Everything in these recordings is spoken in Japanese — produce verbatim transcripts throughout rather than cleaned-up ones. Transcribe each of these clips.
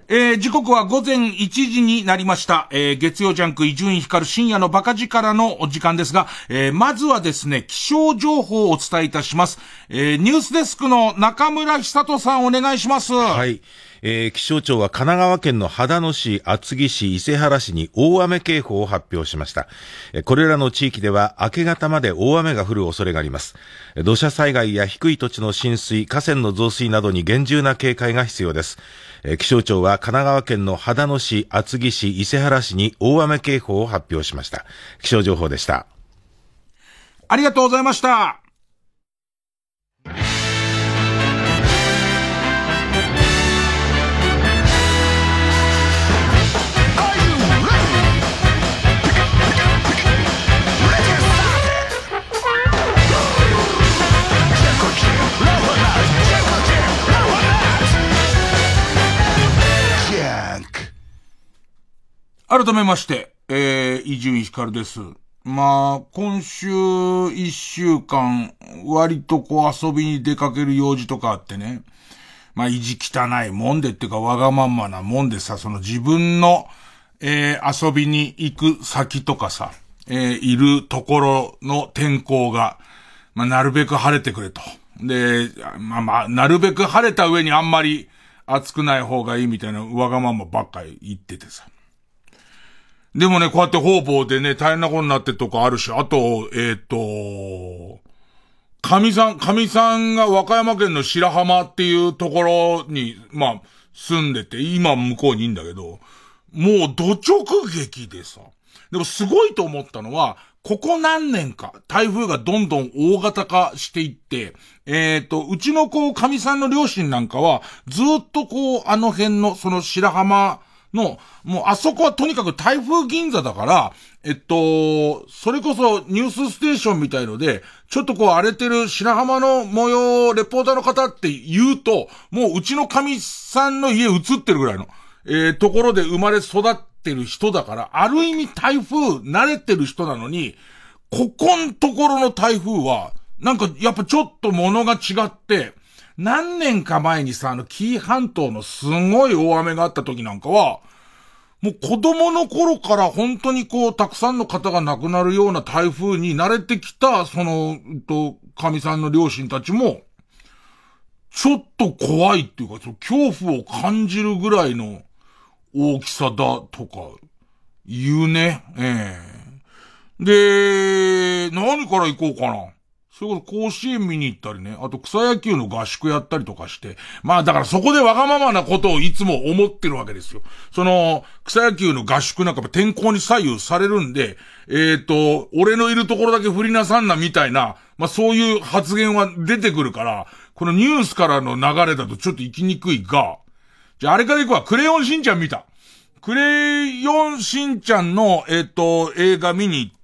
えー、時刻は午前いちじになりました。えー、月曜ジャンク伊集院光る深夜のバカ力のお時間ですが、えー、まずはですね、気象情報をお伝えいたします。えー、ニュースデスクの中村久人さんお願いします。 はい。えー、気象庁は神奈川県の秦野市、厚木市、伊勢原市に大雨警報を発表しました。えー、これらの地域では明け方まで大雨が降る恐れがあります。土砂災害や低い土地の浸水、河川の増水などに厳重な警戒が必要です。気象庁は神奈川県の秦野市、厚木市、伊勢原市に大雨警報を発表しました。気象情報でした。 ありがとうございました。改めまして、えー、伊集院光です。まあ、今週一週間、割とこう遊びに出かける用事とかあってね。まあ、意地汚いもんでっていうかわがまんまなもんでさ、その自分の、えー、遊びに行く先とかさ、えー、いるところの天候が、まあ、なるべく晴れてくれと。で、まあまあ、なるべく晴れた上にあんまり暑くない方がいいみたいなわがままばっかり言っててさ。でもね、こうやって方々でね、大変なことになってるとこあるし、あと、えっと、神さん、神さんが和歌山県の白浜っていうところに、まあ、住んでて、今向こうにいんだけど、もう土直撃でさ。でもすごいと思ったのは、ここ何年か、台風がどんどん大型化していって、えっと、うちのこう、神さんの両親なんかは、ずっとこう、あの辺の、その白浜、の、もうあそこはとにかく台風銀座だから、えっと、それこそニュースステーションみたいので、ちょっとこう荒れてる白浜の模様、レポーターの方って言うと、もううちの神さんの家映ってるぐらいの、えー、ところで生まれ育ってる人だから、ある意味台風慣れてる人なのに、ここんところの台風は、なんかやっぱちょっと物が違って、何年か前にさ、あの、紀伊半島のすごい大雨があった時なんかは、もう子供の頃から本当にこう、たくさんの方が亡くなるような台風に慣れてきた、その、と、神さんの両親たちも、ちょっと怖いっていうか、その恐怖を感じるぐらいの大きさだとか、言うね。ええ。で、何から行こうかな。それこそ甲子園見に行ったりね。あと草野球の合宿やったりとかして。まあだからそこでわがままなことをいつも思ってるわけですよ。その、草野球の合宿なんかも天候に左右されるんで、えっと、俺のいるところだけ振りなさんなみたいな、まあそういう発言は出てくるから、このニュースからの流れだとちょっと行きにくいが、じゃああれから行くわ。クレヨンしんちゃん見た。クレヨンしんちゃんの、えっと、映画見に行って、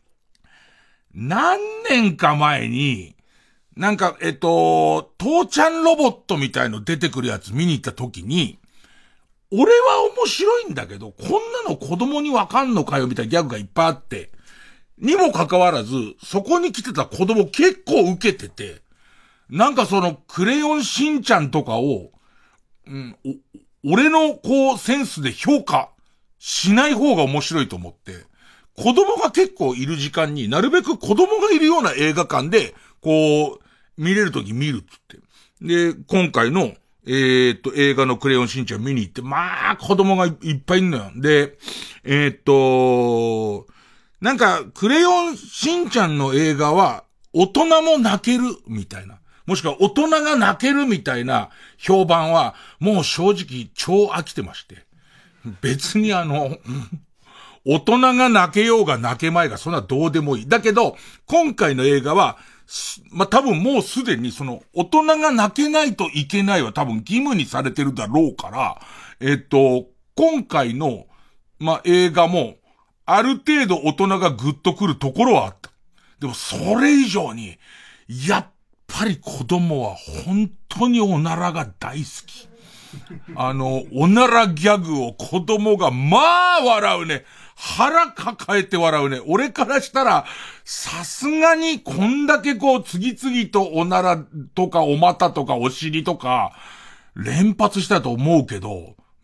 何年か前に、なんか、えっと、父ちゃんロボットみたいの出てくるやつ見に行った時に、俺は面白いんだけど、こんなの子供にわかんのかよみたいなギャグがいっぱいあって、にもかかわらず、そこに来てた子供結構受けてて、なんかそのクレヨンしんちゃんとかを、うん、お、俺のこうセンスで評価しない方が面白いと思って、子供が結構いる時間になるべく子供がいるような映画館で、こう、見れるとき見るっつって。で、今回の、えー、っと、映画のクレヨンしんちゃん見に行って、まあ、子供がいっぱいいるのよ。で、えー、っと、なんか、クレヨンしんちゃんの映画は、大人も泣けるみたいな。もしくは大人が泣けるみたいな評判は、もう正直超飽きてまして。別にあの、大人が泣けようが泣けまいがそんなどうでもいい。だけど、今回の映画は、まあ、多分もうすでにその、大人が泣けないといけないは多分義務にされてるだろうから、えっと、今回の、まあ、映画も、ある程度大人がグッとくるところはあった。でもそれ以上に、やっぱり子供は本当におならが大好き。あの、おならギャグを子供がまあ笑うね。腹抱えて笑うね。俺からしたら、さすがにこんだけこう次々とおならとかお股とかお尻とか連発したと思うけど、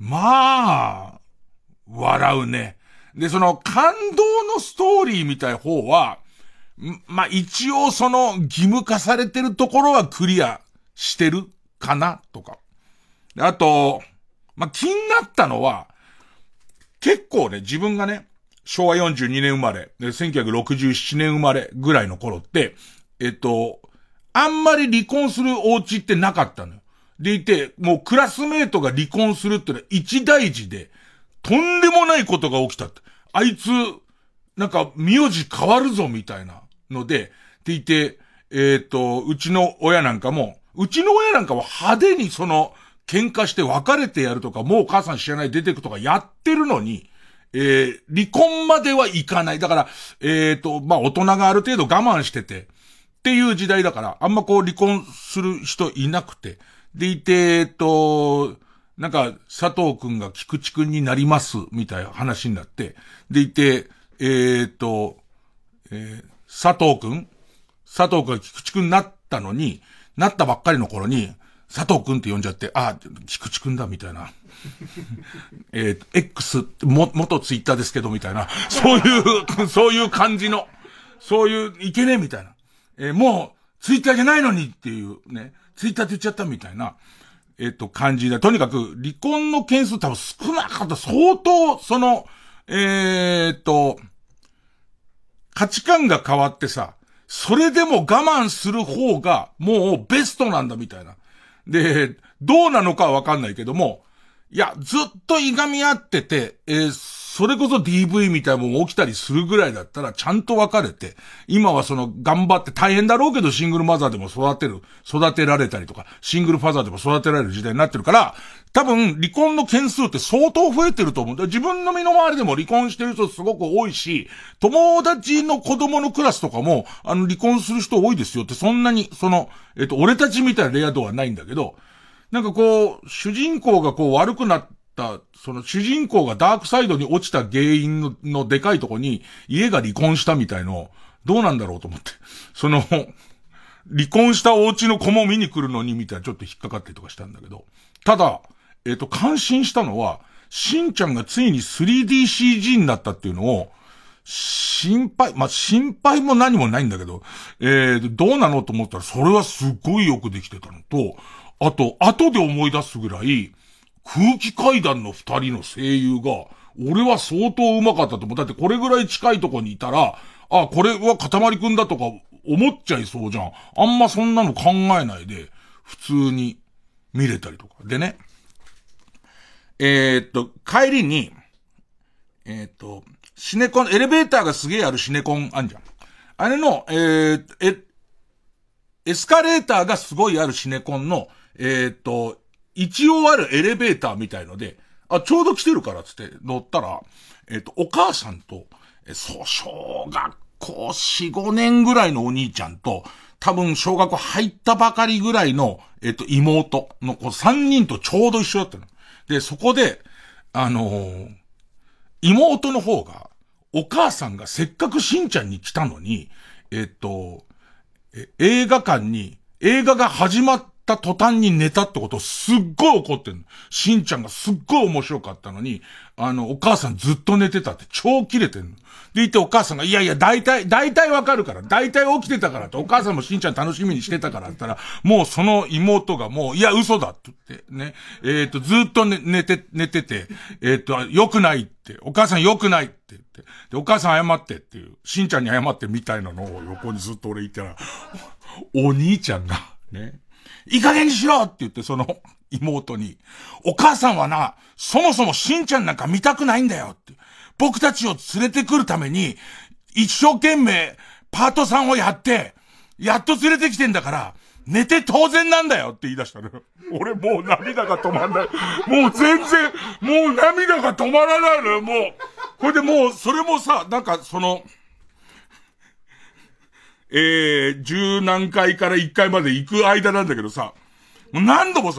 まあ、笑うね。で、その感動のストーリーみたい方は、まあ一応その義務化されてるところはクリアしてるかなとか。あと、まあ気になったのは、結構ね、自分がね、しょうわよんじゅうにねん生まれ、でせんきゅうひゃくろくじゅうななねん生まれぐらいの頃って、えっと、あんまり離婚するお家ってなかったのよ。でいて、もうクラスメートが離婚するってのは一大事で、とんでもないことが起きたって。あいつ、なんか、名字変わるぞみたいなので、っていて、えっと、うちの親なんかも、うちの親なんかは派手にその、喧嘩して別れてやるとか、もう母さん知らない出てくとかやってるのに、えー、離婚まではいかない。だから、えっと、まあ、大人がある程度我慢してて、っていう時代だから、あんまこう離婚する人いなくて、でいて、えっと、なんか、佐藤くんが菊池くんになります、みたいな話になって、でいて、えっと、えー、佐藤くん佐藤くんが菊池くんになったのに、なったばっかりの頃に、佐藤くんって呼んじゃって、あ、菊池くんだ、みたいな。えっと、X、も、元ツイッターですけど、みたいな。そういう、そういう感じの、そういう、いけねえ、みたいな。えー、もう、ツイッターじゃないのにっていうね、ツイッターって言っちゃったみたいな、えっと、感じで、とにかく、離婚の件数多分少なかった。相当、その、えー、っと、価値観が変わってさ、それでも我慢する方が、もうベストなんだみたいな。で、どうなのかはわかんないけども、いや、ずっといがみ合ってて、えー、それこそ ディーブイ みたいなもの起きたりするぐらいだったら、ちゃんと別れて、今はその、頑張って大変だろうけど、シングルマザーでも育てる、育てられたりとか、シングルファザーでも育てられる時代になってるから、多分、離婚の件数って相当増えてると思う。自分の身の回りでも離婚してる人すごく多いし、友達の子供のクラスとかも、あの、離婚する人多いですよって、そんなに、その、えっと、俺たちみたいなレア度はないんだけど、なんかこう、主人公がこう悪くなった、その主人公がダークサイドに落ちた原因の、のでかいとこに、家が離婚したみたいの、どうなんだろうと思って。その、離婚したお家の子も見に来るのに、みたいなちょっと引っかかったりとかしたんだけど。ただ、えっと、感心したのは、しんちゃんがついに スリーディーシージー になったっていうのを、心配、まあ、心配も何もないんだけど、えー、どうなのと思ったら、それはすっごいよくできてたのと、あと、後で思い出すぐらい、空気階段の二人の声優が、俺は相当上手かったと思う。だってこれぐらい近いとこにいたら、あ、これはかたまりくんだとか思っちゃいそうじゃん。あんまそんなの考えないで、普通に見れたりとか。でね、えー、っと、帰りに、えー、っと、シネコン、エレベーターがすげえあるシネコンあんじゃん。あれの、えー、え、エスカレーターがすごいあるシネコンの、えー、っと、一応あるエレベーターみたいので、あ、ちょうど来てるからつって乗ったら、えー、っと、お母さんと、え、そう、小学校よん、ごねんぐらいのお兄ちゃんと、多分小学校入ったばかりぐらいの、えー、っと、妹のこうさんにんとちょうど一緒だったの。で、そこで、あのー、妹の方が、お母さんがせっかくしんちゃんに来たのに、えー、っと、え映画館に、映画が始まった途端に寝たってことをすっごい怒ってんの。しんちゃんがすっごい面白かったのに、あの、お母さんずっと寝てたって超キレてんの。でいてお母さんが、いやいや、大体、大体わかるから、大体起きてたからって、お母さんもしんちゃん楽しみにしてたからって言ったら、もうその妹がもう、いや、嘘だって言って、ね。えっと、ずっと寝、寝て、寝てて、えっと、良くないって、お母さん良くないって言って、で、お母さん謝ってっていう、しんちゃんに謝ってみたいなのを横にずっと俺言ってたら、お兄ちゃんが、ね、いい加減にしろって言って、その妹に、お母さんはな、そもそもしんちゃんなんか見たくないんだよって。僕たちを連れてくるために、一生懸命パートさんをやって、やっと連れてきてんだから、寝て当然なんだよって言い出したの。俺もう涙が止まんない。もう全然、もう涙が止まらないのよ、もう。これでもう、それもさ、なんかその、えー、十何回から一回まで行く間なんだけどさ、もう何度もさ、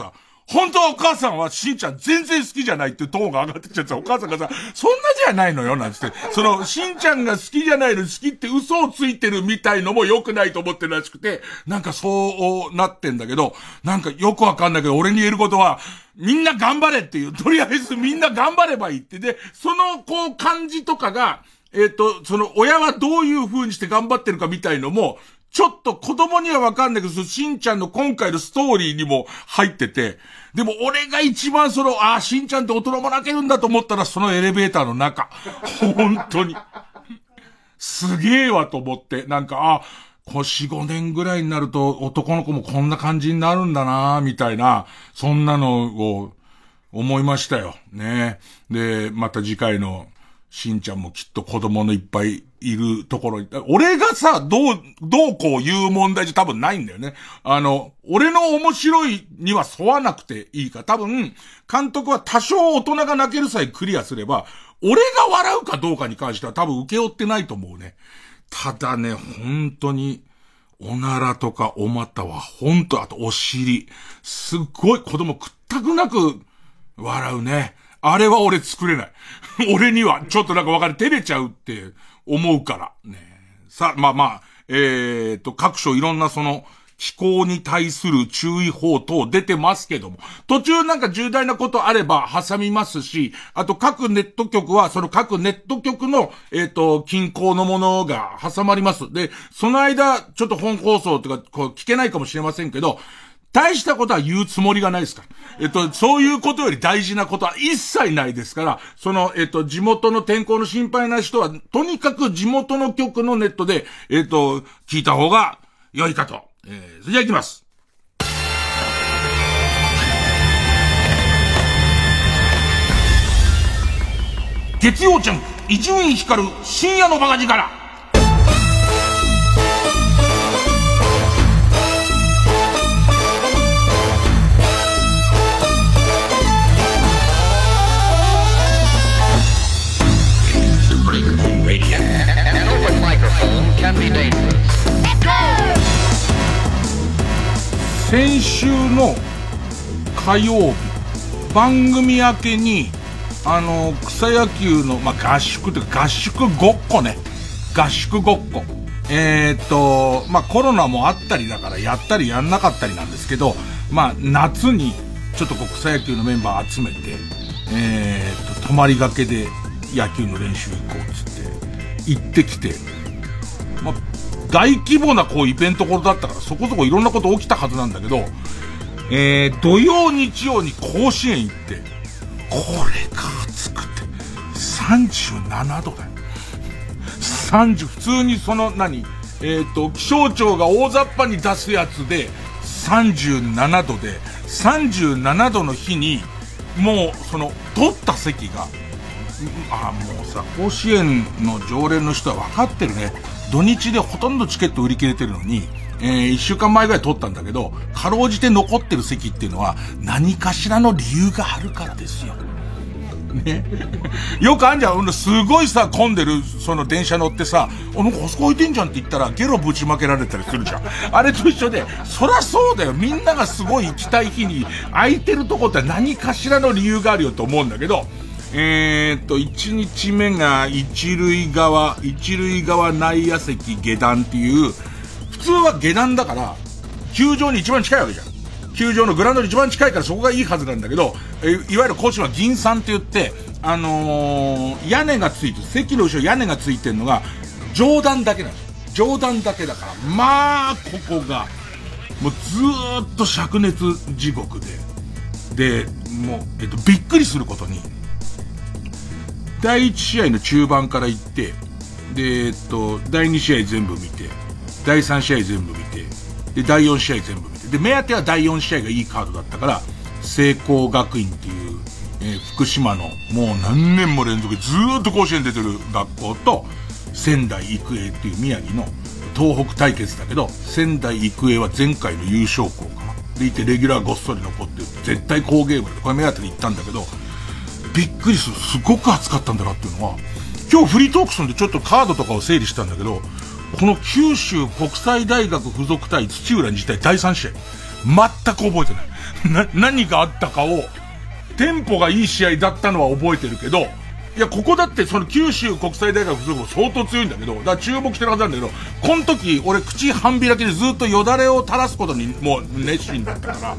本当はお母さんはしんちゃん全然好きじゃないっていうトーンが上がってきちゃって、お母さんがさ、そんなじゃないのよ、なんつって。その、しんちゃんが好きじゃないの好きって嘘をついてるみたいのも良くないと思ってるらしくて、なんかそうなってんだけど、なんかよくわかんないけど、俺に言えることは、みんな頑張れっていう、とりあえずみんな頑張ればいいって。で、その、こう、感じとかが、えっと、その、親はどういう風にして頑張ってるかみたいのも、ちょっと子供にはわかんないけど、しんちゃんの今回のストーリーにも入ってて、でも俺が一番その、ああ、しんちゃんって大人も泣けるんだと思ったら、そのエレベーターの中。本当に。すげえわと思って、なんか、あ、こうよん、ごねんぐらいになると男の子もこんな感じになるんだなみたいな、そんなのを思いましたよ。ね。で、また次回のしんちゃんもきっと子供のいっぱいいるところに、俺がさ、どう、どうこう言う問題じゃ多分ないんだよね。あの、俺の面白いには沿わなくていいか。多分、監督は多少大人が泣けるさえクリアすれば、俺が笑うかどうかに関しては多分受け負ってないと思うね。ただね、本当に、おならとかお股は本当、あとお尻。すっごい子供くったくなく笑うね。あれは俺作れない。俺にはちょっとなんかわかる。照れちゃうって思うから。ね。さあ、まあまあ、えーと、各所いろんなその、気候に対する注意報等出てますけども、途中なんか重大なことあれば挟みますし、あと各ネット局はその各ネット局のえっと近郊のものが挟まります。で、その間ちょっと本放送とかこう聞けないかもしれませんけど、大したことは言うつもりがないですから。えっと、そういうことより大事なことは一切ないですから、その、えっと、地元の天候の心配な人は、とにかく地元の局のネットで、えっと、聞いた方が良いかと。えー、それじゃあ行きます。月曜ジャンク、伊集院光る深夜のバカ力。先週の火曜日、番組明けに、あの、草野球の、まあ、合宿というか合宿ごっこね。合宿ごっこ。えーっと、まあ、コロナもあったりだからやったりやんなかったりなんですけど、まあ、夏にちょっとこう草野球のメンバー集めて、えーっと、泊まりがけで野球の練習行こうっつって、行ってきて、まあ、大規模なこうイベントころだったからそこそこいろんなこと起きたはずなんだけど、えー、土曜日曜に甲子園行って、これが暑くてさんじゅうななどだよ。さんじゅう、普通にその何、えっと、気象庁が大雑把に出すやつでさんじゅうななどで、さんじゅうななどの日に、もうその、取った席が、あ、もうさ、甲子園の常連の人は分かってるね。土日でほとんどチケット売り切れてるのに、えー、一週間前ぐらい取ったんだけど、かろうじて残ってる席っていうのは、何かしらの理由があるからですよ。ね。よくあんじゃん、すごいさ、混んでる、その電車乗ってさ、あ、なんかあそこ置いてんじゃんって言ったら、ゲロぶちまけられたりするじゃん。あれと一緒で、そらそうだよ。みんながすごい行きたい日に、空いてるとこって何かしらの理由があるよと思うんだけど、えーっと、一日目が一塁側、一塁側内野席下段っていう、普通は下段だから、球場に一番近いわけじゃん。球場のグラウンドに一番近いからそこがいいはずなんだけど、えいわゆる甲子園は銀傘って言って、あのー、屋根がついてる、席の後ろ屋根がついてるのが、上段だけなんですよ。上段だけだから、まあ、ここが、もうずーっと灼熱地獄で、で、もう、えっと、びっくりすることに、だいいち試合の中盤から行って、で、えっと、だいに試合全部見て、だいさん試合全部見て、で、だいよん試合全部見て、で、目当てはだいよん試合がいいカードだったから、聖光学院っていう、えー、福島のもう何年も連続でずーっと甲子園出てる学校と、仙台育英っていう宮城の東北対決だけど、仙台育英は前回の優勝校かな。でいて、レギュラーごっそり残って、絶対好ゲームで、これ目当てで行ったんだけど、びっくりする。すごく暑かったんだなっていうのは、今日フリートークスでちょっとカードとかを整理したんだけど、この九州国際大学附属対土浦日大だいさん試合。 全く覚えてない。な、何があったかを、テンポがいい試合だったのは覚えてるけど、いや、ここだってその九州国際大学附属も相当強いんだけど、だから注目してるはずなんだけど、この時俺口半開きでずっとよだれを垂らすことにもう熱心だったから、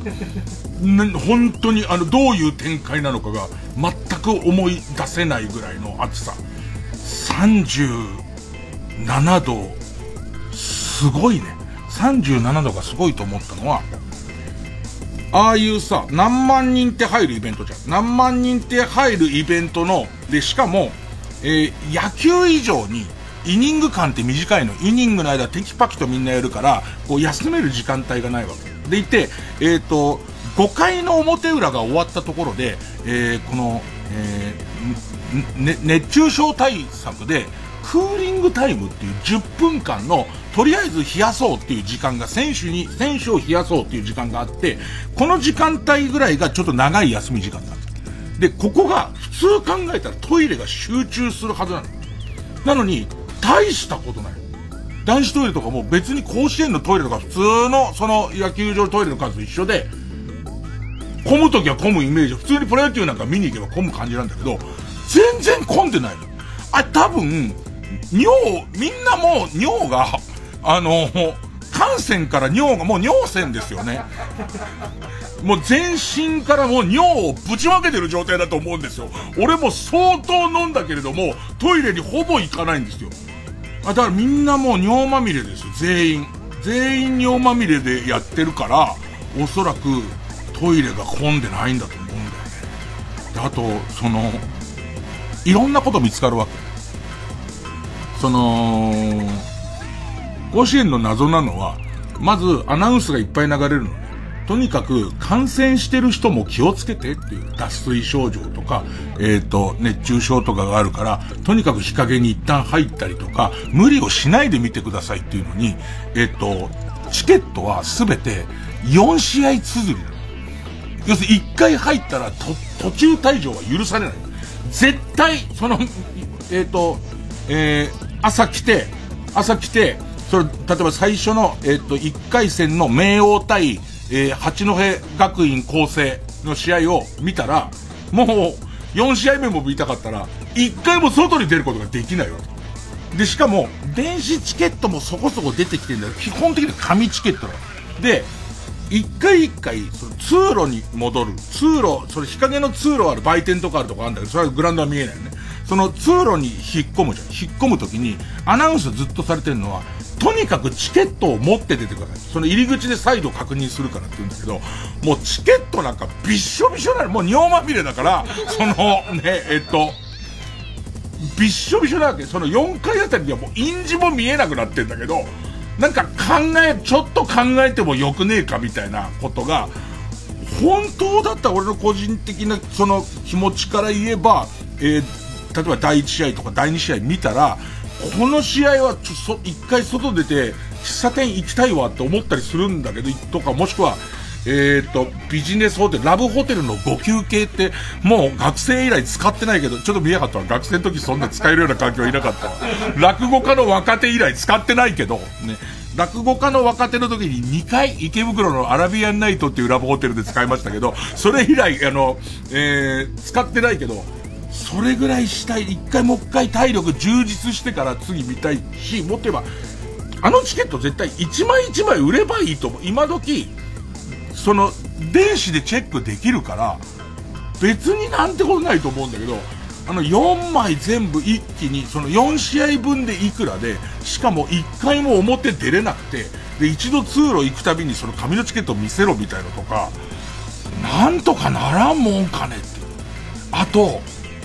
ね、本当にあの、どういう展開なのかが全く思い出せないぐらいの暑さ。さんじゅうななど、すごいね。さんじゅうななどがすごいと思ったのは、ああいうさ、何万人って入るイベントじゃん。何万人って入るイベントの、で、しかも、えー、野球以上に、イニング間って短いの。イニングの間テキパキとみんなやるから、こう休める時間帯がないわけ。でいて、えっと、ごかいの表裏が終わったところで、えー、この、えー、ね、熱中症対策で、クーリングタイムっていうじゅっぷんかんの、とりあえず冷やそうっていう時間が、選手に、選手を冷やそうっていう時間があって、この時間帯ぐらいがちょっと長い休み時間なんです。で、ここが普通考えたらトイレが集中するはずなの。なのに、大したことない。男子トイレとかも別に甲子園のトイレとか普通のその野球場のトイレの数と一緒で、混むときは混むイメージ。普通にプロ野球なんか見に行けば混む感じなんだけど、全然混んでないの。あ、多分、尿、みんなもう尿が、あの、汗腺から尿が、もう尿腺ですよね。もう全身からもう尿をぶちまけてる状態だと思うんですよ。俺も相当飲んだけれども、トイレにほぼ行かないんですよ。あ、だからみんなもう尿まみれですよ、全員。全員尿まみれでやってるから、おそらくトイレが混んでないんだと思うんだよね。で、あと、その、いろんなこと見つかるわけ。その、甲子園の謎なのは、まずアナウンスがいっぱい流れるのね。とにかく感染してる人も気をつけてっていう脱水症状とか、えっと、熱中症とかがあるから、とにかく日陰に一旦入ったりとか、無理をしないで見てくださいっていうのに、えっと、チケットはすべてよんしあい綴りなの。要するにいっかい入ったらと途中退場は許されない。絶対、その、えっと、えー、朝来て、朝来て、それ、例えば最初の、えっと、いっかい戦の明桜対、えー、八戸学院光星の試合を見たら、もう、よんしあいめも見たかったら、いっかいも外に出ることができないわけ。で、しかも、電子チケットもそこそこ出てきてるんだよ。基本的に紙チケットだ。で、一回一回、その通路に戻る。通路、それ日陰の通路ある売店とかあるとこあるんだけど、それはグラウンドは見えないよね。その通路に引っ込むじゃん。引っ込むときに、アナウンスずっとされてるのは、とにかくチケットを持って出てください。その入り口で再度確認するからって言うんだけど、もうチケットなんかびっしょびしょなの。もう尿まみれだから、そのね、えっと、びっしょびしょなわけ。そのよんかいあたりにはもう印字も見えなくなってんだけど、なんか考え、ちょっと考えてもよくねえかみたいなことが、本当だったら俺の個人的なその気持ちから言えば、えー、例えばだいいち試合とかだいに試合見たら、この試合はちょそ一回外出て喫茶店行きたいわって思ったりするんだけど、とかもしくはえー、っとビジネスホテル、ラブホテルのご休憩ってもう学生以来使ってないけど、ちょっと見えなかったわ。学生の時そんな使えるような環境いなかったわ。落語家の若手以来使ってないけどね。落語家の若手の時ににかい池袋のアラビアンナイトっていうラブホテルで使いましたけど、それ以来あの、えー、使ってないけど、それぐらいしたい。一回もう一回体力充実してから次見たいし、もっと言えばあのチケット絶対一枚一枚売ればいいと思う。今時その電子でチェックできるから別になんてことないと思うんだけど、あのよんまい全部一気にそのよん試合分でいくらで、しかもいっかいも表出れなくて、で一度通路行くたびにその紙のチケット見せろみたいなとか、なんとかならんもんかねって。あと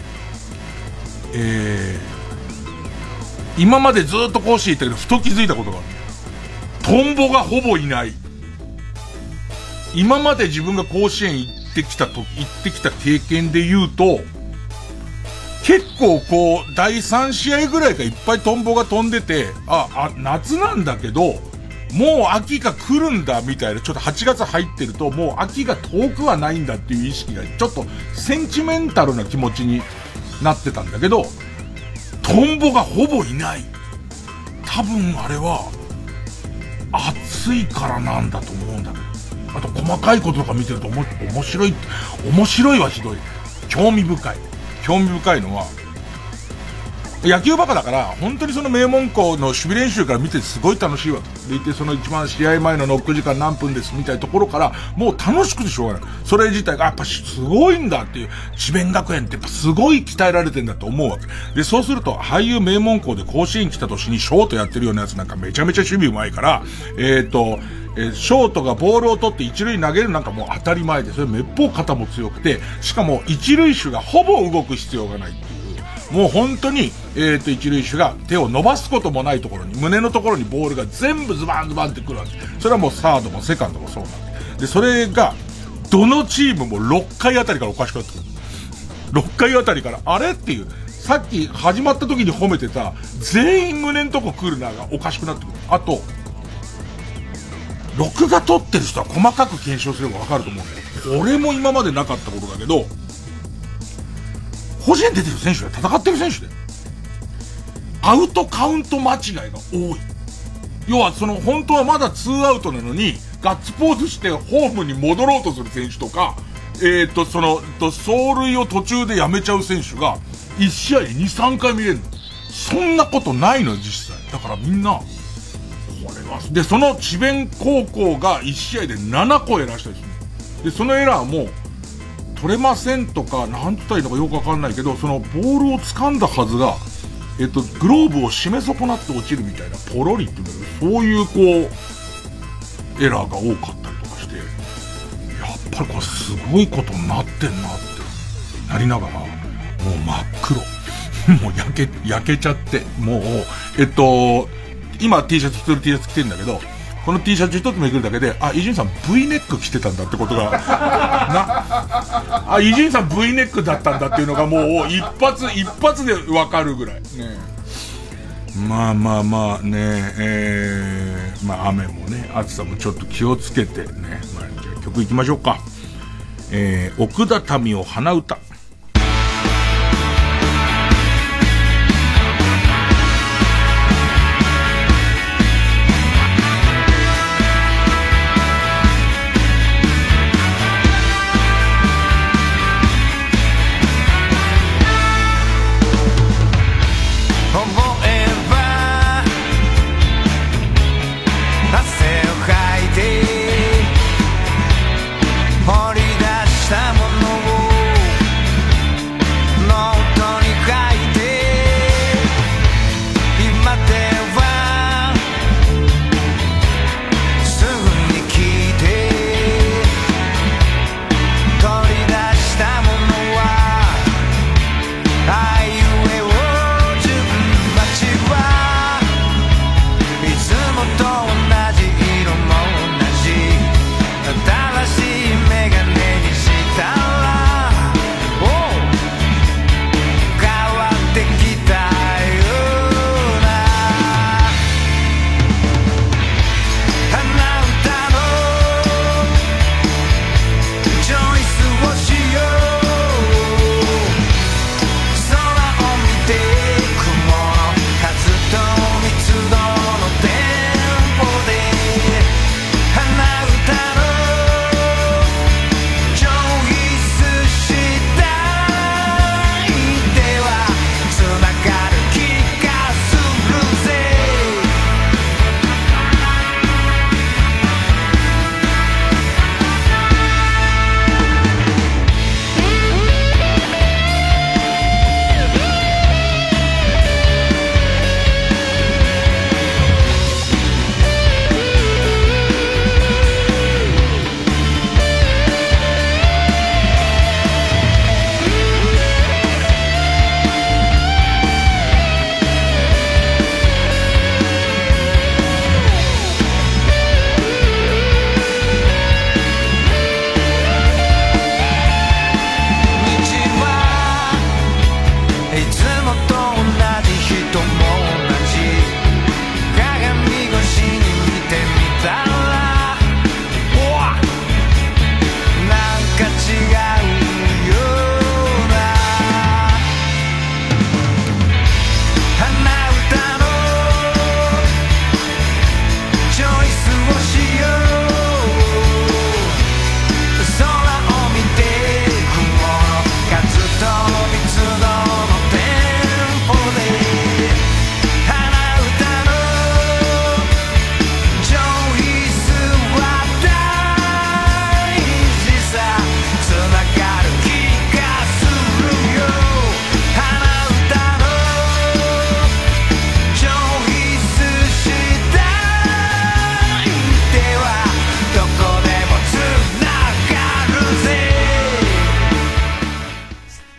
えー、今までずっと甲子園行ったけどふと気づいたことがある。トンボがほぼいない。今まで自分が甲子園行ってきたと行ってきた経験で言うと、結構こうだいさん試合ぐらいがいっぱいトンボが飛んでて、ああ夏なんだけどもう秋が来るんだみたいな、ちょっとはちがつ入ってるともう秋が遠くはないんだっていう意識がちょっとセンチメンタルな気持ちになってたんだけど、トンボがほぼいない。多分あれは暑いからなんだと思うんだけど、 あと細かいこととか見てるとおも面白い、面白いはひどい。興味深い。興味深いのは、野球バカだから、本当にその名門校の守備練習から見ててすごい楽しいわけ。でいて、その一番試合前のノック時間何分ですみたいなところから、もう楽しくてしょうがない。それ自体がやっぱすごいんだっていう、智弁学園ってやっぱすごい鍛えられてんだと思うわけ。で、そうすると、俳優名門校で甲子園来た年にショートやってるようなやつなんかめちゃめちゃ守備うまいから、えーと、えー、ショートがボールを取って一塁に投げるなんかもう当たり前で、それめっぽう肩も強くて、しかも一塁手がほぼ動く必要がないっていう。もう本当に、えっと、一塁手が手を伸ばすこともないところに、胸のところにボールが全部ズバンズバンってくるわけ。それはもうサードもセカンドもそうなんで。で、それが、どのチームもろっかいあたりからおかしくなってくる。ろっかいあたりから、あれっていう、さっき始まった時に褒めてた、全員胸のとこ来るながおかしくなってくる。あと、録画撮ってる人は細かく検証すればわかると思うんだよ。俺も今までなかったことだけど、個人出てる選手で戦ってる選手でアウトカウント間違いが多い。要はその本当はまだツーアウトなのにガッツポーズしてホームに戻ろうとする選手とか、えーとそのと走塁を途中でやめちゃう選手がいち試合に、さんかい見れるの。そんなことないのよ実際。だからみんなこれはで、その智弁高校がいち試合でななこエラーしたりする。でそのエラーも取れませんとか、なんて言ったらいいのかよくわかんないけど、そのボールを掴んだはずが、えっと、グローブを締め損なって落ちるみたいな、ポロリって言うんだけど、そういうこう、エラーが多かったりとかして、やっぱりこれすごいことになってんなって、なりながら、もう真っ黒。もう焼け、焼けちゃって、もう、えっと、今 T シャツ、一人 T シャツ着てんだけど、この T シャツ一つめくるだけで、あ、伊集院さん V ネック着てたんだってことが、な、あ、伊集院さん V ネックだったんだっていうのがもう一発、一発でわかるぐらい。ねまあまあまあね、えー、まあ雨もね、暑さもちょっと気をつけてね、まあ、じゃあ曲行きましょうか。えー、奥田民生花歌。 掘り出したものを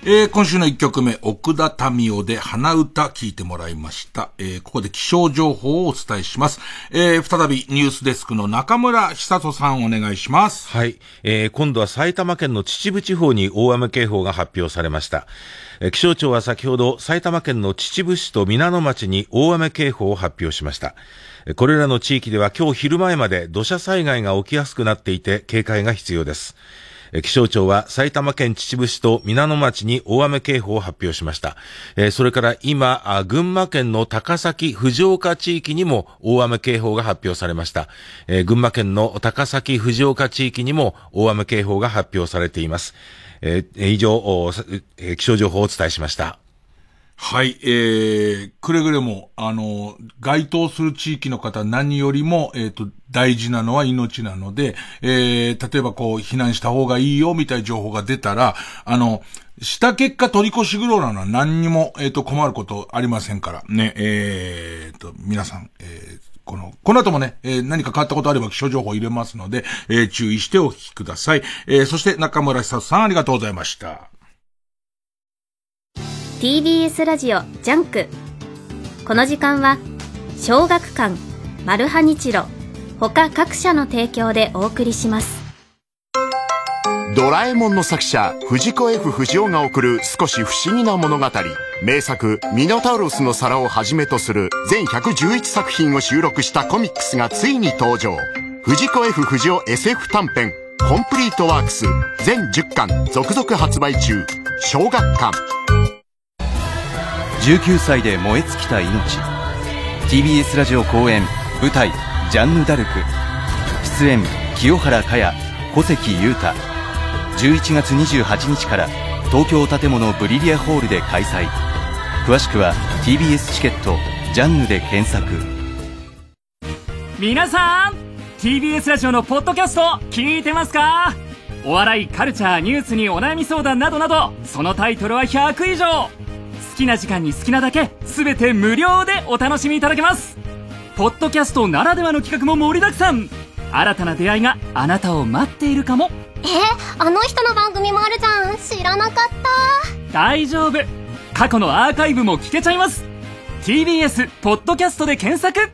えー、今週の一曲目、奥田民生で花歌聞いてもらいました。えー、ここで気象情報をお伝えします。えー、再びニュースデスクの中村久人さんお願いします。 はい。えー、今度は埼玉県の秩父地方に大雨警報が発表されました。えー、気象庁は先ほど埼玉県の秩父市と皆野町に大雨警報を発表しました。これらの地域では今日昼前まで土砂災害が起きやすくなっていて警戒が必要です。気象庁は埼玉県秩父市と皆野町に大雨警報を発表しました。それから今、群馬県の高崎藤岡地域にも大雨警報が発表されました。群馬県の高崎藤岡地域にも大雨警報が発表されています。以上、気象情報をお伝えしました。 はい、えー、くれぐれも、あの、該当する地域の方何よりも、えっと、大事なのは命なので、えー、例えばこう、避難した方がいいよ、みたいな情報が出たら、あの、した結果取り越し苦労なのは何にも、えっと、困ることありませんから、ね、えーと、皆さん、えー、この、この後もね、えー、何か変わったことあれば気象情報入れますので、えー、注意してお聞きください。えー、そして中村久さんありがとうございました。 ティービーエス ラジオジャンク。この時間は小学館、マルハニチロ他各社の提供でお送りします。 ドラえもんの作者藤子 F 不二雄が送る少し不思議な物語、名作ミノタウロスの皿をはじめとする全ひゃくじゅういちさく品を収録したコミックスがついに登場。藤子 F 不二雄 エスエフ 短編コンプリートワークス全じゅっかん続々発売中。小学館。 じゅうきゅうさいで燃え尽きた命。 ティービーエス ラジオ公演舞台ジャンヌ・ダルク。出演清原果耶、小関裕太。じゅういちがつにじゅうはちにちから東京建物ブリリアホールで開催。詳しくは ティービーエス チケットジャンヌで検索。 皆さん ティービーエス ラジオのポッドキャスト聞いてますか？お笑い、カルチャー、ニュースにお悩み相談などなど、そのタイトルはひゃくいじょう。好きな時間に好きなだけ全て無料でお楽しみいただけます。ポッドキャストならではの企画も盛りだくさん。新たな出会いがあなたを待っているかも。 え、あの人の番組もあるじゃん。知らなかった。 大丈夫、過去のアーカイブも聞けちゃいます。 ティービーエス ポッドキャストで検索。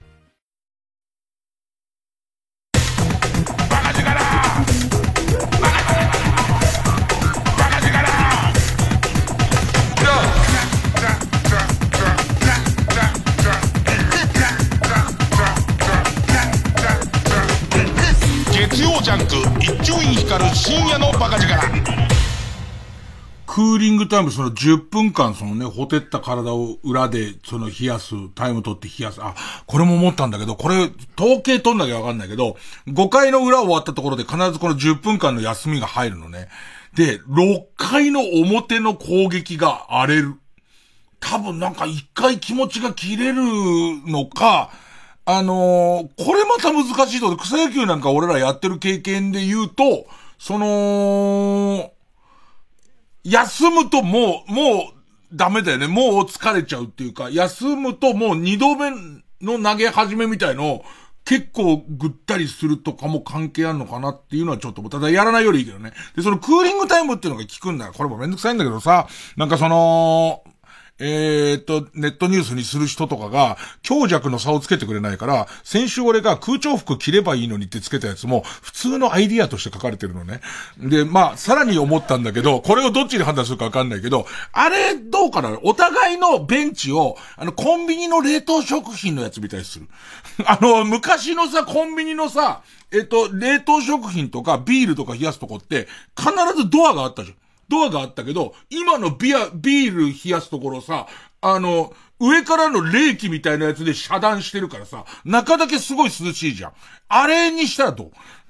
ジャンク一丁院光る深夜のバカ力。 クーリングタイム、そのじゅっぷんかんそのね、ほてった体を裏でその冷やす、タイム取って冷やす。あ、これも思ったんだけど、これ統計取んなきゃわかんないけど、ごかいの裏終わったところで必ずこのじゅっぷんかんの休みが入るのね。で、ろっかいの表の攻撃が荒れる。多分なんかいっかい気持ちが切れるのか、あのー、これまた難しいところで、草野球なんか俺らやってる経験で言うと、その、休むともう、もうダメだよね。もう疲れちゃうっていうか、休むともう二度目の投げ始めみたいの結構ぐったりするとかも関係あるのかなっていうのはちょっと、ただやらないよりいいけどね。で、そのクーリングタイムっていうのが効くんだよ。これもめんどくさいんだけどさ、なんかその、えーっと、ネットニュースにする人とかが、強弱の差をつけてくれないから、先週俺が空調服着ればいいのにってつけたやつも、普通のアイディアとして書かれてるのね。で、まあ、さらに思ったんだけど、これをどっちに判断するかわかんないけど、あれ、どうかな？お互いのベンチを、あの、コンビニの冷凍食品のやつみたいにする。あの、昔のさ、コンビニのさ、えっと、冷凍食品とかビールとか冷やすとこって、必ずドアがあったじゃん。ドアがあったけど、今のビア、ビール冷やすところさ、あの、上からの冷気みたいなやつで遮断してるからさ、中だけすごい涼しいじゃん。あれにしたらどう？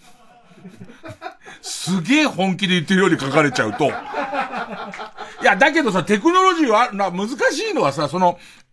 すげえ本気で言ってるように書かれちゃうと。いや、だけどさ、テクノロジーは、な、難しいのはさ、その、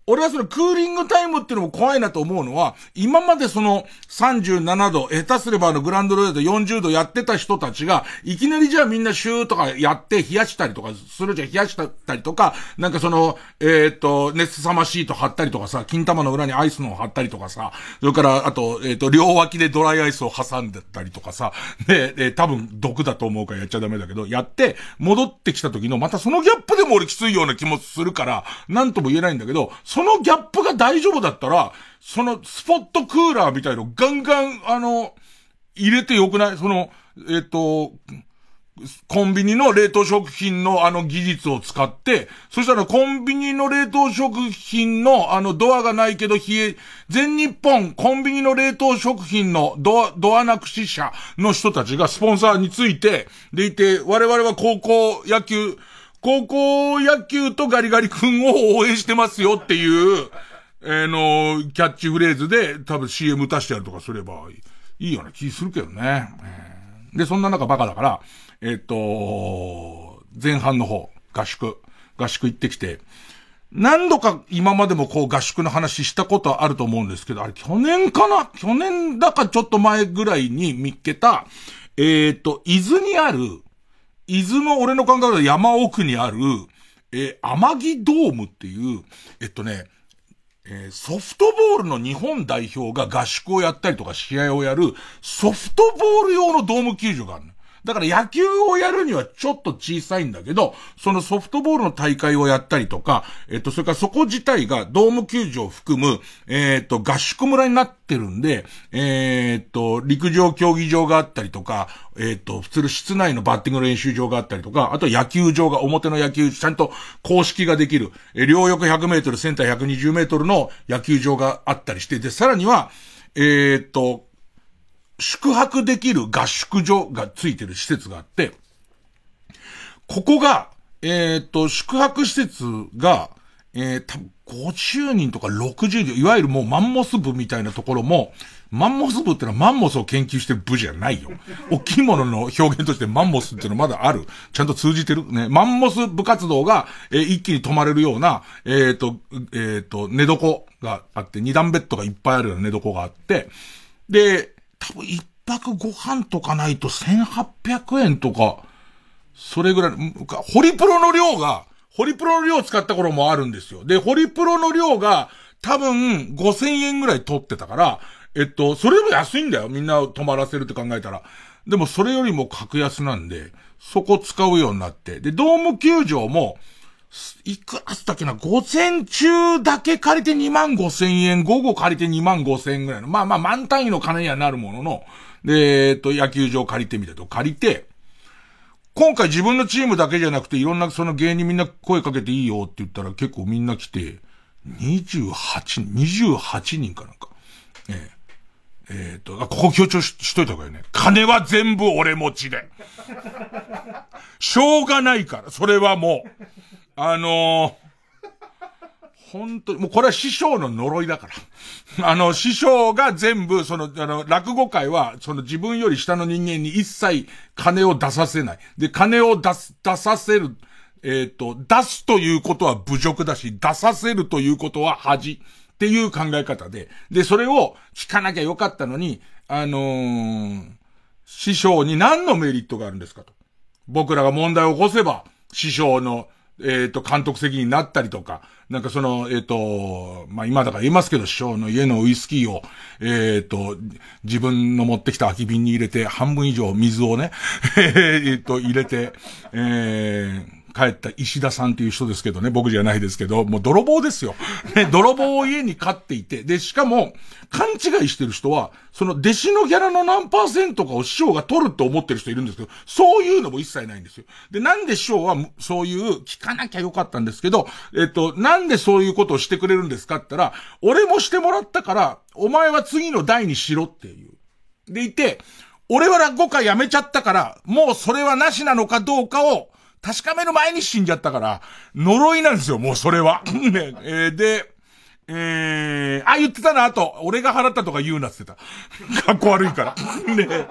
俺はそのクーリングタイムっていうのも怖いなと思うのは、今までそのさんじゅうななど、下手すればあのグランドロイヤルでよんじゅうどやってた人たちが、いきなりじゃあみんなシューとかやって冷やしたりとかするじゃん、冷やしたりとか、なんかその、えっと、熱さまシート貼ったりとかさ、金玉の裏にアイスのを貼ったりとかさ、それから、あと、えっと、両脇でドライアイスを挟んでたりとかさ、で、えー、多分毒だと思うからやっちゃダメだけど、やって、戻ってきた時の、またそのギャップでも俺きついような気もするから、なんとも言えないんだけど、そのギャップが大丈夫だったら、そのスポットクーラーみたいのガンガン、あの、入れてよくない？その、えっと、コンビニの冷凍食品のあの技術を使って、そしたらコンビニの冷凍食品のあのドアがないけど冷え、全日本コンビニの冷凍食品のドア、ドアなくし社の人たちがスポンサーについて、でいて、我々は高校野球、高校野球とガリガリ君を応援してますよっていう、あの、キャッチフレーズで多分 シーエム 出してやるとかすればいいような気するけどね。で、そんな中バカだから、えっと、前半の方、合宿、合宿行ってきて、何度か今までもこう合宿の話したことあると思うんですけど、あれ去年かな？去年だかちょっと前ぐらいに見っけた、えっと、伊豆にある、伊豆の俺の感覚で山奥にある、えー、天城ドームっていう、えっとね、えー、ソフトボールの日本代表が合宿をやったりとか試合をやるソフトボール用のドーム球場があるの。だから野球をやるにはちょっと小さいんだけど、そのソフトボールの大会をやったりとか、えっと、それからそこ自体がドーム球場を含む、えっと、合宿村になってるんで、えっと、陸上競技場があったりとか、えっと、普通の室内のバッティング練習場があったりとか、あと野球場が、表の野球、ちゃんと公式ができる、え両翼ひゃくメートル、センターひゃくにじゅうメートルの野球場があったりして、で、さらには、えっと、宿泊できる合宿所がついてる施設があって、ここが、えっと、宿泊施設が、えー、多分ごじゅうにんとかろくじゅうにん、いわゆるもうマンモス部みたいなところも、マンモス部ってのはマンモスを研究してる部じゃないよ。大きいものの表現としてマンモスっていうのまだある。ちゃんと通じてるね。マンモス部活動が、えー、一気に止まれるような、えっと、えっと、寝床があって、二段ベッドがいっぱいあるような寝床があって、で、多分一泊ご飯とかないとせんはっぴゃくえんとか、それぐらい、ホリプロの量が、ホリプロの量を使った頃もあるんですよ。で、ホリプロの量が多分ごせんえんぐらい取ってたから、えっと、それでも安いんだよ。みんなを泊まらせるって考えたら。でもそれよりも格安なんで、そこ使うようになって。で、ドーム球場も、いくらだっけな、午前中だけ借りてにまんごせんえん、午後借りてにまんごせんえんぐらいの、まあまあ満単位の金にはなるものの、で、えっと、野球場借りてみたと、借りて、今回自分のチームだけじゃなくて、いろんなその芸人みんな声かけていいよって言ったら結構みんな来て、にじゅうはちにん、にじゅうはちにんかなんか。えええっと、あ、ここ強調 し, しといた方がいいね。金は全部俺持ちで。しょうがないから、それはもう。あのー、本当に、もうこれは師匠の呪いだから。あの、師匠が全部、その、あの、落語界は、その自分より下の人間に一切金を出させない。で、金を出す、出させる、えっと、出すということは侮辱だし、出させるということは恥っていう考え方で、で、それを聞かなきゃよかったのに、あのー、師匠に何のメリットがあるんですかと。僕らが問題を起こせば、師匠の、えっと、監督責任になったりとか、なんかその、えっと、まあ、今だから言いますけど、師匠の家のウイスキーを、えっと、自分の持ってきた空き瓶に入れて、半分以上水をね、えっと、入れて、えー、帰った石田さんっていう人ですけどね、僕じゃないですけど、もう泥棒ですよ。ね、泥棒を家に飼っていて、で、しかも、勘違いしてる人は、その弟子のギャラの何パーセントかを師匠が取るって思ってる人いるんですけど、そういうのも一切ないんですよ。で、なんで師匠はそういう聞かなきゃよかったんですけど、えっと、なんでそういうことをしてくれるんですかって言ったら、俺もしてもらったから、お前は次の代にしろっていう。でいて、俺は落語家辞めちゃったから、もうそれはなしなのかどうかを確かめる前に死んじゃったから、呪いなんですよ、もうそれは。ね、えー、で、えー、あ、言ってたな、あと、俺が払ったとか言うなって言ってた。かっこ悪いから。ね。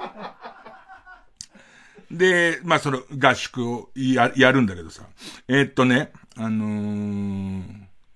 で、まあ、その合宿をや、やるんだけどさ。えー、っとね、あのー、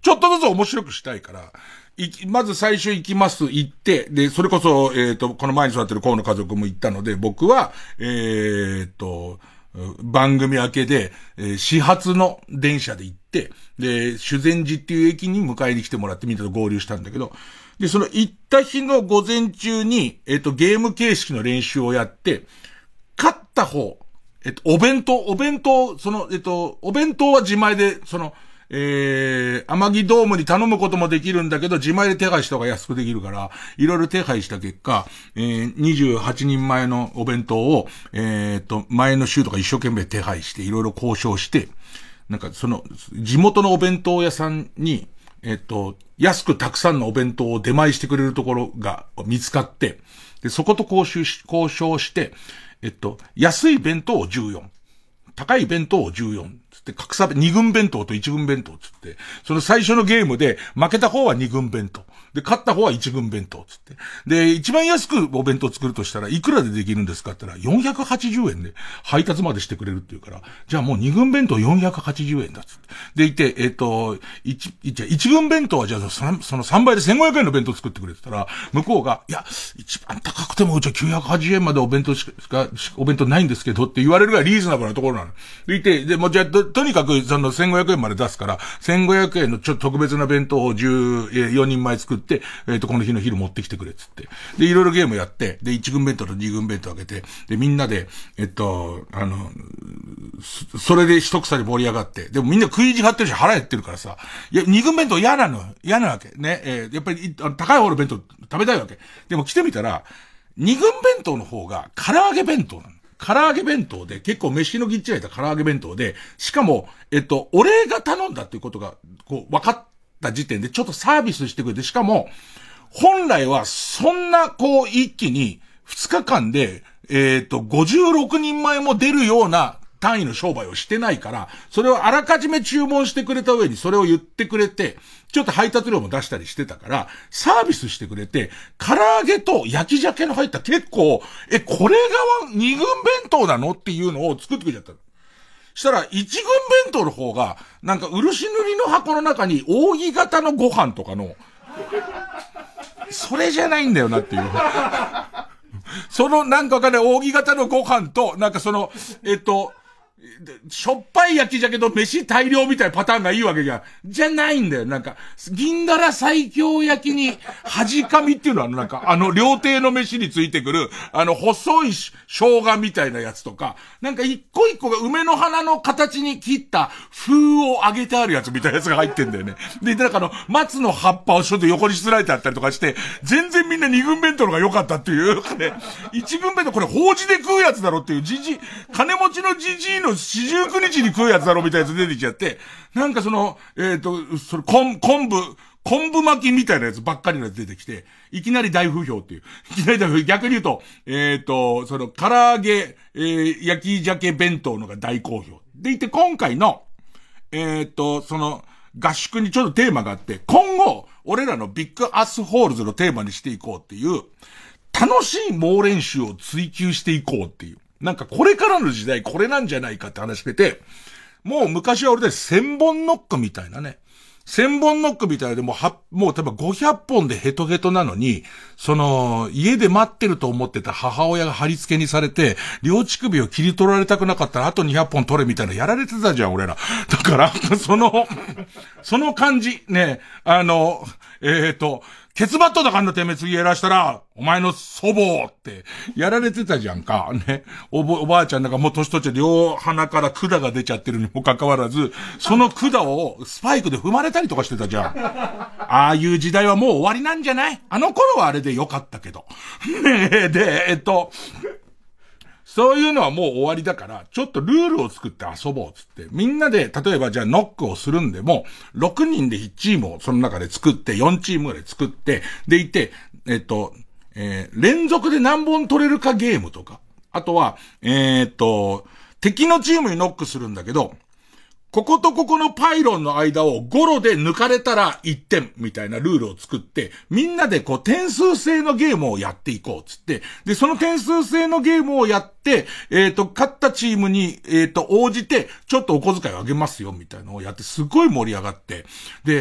ちょっとずつ面白くしたいから、いまず最初行きます、行って、で、それこそ、えっと、この前に座ってる河野家族も行ったので、僕は、えっと、番組明けで、えー、始発の電車で行って、で、修善寺っていう駅に迎えに来てもらってみんなと合流したんだけど、で、その行った日の午前中に、えっと、ゲーム形式の練習をやって、勝った方、えっと、お弁当、お弁当、その、えっと、お弁当は自前で、その、えー、天城ドームに頼むこともできるんだけど、自前で手配した方が安くできるから、いろいろ手配した結果、えー、にじゅうはちにんまえのお弁当を、えーと、前の週とか一生懸命手配して、いろいろ交渉して、なんかその、地元のお弁当屋さんに、えっと、安くたくさんのお弁当を出前してくれるところが見つかって、で、そこと交渉し、交渉して、えっと、安い弁当をじゅうよん、高い弁当をじゅうよん、つって格差、に軍弁当といち軍弁当つって、その最初のゲームで負けた方はに軍弁当。で、勝った方はいち軍弁当つって。で、一番安くお弁当作るとしたらいくらでできるんですかって言ったらよんひゃくはちじゅうえんで配達までしてくれるって言うから、じゃあもうに軍弁当よんひゃくはちじゅうえんだつって。でいて、えっと、一、じゃいち軍弁当はじゃあその、そのさんばいでせんごひゃくえんの弁当作ってくれって言ったら、向こうが、いや、一番高くてもうちはきゅうひゃくはちじゅうえんまでお弁当しか、お弁当ないんですけどって言われるぐらいリーズナブルなところなの。でいて、で、もうじゃあと、とにかくそのせんごひゃくえんまで出すから、せんごひゃくえんのちょっと特別な弁当をじゅうよにんまえ作って、えっと、この日の昼持ってきてくれっつって。で、いろいろゲームやって、で、いち軍弁当とに軍弁当あげて、で、みんなで、えっと、あの、それで一草で盛り上がって、でもみんな食い意地張ってるし腹減ってるからさ、いや、に軍弁当嫌なの、嫌なわけ。ね、えー、やっぱり、高い方の弁当食べたいわけ。でも来てみたら、に軍弁当の方が唐揚げ弁当なの。唐揚げ弁当で、結構飯のぎっちらいた唐揚げ弁当で、しかも、えっと、俺が頼んだっていうことが、こう、分かった時点でちょっとサービスしてくれて、しかも、本来はそんなこう一気にふつかかんで、えっと、ごじゅうろくにんまえも出るような単位の商売をしてないから、それをあらかじめ注文してくれた上にそれを言ってくれて、ちょっと配達料も出したりしてたから、サービスしてくれて、唐揚げと焼き鮭の入った結構、え、これがに軍弁当なのっていうのを作ってくれちゃったの。したら、いち軍弁当の方が、なんか漆塗りの箱の中に扇形のご飯とかの、それじゃないんだよなっていう。そのなんかわかんない扇形のご飯と、なんかその、えっと、しょっぱい焼き鮭と飯大量みたいなパターンがいいわけじゃん。じゃないんだよ。なんか、銀だら最強焼きに、恥かみっていうのは、なんか、あの、料亭の飯についてくる、あの、細い生姜みたいなやつとか、なんか一個一個が梅の花の形に切った風を揚げてあるやつみたいなやつが入ってんだよね。で、なんかあの、松の葉っぱをちょっと横にしつらえてあったりとかして、全然みんな二軍弁当の方が良かったっていう、ね。一軍弁当これ法事で食うやつだろっていう、じじ、金持ちのじじいの四十九日に食うやつだろみたいなやつ出てきちゃって、なんかその、えっと、それ、昆昆布、昆布巻きみたいなやつばっかりのやつ出てきて、いきなり大不評っていう。いきなり大不評。逆に言うと、えっと、その、唐揚げ、えー、焼き鮭弁当のが大好評。でいて、今回の、えっと、その、合宿にちょっとテーマがあって、今後、俺らのビッグアスホールズのテーマにしていこうっていう、楽しい猛練習を追求していこうっていう。なんかこれからの時代これなんじゃないかって話してて、もう昔は俺たち千本ノックみたいなね。千本ノックみたいでもうは、もう多分ごひゃっぽんでヘトヘトなのに、その、家で待ってると思ってた母親が貼り付けにされて、両乳首を切り取られたくなかったらあとにひゃっぽん取れみたいなやられてたじゃん、俺ら。だから、その、その感じ、ね、あの、えっと、ケツバットだかんなてめえ次やらしたら、お前の祖母ってやられてたじゃんか。ね。おぼ、おばあちゃんなんかもう年取っちゃって両鼻から管が出ちゃってるにもかかわらず、その管をスパイクで踏まれたりとかしてたじゃん。ああいう時代はもう終わりなんじゃない？あの頃はあれでよかったけど。ねえ、で、えっと、そういうのはもう終わりだから、ちょっとルールを作って遊ぼうっつって。みんなで、例えばじゃあノックをするんでも、ろくにんでいちチームをその中で作って、よんチームぐらい作って、でいて、えっと、えー、連続で何本取れるかゲームとか。あとは、えー、っと、敵のチームにノックするんだけど、こことここのパイロンの間をゴロで抜かれたらいってんみたいなルールを作って、みんなでこう点数制のゲームをやっていこうっつって、で、その点数制のゲームをやって、えっと、勝ったチームに、えっと、応じて、ちょっとお小遣いをあげますよみたいなのをやって、すごい盛り上がって、で、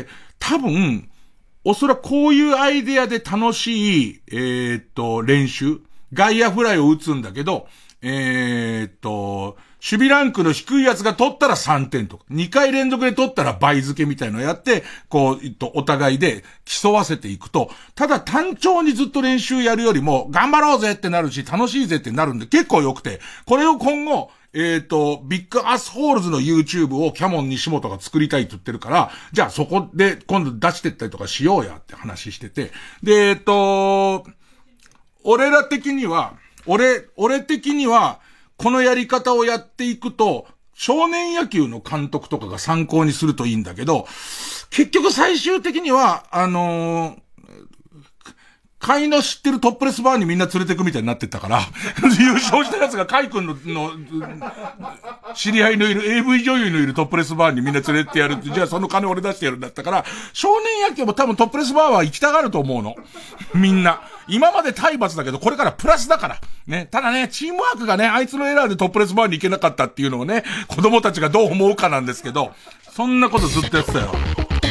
多分、おそらくこういうアイデアで楽しい、えー、っと、練習。外野フライを打つんだけど、えー、っと、守備ランクの低いやつが取ったらさんてんとか、にかい連続で取ったら倍付けみたいのをやって、こう、えっと、お互いで競わせていくと、ただ単調にずっと練習やるよりも、頑張ろうぜってなるし、楽しいぜってなるんで結構良くて、これを今後、えっと、ビッグアスホールズの YouTube をキャモン西本が作りたいって言ってるから、じゃあそこで今度出してったりとかしようやって話してて、で、えっと、俺ら的には、俺、俺的には、このやり方をやっていくと、少年野球の監督とかが参考にするといいんだけど、結局最終的には、あのー、会の知ってるトップレスバーにみんな連れてくみたいになってったから、優勝したやつがカイ君の、の、知り合いのいる エーブイ 女優のいるトップレスバーにみんな連れてやるって、じゃあその金俺出してやるんだったから、少年野球も多分トップレスバーは行きたがると思うの。みんな。今まで体罰だけど、これからプラスだから。ね。ただね、チームワークがね、あいつのエラーでトップレスバーに行けなかったっていうのをね、子供たちがどう思うかなんですけど、そんなことずっとやってたよ。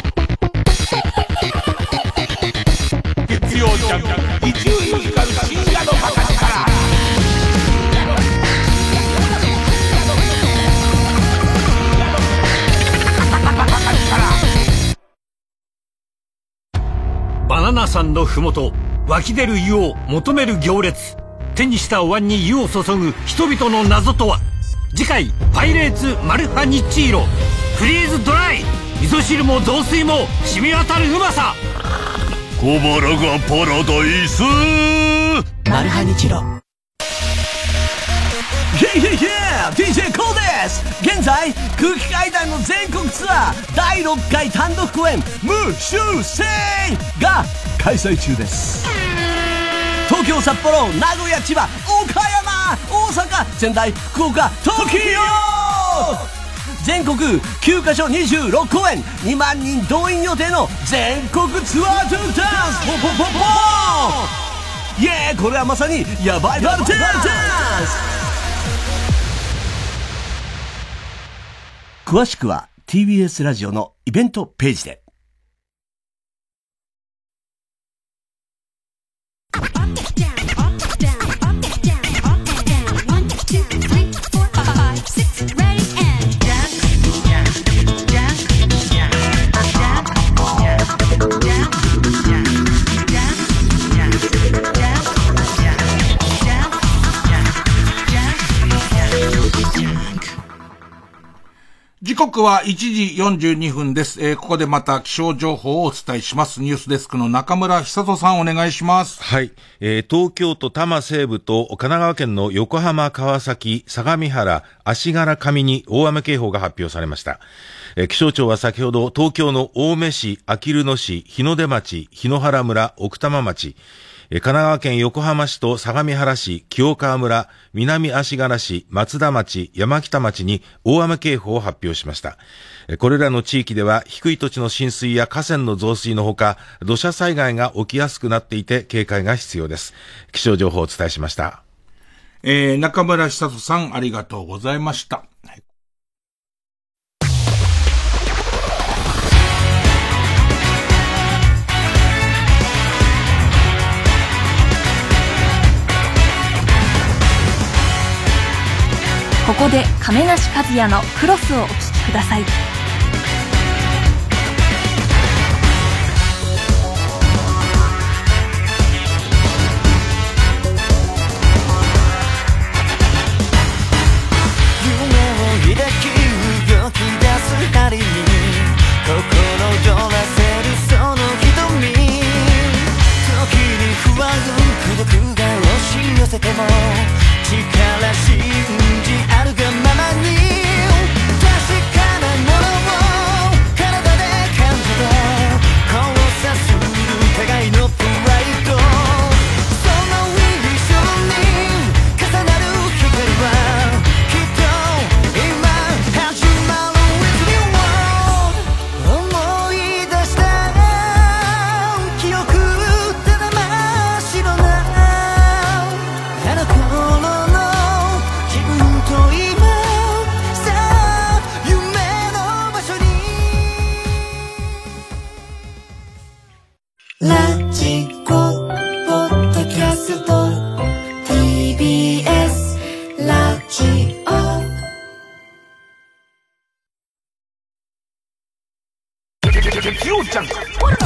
月曜ジャンク伊集院光る深夜のバカ力。 バナナ山のふもと、湧き出る湯を求める行列。手にしたお椀に湯を注ぐ人々の謎とは。次回パイレーツマルハニチーロ、フリーズドライ。味噌汁も雑炊も染み渡るうまさ。 小腹がパラダイス。 マルハニチロ。 ヘイヘイヘイ ディージェー コーです。現在空気階段の全国ツアーだいろっかい単独公演無修正が開催中です。東京、札幌、名古屋、千葉、岡山、大阪、仙台、福岡、東京、全国きゅうカ所にじゅうろく公演、にまんにん動員予定の全国ツアートゥーダンス。ポポポポーイエー、これはまさにヤバいバルダンス。詳しくは ティービーエス ラジオのイベントページで。 時刻はいちじよんじゅうにふんです。えー、ここでまた気象情報をお伝えします。ニュースデスクの中村久人さんお願いします。 はい。えー、東京都多摩西部と神奈川県の横浜、川崎、相模原、足柄上に大雨警報が発表されました。えー、気象庁は先ほど東京の青梅市、あきる野市、日の出町、檜原村、奥多摩町、神奈川県横浜市と相模原市、清川村、南足柄市、松田町、山北町に大雨警報を発表しました。これらの地域では低い土地の浸水や河川の増水のほか、土砂災害が起きやすくなっていて警戒が必要です。気象情報をお伝えしました。 えー、中村久人さんありがとうございました。はい、 ここで亀梨和也のクロスをお聴きください。 夢を抱き動き出す針に心躍らせるその瞳、時に不安孤独が押し寄せても力信じあるがままに確かなものを体で感じて交差する互いのプライド、その一緒に重なる光はきっと今始まる With New World 思い出した記憶ただ真っ白なあの頃の自分と月曜ジャンク。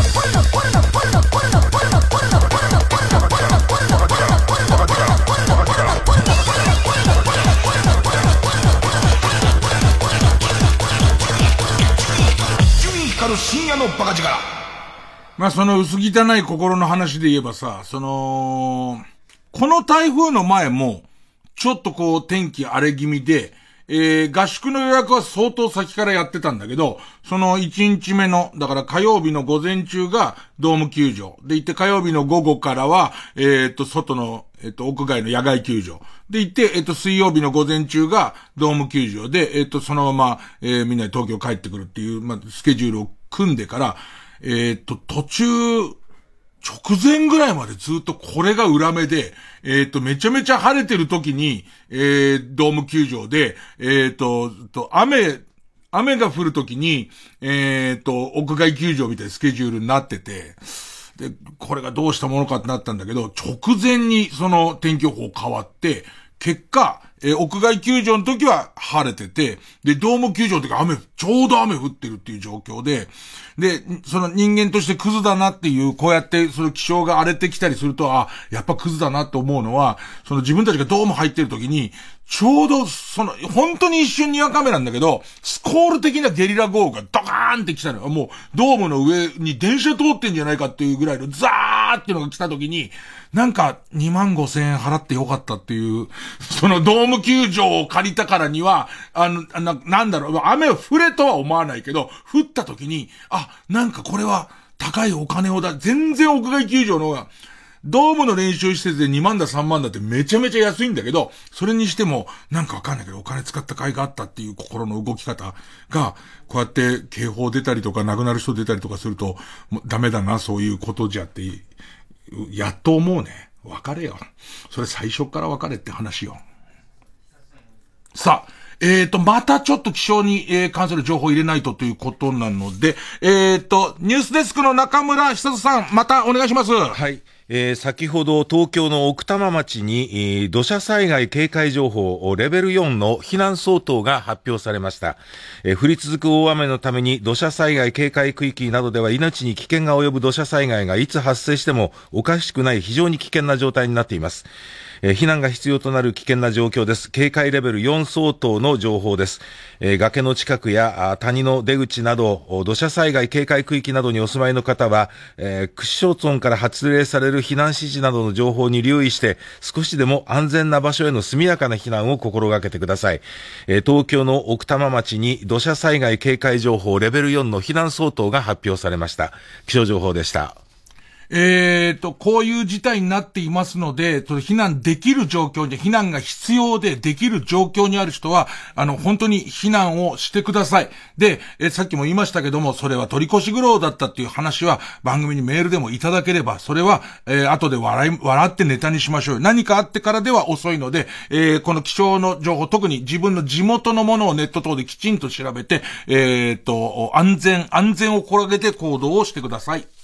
深夜のバカ力。 まあその薄汚い心の話で言えばさ、その、この台風の前も、ちょっとこう天気荒れ気味で、えー、合宿の予約は相当先からやってたんだけど、そのいちにちめの、だから火曜日の午前中がドーム球場。で行って火曜日の午後からは、えー、っと、外の、えー、っと、屋外の野外球場。で行って、えー、っと、水曜日の午前中がドーム球場で、えー、っと、そのまま、えー、みんなで東京帰ってくるっていう、まあ、スケジュールを組んでから、えー、っと、途中、直前ぐらいまでずっとこれが裏目で、えっと、めちゃめちゃ晴れてる時に、えー、ドーム球場で、えっと、と、雨、雨が降る時に、えっと、屋外球場みたいなスケジュールになってて、で、これがどうしたものかってなったんだけど、直前にその天気予報変わって、結果、えー、屋外球場の時は晴れてて、で、ドーム球場の時は雨、ちょうど雨降ってるっていう状況で、で、その人間としてクズだなっていう、こうやってその気象が荒れてきたりすると、あ、やっぱクズだなって思うのは、その自分たちがドーム入ってる時に、ちょうどその、本当に一瞬にわか雨なんだけど、スコール的なゲリラ豪雨がドカーンって来たのよ。もう、ドームの上に電車通ってんじゃないかっていうぐらいのザーっていうのが来た時に、なんかにまんごせんえん払ってよかったっていう、そのドーム球場を借りたからには、あの、な、なんだろう、雨を降れとは思わないけど、降った時に、あ、なんかこれは高いお金をだ、全然屋外球場の方が、ドームの練習施設でにまんださんまんだってめちゃめちゃ安いんだけど、それにしてもなんかわかんないけどお金使った甲斐があったっていう心の動き方が、こうやって警報出たりとか亡くなる人出たりとかすると、もうダメだな、そういうことじゃって、やっと思うね。別れよ。それ最初から別れって話よ。さあ、えーと、またちょっと気象に、えー、関する情報を入れないとということなので、えーと、ニュースデスクの中村久人さん、またお願いします。 はい。えー、先ほど東京の奥多摩町に、えー、土砂災害警戒情報レベルよんの避難相当が発表されました。えー、降り続く大雨のために土砂災害警戒区域などでは命に危険が及ぶ土砂災害がいつ発生してもおかしくない非常に危険な状態になっています。えー、避難が必要となる危険な状況です。警戒レベルよん相当の情報です。えー、崖の近くや谷の出口など土砂災害警戒区域などにお住まいの方は、えー、市町村から発令される避難指示などの情報に留意して少しでも安全な場所への速やかな避難を心がけてください。えー、東京の奥多摩町に土砂災害警戒情報レベルよんの避難相当が発表されました。気象情報でした。 えーと、こういう事態になっていますので、避難できる状況に、避難が必要でできる状況にある人は、あの、本当に避難をしてください。で、えさっきも言いましたけども、それは取り越し苦労だったっていう話は、番組にメールでもいただければ、それは、えー、後で笑い、笑ってネタにしましょう。何かあってからでは遅いので、えー、この気象の情報、特に自分の地元のものをネット等できちんと調べて、えーと、安全、安全を心がけて行動をしてください。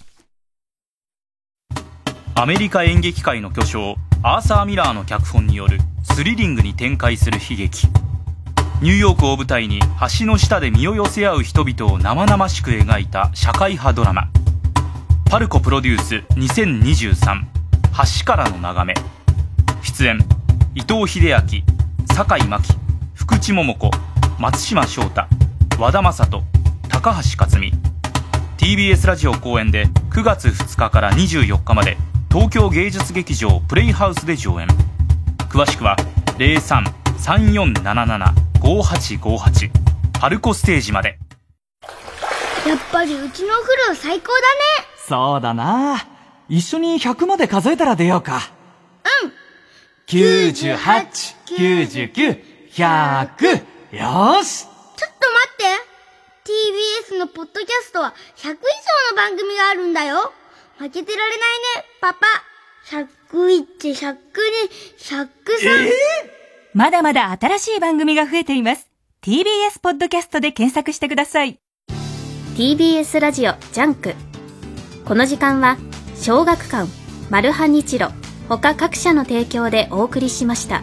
アメリカ演劇界の巨匠アーサー・ミラーの脚本によるスリリングに展開する悲劇。ニューヨークを舞台に橋の下で身を寄せ合う人々を生々しく描いた社会派ドラマ。パルコプロデュースにせんにじゅうさん橋からの眺め。出演伊藤英明、坂井真紀、福地桃子、松島翔太、和田正人、高橋克実。 ティービーエス ラジオ公演でくがつふつかからにじゅうよっかまで東京芸術劇場プレイハウスで上演。詳しくは ゼロさん さんよんなななな ごはちごはち パルコステージまで。 やっぱりうちのお風呂最高だね。 そうだな。一緒にひゃくまで数えたら出ようか。 うん。 きゅうじゅうはち、きゅうじゅうきゅう、ひゃく。よーし。 ちょっと待って。ティービーエス のポッドキャストはひゃく以上の番組があるんだよ。負けてられないね、パパ。ひゃくいち、ひゃくに、ひゃくさん。えー、 まだまだ新しい番組が増えています。ティービーエス ポッドキャストで検索してください。 ティービーエス ラジオジャンク。この時間は小学館、マルハニチロ他各社の提供でお送りしました。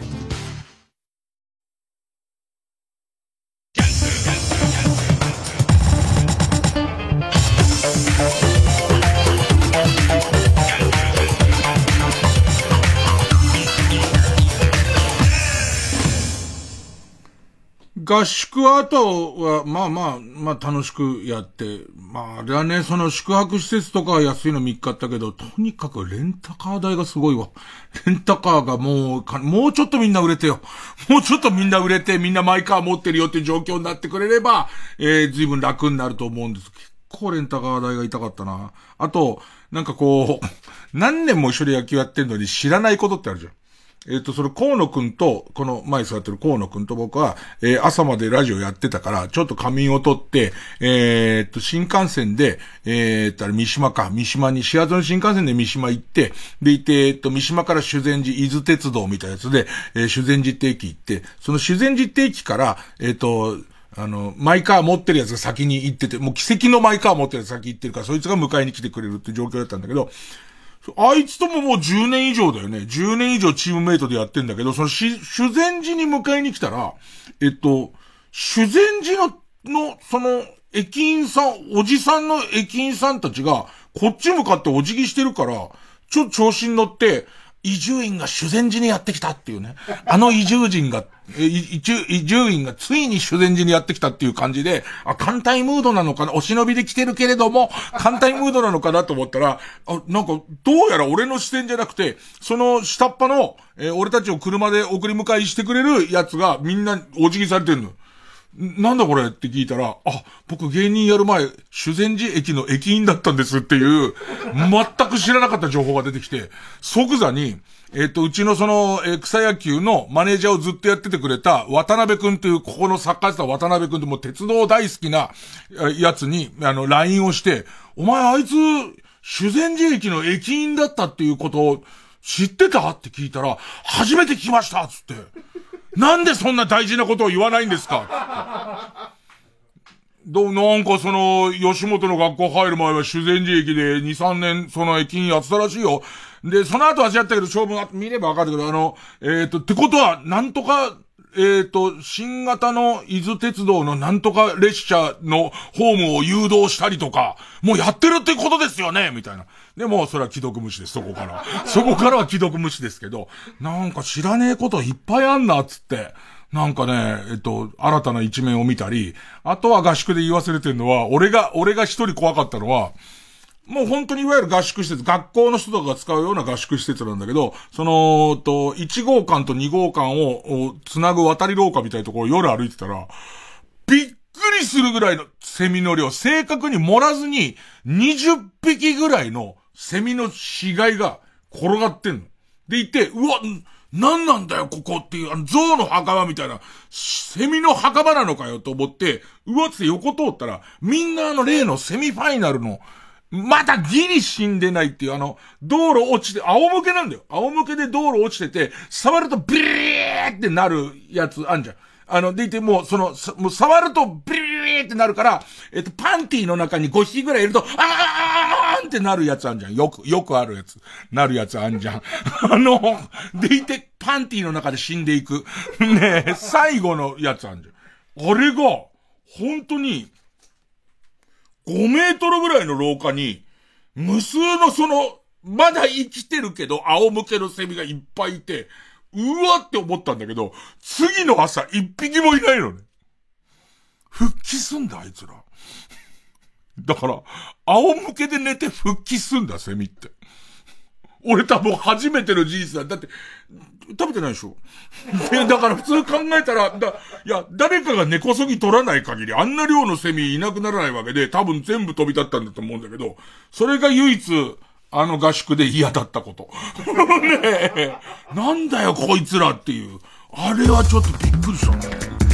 合宿後は、まあまあ、まあ楽しくやって、まああれはね、その宿泊施設とかは安いの見っかったけど、とにかくレンタカー代がすごいわ。レンタカーがもう、もうちょっとみんな売れてよ。もうちょっとみんな売れて、みんなマイカー持ってるよっていう状況になってくれれば、えー、随分楽になると思うんです。結構レンタカー代が痛かったな。あと、なんかこう、何年も一緒に野球やってんのに知らないことってあるじゃん。えっと、それ、河野くんと、この前座ってる河野くんと僕は、えー、朝までラジオやってたから、ちょっと仮眠を取って、えー、っと、新幹線で、えー、っと、あれ、三島か、三島に、幸せの新幹線で三島行って、でいて、えっと、三島から修善寺、伊豆鉄道みたいなやつで、えー、修善寺って駅行って、その修善寺って駅から、えっと、あの、マイカー持ってるやつが先に行ってて、もう奇跡のマイカー持ってるやつが先行ってるから、そいつが迎えに来てくれるって状況だったんだけど、あいつとももうじゅうねん以上だよね。じゅうねん以上チームメイトでやってんだけど、そのし、修善寺に迎えに来たら、えっと、修善寺の、の、その、駅員さん、おじさんの駅員さんたちが、こっち向かってお辞儀してるから、ちょっと調子に乗って、移住員が修善寺にやってきたっていうね。あの移住人が、移住、移住員がついに修善寺にやってきたっていう感じで、あ、艦隊ムードなのかな、お忍びで来てるけれども、艦隊ムードなのかなと思ったら、あ、なんか、どうやら俺の視点じゃなくて、その下っ端の、えー、俺たちを車で送り迎えしてくれるやつがみんなお辞儀されてるの。なんだこれって聞いたら、あ、僕芸人やる前、修善寺駅の駅員だったんですっていう、全く知らなかった情報が出てきて、即座に、えっと、うちのその、えー、草野球のマネージャーをずっとやっててくれた渡辺くんという、ここのサッカーした渡辺くんってもう鉄道大好きなやつに、あの、ライン をして、お前あいつ、修善寺駅の駅員だったっていうことを知ってたって聞いたら、初めて聞きましたっつって。なんでそんな大事なことを言わないんですかどう、なんかその、吉本の学校入る前は修善寺駅でに、さんねんその駅員やってたらしいよ。で、その後は違ったけど、勝負見ればわかるけど、あの、えっと、ってことは、なんとか、えっと、新型の伊豆鉄道のなんとか列車のホームを誘導したりとか、もうやってるってことですよねみたいな。でも、それは既読無視です、そこから。そこからは既読無視ですけど、なんか知らねえこといっぱいあんな、つって。なんかね、えっと、新たな一面を見たり、あとは合宿で言い忘れてるのは、俺が、俺が一人怖かったのは、もう本当にいわゆる合宿施設、学校の人とかが使うような合宿施設なんだけど、その、と、いち号館とに号館を、つなぐ渡り廊下みたいなところを夜歩いてたら、びっくりするぐらいのセミの量、正確に盛らずに、にじゅっぴきぐらいのセミの死骸が転がってんの。でいて、うわ、なんなんだよ、ここっていう、あの、象の墓場みたいな、セミの墓場なのかよと思って、うわって横通ったら、みんなあの例のセミファイナルの、まだギリ死んでないっていう、あの、道路落ちて、仰向けなんだよ。仰向けで道路落ちてて、触るとビリーってなるやつあんじゃん。あの、でいてもう、その、もう触るとビリーってなるから、えっと、パンティの中にごひきぐらいいると、あーんってなるやつあんじゃん。よく、よくあるやつ。なるやつあんじゃん。あの、でいて、パンティの中で死んでいく。ねえ、最後のやつあんじゃん。あれが、本当に、ごメートルぐらいの廊下に、無数のその、まだ生きてるけど、仰向けのセミがいっぱいいて、うわって思ったんだけど、次の朝一匹もいないのね。復帰すんだ、あいつら。だから、仰向けで寝て復帰すんだ、セミって。俺多分初めての事実だ。だって、食べてないでしょで、だから普通考えたら、だ、いや、誰かが根こそぎ取らない限り、あんな量のセミいなくならないわけで、多分全部飛び立ったんだと思うんだけど、それが唯一、あの合宿で嫌だったこと。ねえ、なんだよこいつらっていう。あれはちょっとびっくりしたね。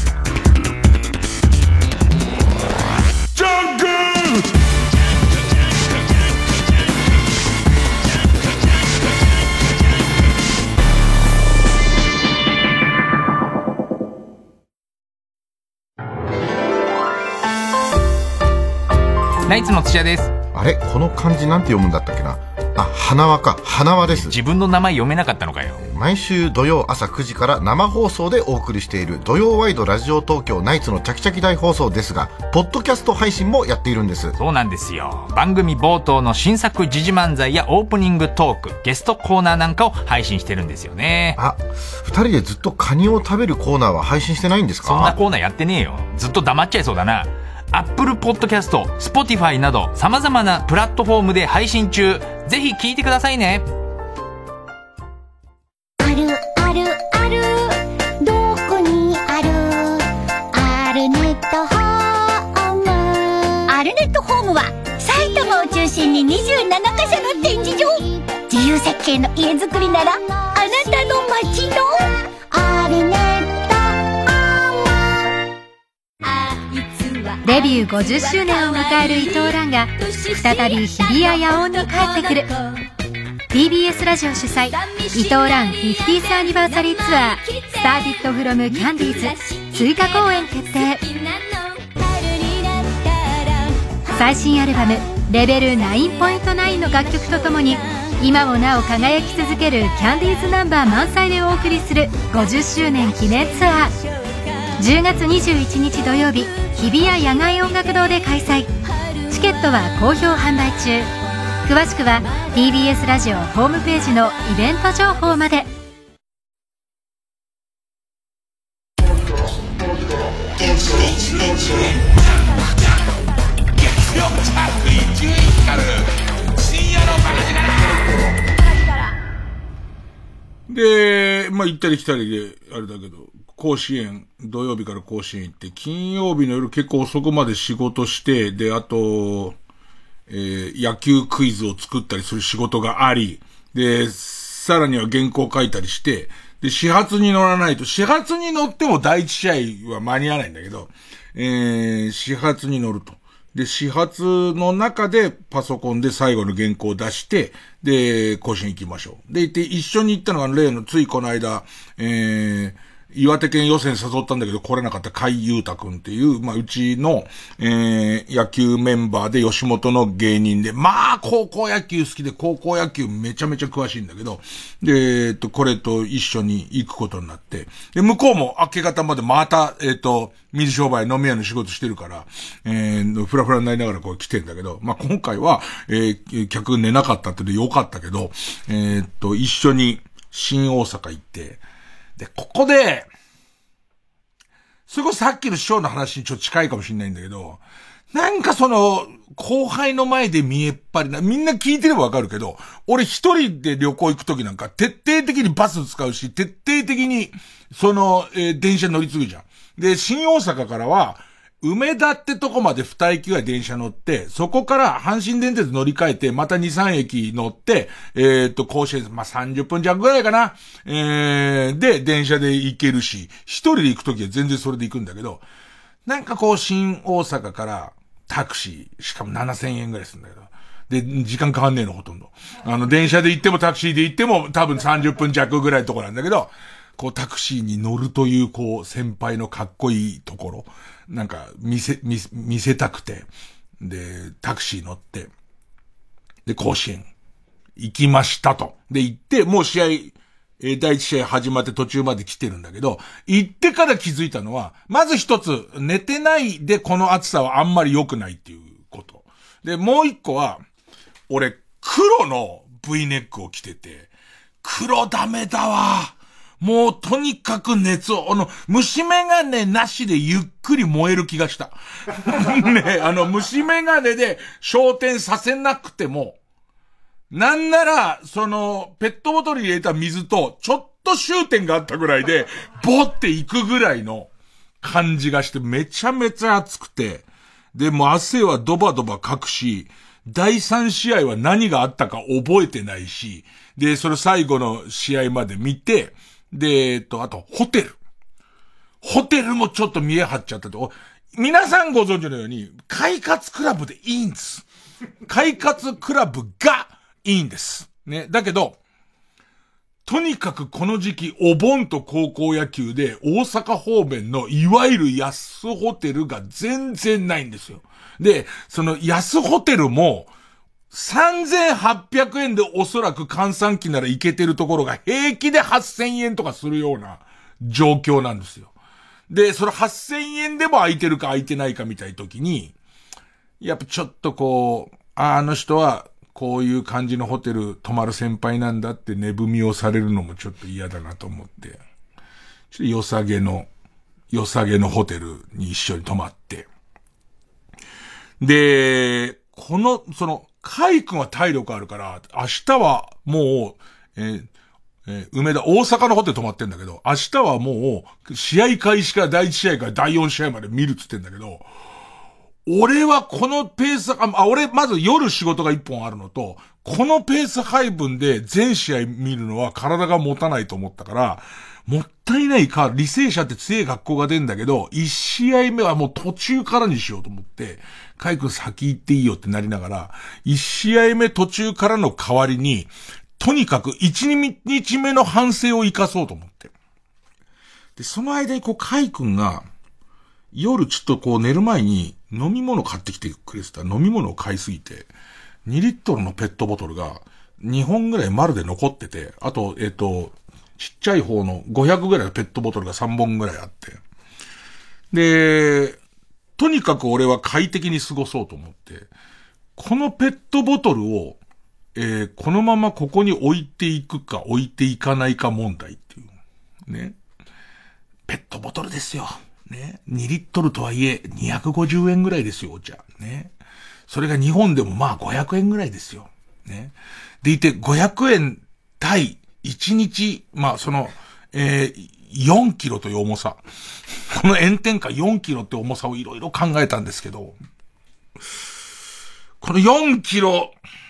ジャンクナイツの土屋です。 あれこの漢字なんて読むんだったっけな。 あ、花輪か。花輪です。 自分の名前読めなかったのかよ。 毎週土曜朝くじから生放送でお送りしている土曜ワイドラジオ東京ナイツのチャキチャキ大放送ですが、ポッドキャスト配信もやっているんです。 そうなんですよ。番組冒頭の新作時事漫才やオープニングトーク、ゲストコーナーなんかを配信してるんですよね。 あ、二人でずっとカニを食べるコーナーは配信してないんですか？ そんなコーナーやってねえよ。ずっと黙っちゃいそうだな。Apple Podcast、Spotify など様々なプラットフォームで配信中。ぜひ聞いてくださいね。 あるあるある、どこにある？アルネットホーム。 アルネットホームは埼玉を中心ににじゅうななカ所の展示場。自由設計の家づくりならあなたの街のアルネットデビューごじゅっしゅうねんを迎える伊藤蘭が再び日比谷野音に帰ってくる。 ティービーエス ラジオ主催伊藤蘭 フィフティース アニバーサリーツアースターティッドフロムキャンディーズ追加公演決定。最新アルバムレベル ナインポイントナイン の楽曲とともに今もなお輝き続けるキャンディーズナンバー満載でお送りするごじゅっしゅうねん記念ツアー。じゅうがつにじゅういちにち土曜日、日比谷野外音楽堂で開催。チケットは好評販売中。詳しくは ティービーエス ラジオホームページのイベント情報まで。 で、まあ行ったり来たりであれだけど、甲子園、土曜日から甲子園行って、金曜日の夜結構遅くまで仕事して、で、あと、えー、野球クイズを作ったりする仕事があり、で、さらには原稿書いたりして、で、始発に乗らないと、始発に乗っても第一試合は間に合わないんだけど、えー、始発に乗ると。で、始発の中でパソコンで最後の原稿を出して、で、甲子園行きましょう。で、行って一緒に行ったのが例のついこの間、えー、岩手県予選誘ったんだけど来れなかった甲斐優太くんっていう、まあ、うちの、えー、野球メンバーで吉本の芸人で、まあ、高校野球好きで、高校野球めちゃめちゃ詳しいんだけど、で、えっと、これと一緒に行くことになって、で、向こうも明け方までまた、えっと、水商売飲み屋の仕事してるから、えー、ふらふらになりながらこう来てんだけど、まあ、今回は、えー、客寝なかったってでよかったけど、えー、っと、一緒に新大阪行って、で、ここで、それこそさっきの師匠の話にちょっと近いかもしれないんだけど、なんかその、後輩の前で見えっ張りな、みんな聞いてればわかるけど、俺一人で旅行行くときなんか徹底的にバス使うし、徹底的に、その、えー、電車乗り継ぐじゃん。で、新大阪からは、梅田ってとこまで二駅ぐらい電車乗って、そこから阪神電鉄乗り換えて、また二、三駅乗って、えー、っと、甲子園、まあ、さんじゅっぷん弱ぐらいかな。えー、で、電車で行けるし、一人で行くときは全然それで行くんだけど、なんかこう、新大阪からタクシー、しかもななせんえんぐらいするんだけど、で、時間変わんねえのほとんど。あの、電車で行ってもタクシーで行っても多分さんじゅっぷん弱ぐらいのとこなんだけど、こうタクシーに乗るというこう先輩のかっこいいところ、なんか見せ、見せ、見せたくて、で、タクシー乗って、で、甲子園行きましたと。で、行って、もう試合、えー、第一試合始まって途中まで来てるんだけど、行ってから気づいたのは、まず一つ、寝てないでこの暑さはあんまり良くないっていうこと。で、もう一個は、俺、黒の V ネックを着てて、黒ダメだわ。もうとにかく熱を、あの、虫眼鏡なしでゆっくり燃える気がした。ね、あの、虫眼鏡で焦点させなくても、なんなら、その、ペットボトルに入れた水と、ちょっと終点があったぐらいで、ボっていくぐらいの感じがして、めちゃめちゃ暑くて、で、もう汗はドバドバかくし、だいさん試合は何があったか覚えてないし、で、それ最後の試合まで見て、で、えっと、あと、ホテル。ホテルもちょっと見え張っちゃったと。皆さんご存知のように、快活クラブでいいんです。快活クラブがいいんです。ね。だけど、とにかくこの時期、お盆と高校野球で大阪方面のいわゆる安ホテルが全然ないんですよ。で、その安ホテルも、 さんぜんはっぴゃくえんでおそらく換算機ならいけてるところが平気ではっせんえんとかするような状況なんですよ。で、それはっせんえんでも空いてるか空いてないかみたいな時に、やっぱちょっとこう、あの人はこういう感じのホテル泊まる先輩なんだって値踏みをされるのもちょっと嫌だなと思って、ちょっと良さげの、良さげのホテルに一緒に泊まって、で、この、その、カイ君は体力あるから、明日はもう、えーえー、梅田、大阪のホテル泊まってんだけど、明日はもう、試合開始からだいいち試合からだいよん試合まで見るっつってんだけど、俺はこのペース、あ、あ俺、まず夜仕事が一本あるのと、このペース配分で全試合見るのは体が持たないと思ったから、もったいないか、履正社って強い学校が出んだけど、一試合目はもう途中からにしようと思って、カイ君先行っていいよってなりながら、一試合目途中からの代わりに、とにかく一日目の反省を生かそうと思って。で、その間にこうカイ君が、夜ちょっとこう寝る前に飲み物買ってきてくれてた。飲み物を買いすぎて、にリットルのペットボトルがにほんぐらい丸で残ってて、あと、えっと、ちっちゃい方のごひゃくぐらいのペットボトルがさんぼんぐらいあって。で、とにかく俺は快適に過ごそうと思って、このペットボトルを、えー、このままここに置いていくか置いていかないか問題っていう。ね。ペットボトルですよ。ね。にリットルとはいえにひゃくごじゅうえんぐらいですよ、お茶。ね。それが日本でもまあごひゃくえんぐらいですよ。ね。でいてごひゃくえん対いちにち、まあその、えー、よんキロという重さ。この炎天下よんキロって重さをいろいろ考えたんですけど、このよんキロ、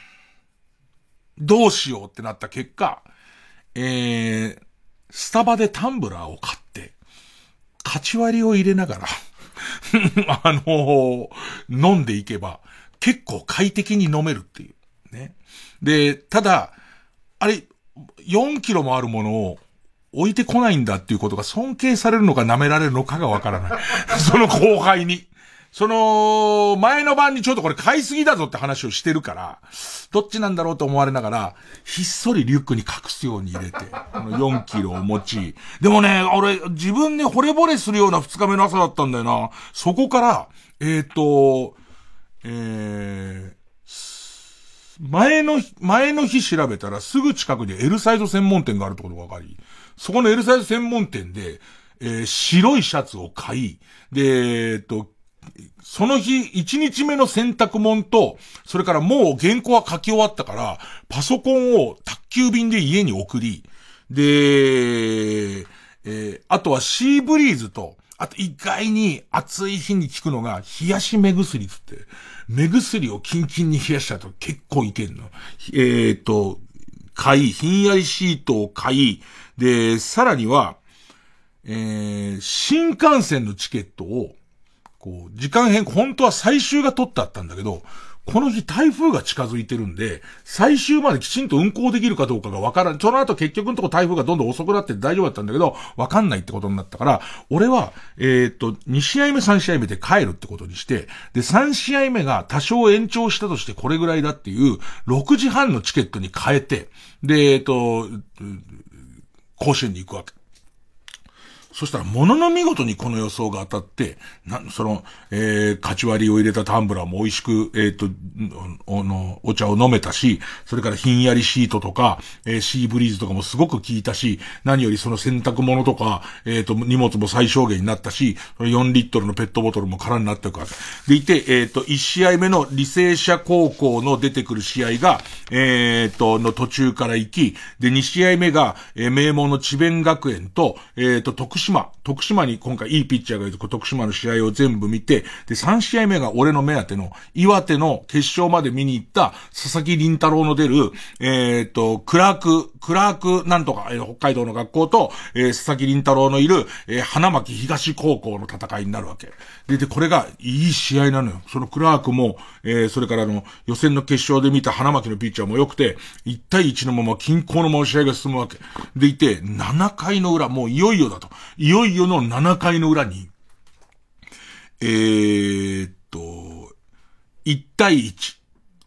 どうしようってなった結果、えー、スタバでタンブラーを買って、カチ割りを入れながら、あのー、飲んでいけば、結構快適に飲めるっていう。ね。で、ただ、あれ、よんキロもあるものを置いてこないんだっていうことが尊敬されるのか舐められるのかがわからない。その後輩に。その、前の晩にちょっとこれ買いすぎだぞって話をしてるから、どっちなんだろうと思われながら、ひっそりリュックに隠すように入れて、このよんキロを持ち、でもね、俺、自分で惚れ惚れするような二日目の朝だったんだよな。そこから、えっと、えー、前の、前の日調べたらすぐ近くに L サイズ専門店があるってことが分かり、そこの L サイズ専門店で、えー、白いシャツを買い、で、えっと、その日、一日目の洗濯物と、それからもう原稿は書き終わったから、パソコンを宅急便で家に送り、で、えー、あとはシーブリーズと、あと意外に暑い日に効くのが、冷やし目薬つって、目薬をキンキンに冷やしたと結構いけんの。えーと、買い、ひんやりシートを買い、で、さらには、えー、新幹線のチケットを、こう、時間変更、本当は最終が取ってあったんだけど、この日台風が近づいてるんで、最終まできちんと運行できるかどうかがわからん。その後結局のとこ台風がどんどん遅くなって大丈夫だったんだけど、わかんないってことになったから、俺は、えー、っと、に試合目さん試合目で帰るってことにして、で、さん試合目が多少延長したとしてこれぐらいだっていう、ろくじはんのチケットに変えて、で、えー、っと、甲子園に行くわけ。そしたら、ものの見事にこの予想が当たって、な、その、えー、カチ割りを入れたタンブラーも美味しく、えっと、おの、お茶を飲めたし、それからひんやりシートとか、えー、シーブリーズとかもすごく効いたし、何よりその洗濯物とか、えっと、荷物も最小限になったし、よんリットルのペットボトルも空になってるから。でいて、えっと、いち試合目の履正社高校の出てくる試合が、えっと、の途中から行き、で、に試合目が、えー、名門の智弁学園と、えっと、徳島島、徳島に今回いいピッチャーがいる徳島の試合を全部見て、で、さん試合目が俺の目当ての岩手の決勝まで見に行った佐々木麟太郎の出る、えっと、クラーク、クラークなんとか、えー、北海道の学校と、えー、佐々木麟太郎のいる、えー、花巻東高校の戦いになるわけ。で、で、これがいい試合なのよ。そのクラークも、えー、それからあの、予選の決勝で見た花巻のピッチャーも良くて、いち対いちのまま均衡のまま試合が進むわけ。でいて、なな回の裏、もういよいよだと。いよいよのなな回の裏に、えーっと、いち対いち。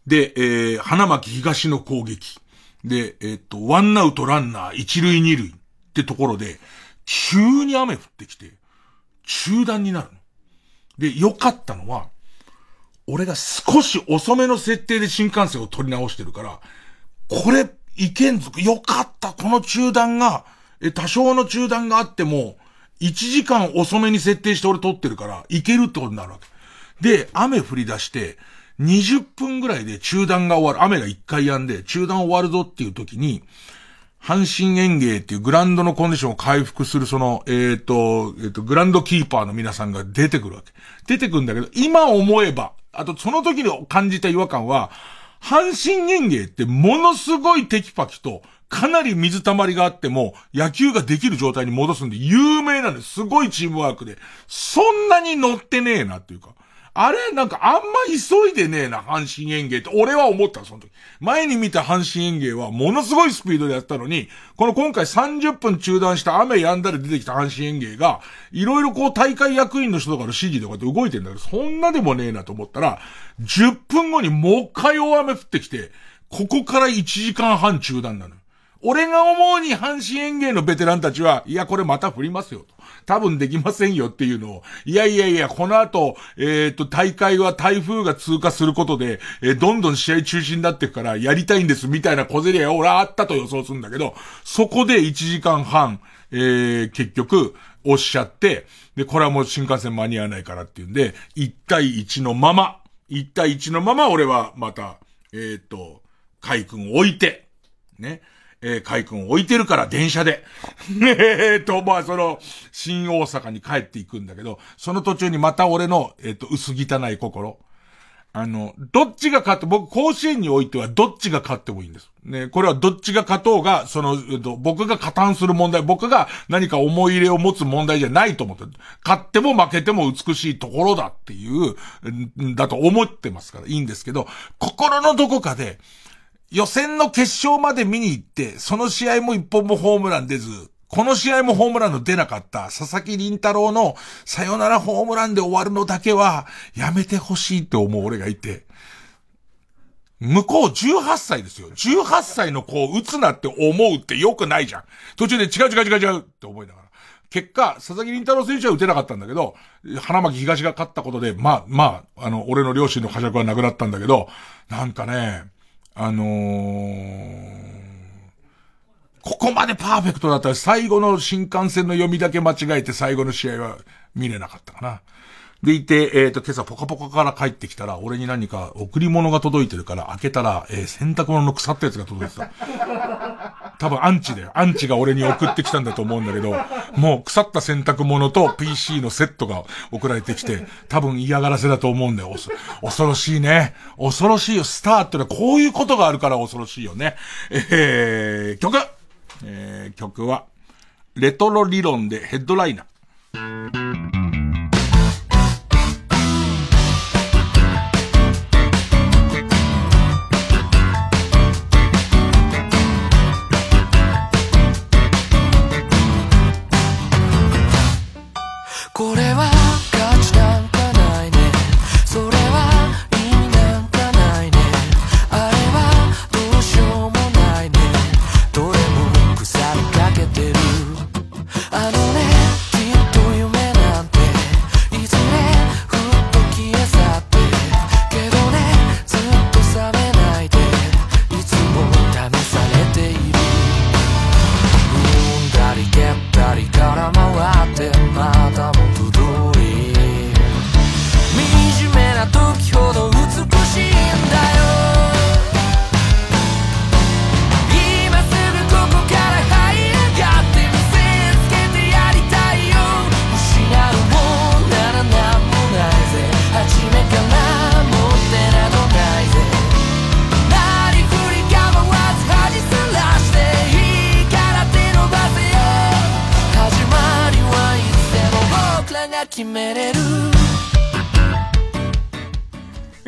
で、えー、花巻東の攻撃。で、えっと、ワンアウトランナー一塁二塁ってところで、急に雨降ってきて、中断になるの。で、良かったのは、俺が少し遅めの設定で新幹線を取り直してるから、これ、いけんぞ、良かった、この中断が、え、多少の中断があっても、いちじかん遅めに設定して俺撮ってるから、いけるってことになるわけ。で、雨降り出して、にじゅっぷんぐらいで中断が終わる。雨が一回止んで、中断終わるぞっていう時に、阪神園芸っていうグラウンドのコンディションを回復するその、えっと、えっと、グラウンドキーパーの皆さんが出てくるわけ。出てくるんだけど、今思えば、あとその時に感じた違和感は、阪神園芸ってものすごいテキパキと、かなり水たまりがあっても、野球ができる状態に戻すんで、有名なんです。すごいチームワークで。そんなに乗ってねえなっていうか。あれなんかあんま急いでねえな、阪神園芸って。俺は思った、その時。前に見た阪神園芸はものすごいスピードでやったのに、この今回さんじゅっぷん中断した雨止んだり出てきた阪神園芸が、いろいろこう大会役員の人とかの指示でこうやって動いてんだけど、そんなでもねえなと思ったら、じゅっぷんごにもう一回大雨降ってきて、ここからいちじかんはん中断なのよ。俺が思うに阪神園芸のベテランたちは、いやこれまた降りますよと。多分できませんよっていうのを、いやいやいや、この後、えっと、大会は台風が通過することで、えー、どんどん試合中止になっていくから、やりたいんですみたいな小競り合いは俺はあったと予想するんだけど、そこでいちじかんはん、えー、結局、押しちゃって、で、これはもう新幹線間に合わないからっていうんで、いち対いちのまま、いち対いちのまま俺はまた、えっと、海君を置いて、ね。えー、海君を置いてるから電車で。えーと、まあ、その、新大阪に帰っていくんだけど、その途中にまた俺の、えっと、薄汚い心。あの、どっちが勝って、僕、甲子園においてはどっちが勝ってもいいんです。ね、これはどっちが勝とうが、その、えっと、僕が加担する問題、僕が何か思い入れを持つ問題じゃないと思ってる。勝っても負けても美しいところだっていう、だと思ってますからいいんですけど、心のどこかで、予選の決勝まで見に行って、その試合も一本もホームラン出ず、この試合もホームランの出なかった佐々木麟太郎のサヨナラホームランで終わるのだけはやめてほしいって思う俺がいて、向こうじゅうはっさいですよ。じゅうはっさいの子を打つなって思うってよくないじゃん。途中で違う違う違う違うって思いながら。結果、佐々木麟太郎選手は打てなかったんだけど、花巻東が勝ったことで、まあまあ、あの、俺の両親の呵責はなくなったんだけど、なんかね、あのー、ここまでパーフェクトだったら最後の新幹線の読みだけ間違えて最後の試合は見れなかったかな。でいて、えっと、今朝ポカポカから帰ってきたら、俺に何か贈り物が届いてるから、開けたら、えー、洗濯物の腐ったやつが届いてた。多分アンチだよ。アンチが俺に送ってきたんだと思うんだけど、もう腐った洗濯物と ピーシー のセットが送られてきて、多分嫌がらせだと思うんだよ。恐ろしいね。恐ろしいよ。スターってのはこういうことがあるから恐ろしいよね。えー、曲えー、曲は、レトロ理論でヘッドライナー。 これは価値なんかないね、それは意味なんかないね、あれはどうしようもないね、どれも腐りかけてる、あのねきっと夢な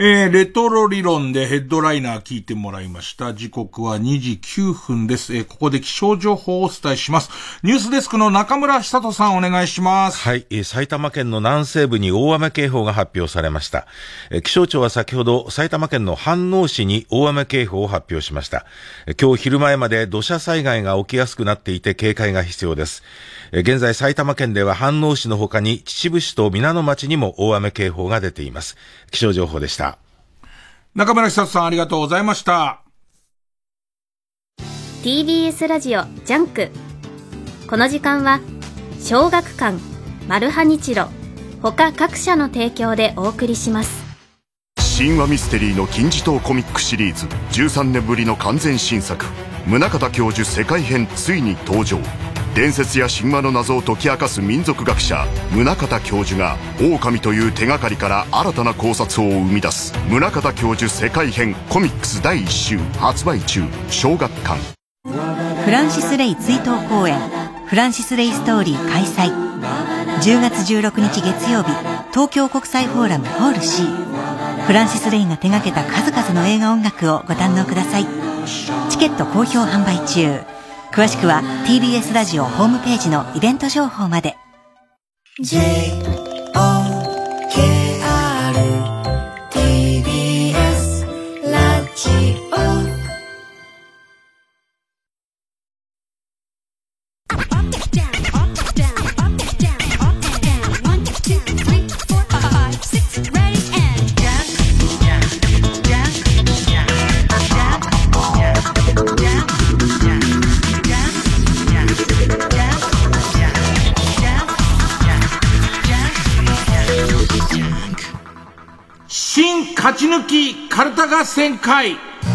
えー、レトロ理論でヘッドライナー聞いてもらいました。時刻はにじきゅうふんです。えー、ここで気象情報をお伝えします。ニュースデスクの中村久人さんお願いします。 はい、えー、埼玉県の南西部に大雨警報が発表されました。えー、気象庁は先ほど埼玉県の飯能市に大雨警報を発表しました。えー、今日昼前まで土砂災害が起きやすくなっていて警戒が必要です。えー、現在埼玉県では飯能市の他に秩父市と皆野町にも大雨警報が出ています。気象情報でした。 中村久人さんありがとうございました。 ティービーエス ラジオジャンク。この時間は小学館、マルハニチロ他各社の提供でお送りします。 神話ミステリーの金字塔コミックシリーズじゅうさんねんぶりの完全新作宗像教授世界編ついに登場。伝説や神話の謎を解き明かす民族学者宗像教授が狼という手がかりから新たな考察を生み出す宗像教授世界編コミックスだいいっ週発売中。小学館。 フランシス・レイ追悼公演フランシス・レイストーリー開催。じゅうがつじゅうろくにち月曜日、東京国際フォーラムホール C。 フランシス・レイが手掛けた数々の映画音楽をご堪能ください。チケット好評販売中。詳しくは ティービーエス ラジオホームページのイベント情報まで。 ジェイオーケーアール ティービーエス ラジオ。 新勝ち抜きカルタ合戦会。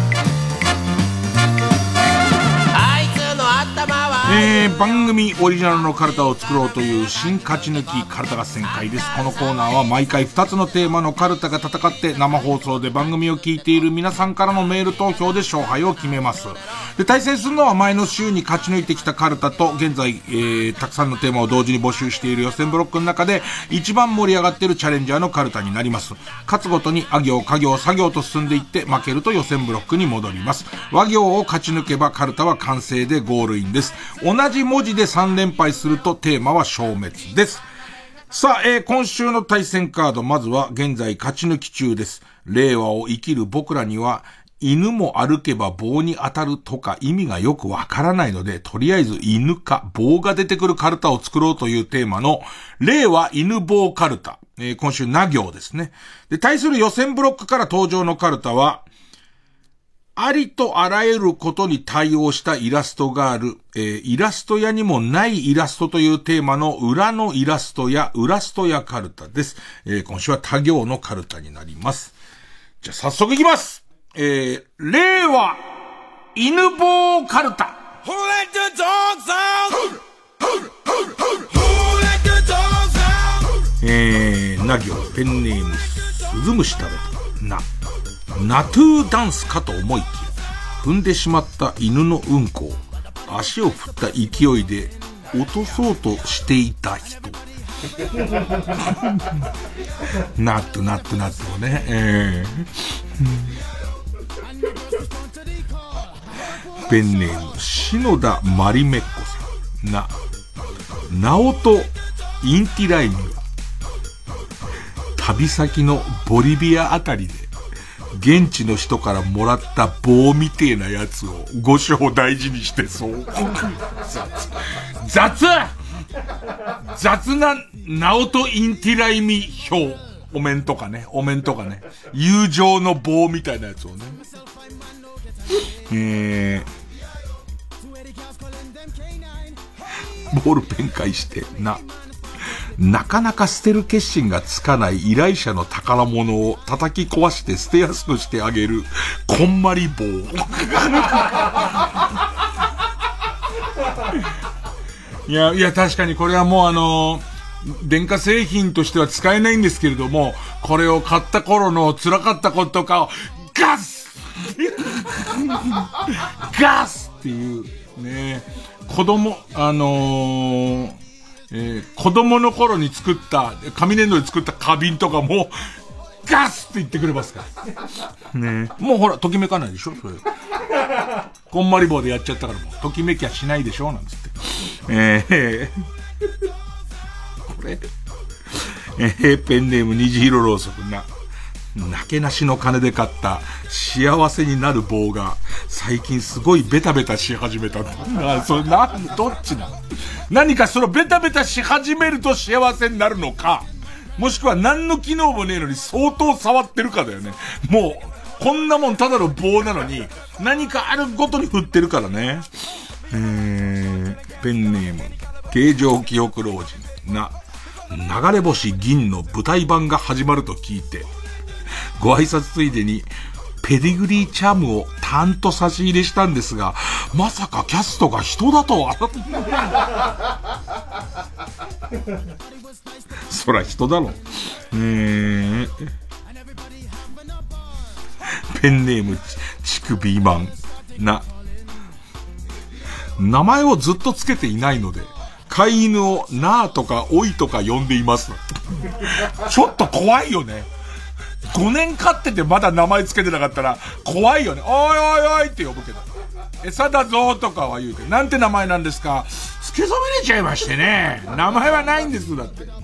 えー、番組オリジナルのカルタを作ろうという新勝ち抜きカルタ合戦会です。このコーナーは毎回ふたつのテーマのカルタが戦って生放送で番組を聞いている皆さんからのメール投票で勝敗を決めます。で、対戦するのは前の週に勝ち抜いてきたカルタと現在、えー、たくさんのテーマを同時に募集している予選ブロックの中で一番盛り上がっているチャレンジャーのカルタになります。勝つごとにあ行、家行、作業と進んでいって負けると予選ブロックに戻ります。和行を勝ち抜けばカルタは完成でゴールインです。同じ文字でさん連敗するとテーマは消滅です。さあ、えー、今週の対戦カード、まずは現在勝ち抜き中です。令和を生きる僕らには犬も歩けば棒に当たるとか意味がよくわからないので、とりあえず犬か棒が出てくるカルタを作ろうというテーマの令和犬棒カルタ、えー、今週な行ですね。で、対する予選ブロックから登場のカルタはありとあらゆることに対応したイラストがある、えー、イラスト屋にもないイラストというテーマの裏のイラストや裏スト屋カルタです。えー、今週は他行のカルタになります。じゃあ早速いきます。えー、令和犬棒カルタ。Who let the dogs out? Who let the dogs out? えー、な行ペンネームスズムシ食べたな。ナトゥーダンスかと思いきや、踏んでしまった犬のうんこを足を振った勢いで落とそうとしていた人。ナットナットナットをね、えー、ペンネーム篠田マリメッコさんな。ナオトインティライミは旅先のボリビアあたりで現地の人からもらった棒みてえなやつをご賞大事にしてそう。雑雑なナオトインティライミ表。お面とかね、お面とかね、友情の棒みたいなやつをね。えー、ボールペン返してな。なかなか捨てる決心がつかない依頼者の宝物を叩き壊して捨てやすくしてあげるこんまり棒。いやいや、確かにこれはもうあの電化製品としては使えないんですけれども、これを買った頃の辛かったこととかをガスガスっていうね、子供あのーえー、子供の頃に作った紙粘土で作った花瓶とかもガスって言ってくれますから。ねえ。もうほら、ときめかないでしょそれ。こんまり棒でやっちゃったからもう、ときめきはしないでしょなんつって。えー、これ、えー、ペンネーム虹色ろうそくな。なけなしの金で買った幸せになる棒が最近すごいベタベタし始めたんだ。あ、それな、どっちなの？何かそのベタベタし始めると幸せになるのか、もしくは何の機能もねえのに相当触ってるかだよね。もう、こんなもんただの棒なのに何かあるごとに振ってるからね。えー、ペンネーム、形状記憶老人な、流れ星銀の舞台版が始まると聞いて、ご挨拶ついでにペディグリーチャームをたんと差し入れしたんですが、まさかキャストが人だとは。そら人だろ。えー、ペンネームチクビーマンな、名前をずっとつけていないので飼い犬をなーとかおいとか呼んでいます。ちょっと怖いよね。ごねん飼っててまだ名前つけてなかったら怖いよね。おいおいおいって呼ぶけど、餌だぞとかは言うて、なんて名前なんですか、つけ染めれちゃいましてね、名前はないんですだって、うん、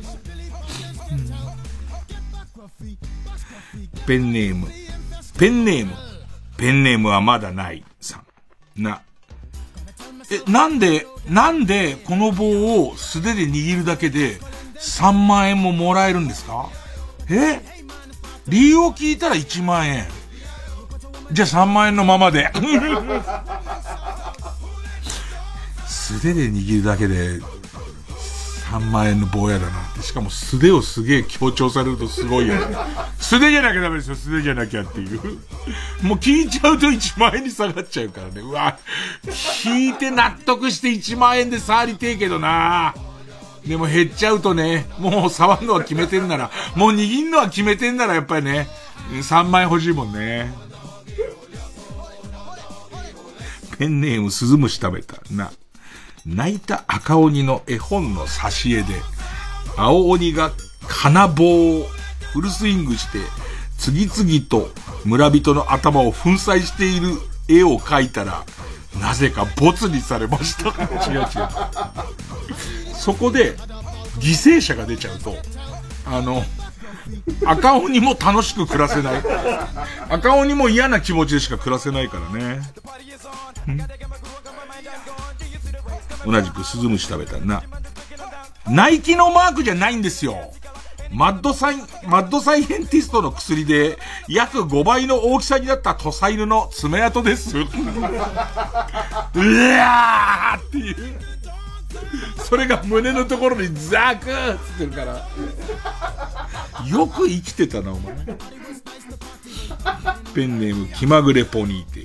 ペンネームペンネームペンネームはまだないさんな。え、なんでなんでこの棒を素手で握るだけでさんまんえんももらえるんですか？え、理由を聞いたらいちまんえん。じゃあさんまんえんのままで。素手で握るだけでさんまんえんの棒やだなって。しかも素手をすげえ強調されるとすごいよね。素手じゃなきゃダメですよ、素手じゃなきゃっていう。もう聞いちゃうといちまんえんに下がっちゃうからね。うわ、聞いて納得していちまんえんで触りてえけどな。でも減っちゃうとね、もう触るのは決めてんなら、もう握るのは決めてんならやっぱりね、さんまんえん欲しいもんね。ペンネームスズムシ食べたな。泣いた赤鬼の絵本の挿絵で、青鬼が金棒をフルスイングして、次々と村人の頭を粉砕している絵を描いたら、なぜかボツにされました。違う違う。そこで犠牲者が出ちゃうと、あの赤鬼も楽しく暮らせない。赤鬼も嫌な気持ちでしか暮らせないからね。同じくスズムシ食べたな。ナイキのマークじゃないんですよ。マッドサイマッドサイエンティストの薬で約ごばいの大きさになった土佐犬の爪痕です。うわーっていう。それが胸のところにザクーっつってるから。よく生きてたなお前。ペンネーム気まぐれポニーテ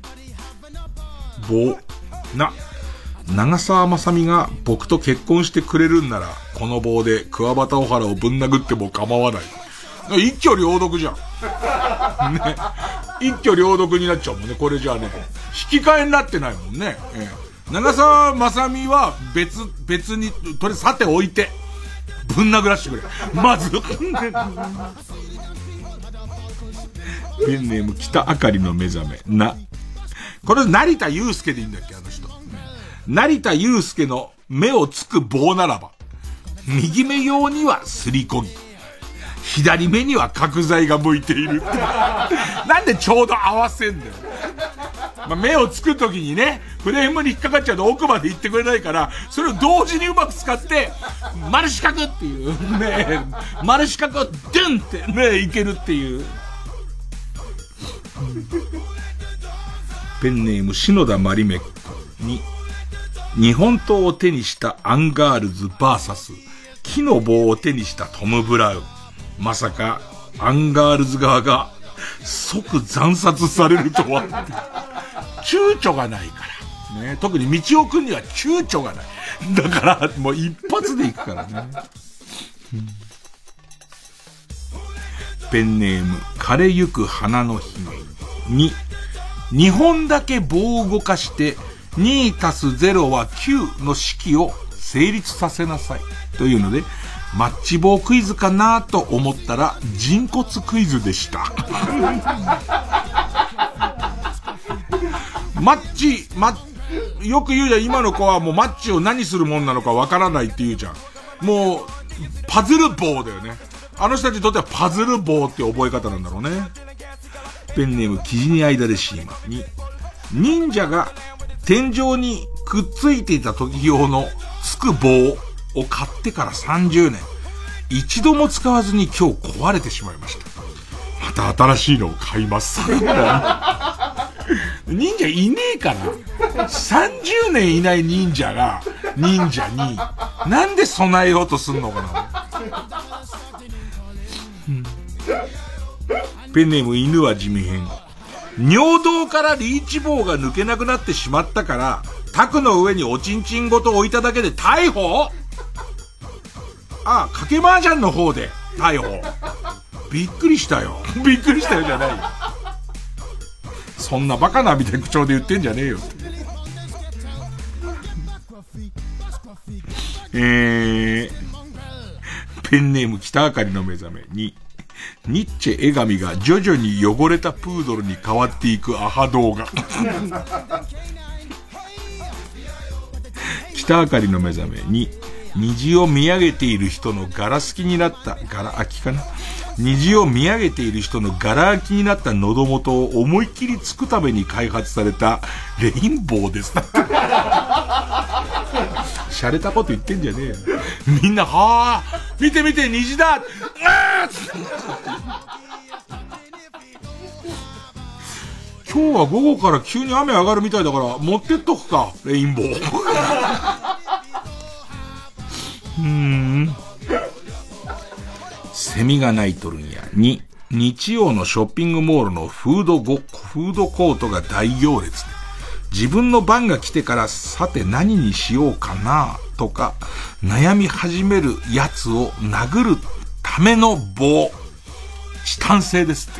棒な。長澤まさみが僕と結婚してくれるんなら、この棒で桑畑小原をぶん殴っても構わない。一挙両得じゃん。ね。一挙両得になっちゃうもんね、これじゃあね。引き換えになってないもんね。ええ、長澤まさみは別、別に、とりあえずさておいて、ぶん殴らしてくれ。まず。ペンネーム北あかりの目覚め。な。これ成田悠介でいいんだっけ、あの人。成田悠介の目をつく棒ならば、右目用にはすりこぎ、左目には角材が向いている。なんでちょうど合わせんだよ。まあ、目をつくときにね、フレームに引っかかっちゃうと奥まで行ってくれないから、それを同時にうまく使って、丸四角っていう、ね、丸四角をドゥンってね、いけるっていう。ペンネーム篠田マリメッコに、日本刀を手にしたアンガールズ ブイエス 木の棒を手にしたトム・ブラウン。まさかアンガールズ側が即惨殺されるとは。躊躇がないからね。特に道夫くんには躊躇がない。だからもう一発で行くからね。ペンネーム枯れゆく花の姫に、にほんだけ棒を動かしてにたすゼロはきゅうの式を成立させなさいというので、 マッチ棒クイズかなと思ったら人骨クイズでした。マッチ、マッ、よく言うじゃん、今の子はもうマッチを何するもんなのかわからないって言うじゃん。もう、パズル棒だよね。あの人たちにとってはパズル棒って覚え方なんだろうね。ペンネームキジニアイダレシーマに、忍者が天井にくっついていた時用のつく棒を買ってからさんじゅうねん。一度も使わずに今日壊れてしまいました。また新しいのを買います。忍者いねえから。さんじゅうねんいない忍者が忍者になんで備えようとすんのかな。ペンネーム犬は地味編。尿道からリーチ棒が抜けなくなってしまったからタクの上におちんちんごと置いただけで逮捕。ああ、かけ麻雀の方で逮捕。びっくりしたよ。びっくりしたよじゃないよ。そんなバカなみたいな口調で言ってんじゃねえよって。えー、ペンネーム北あかりの目覚めに、ニッチェ江上が徐々に汚れたプードルに変わっていくアハ動画。北あかりの目覚めに、虹を見上げている人のガラス気になった、ガラ空きかな。虹を見上げている人のガラ空きになった喉元を思いっきりつくために開発されたレインボーです。洒落たこと言ってんじゃねえよ。みんな、はぁ、見て見て、虹だ、あ今日は午後から急に雨上がるみたいだから持ってっとくか、レインボー。うーん。セミが鳴いとるんや。に、日曜のショッピングモールのフードゴ、フードコートが大行列で、自分の番が来てからさて何にしようかなとか悩み始めるやつを殴るための棒、チタン製ですって。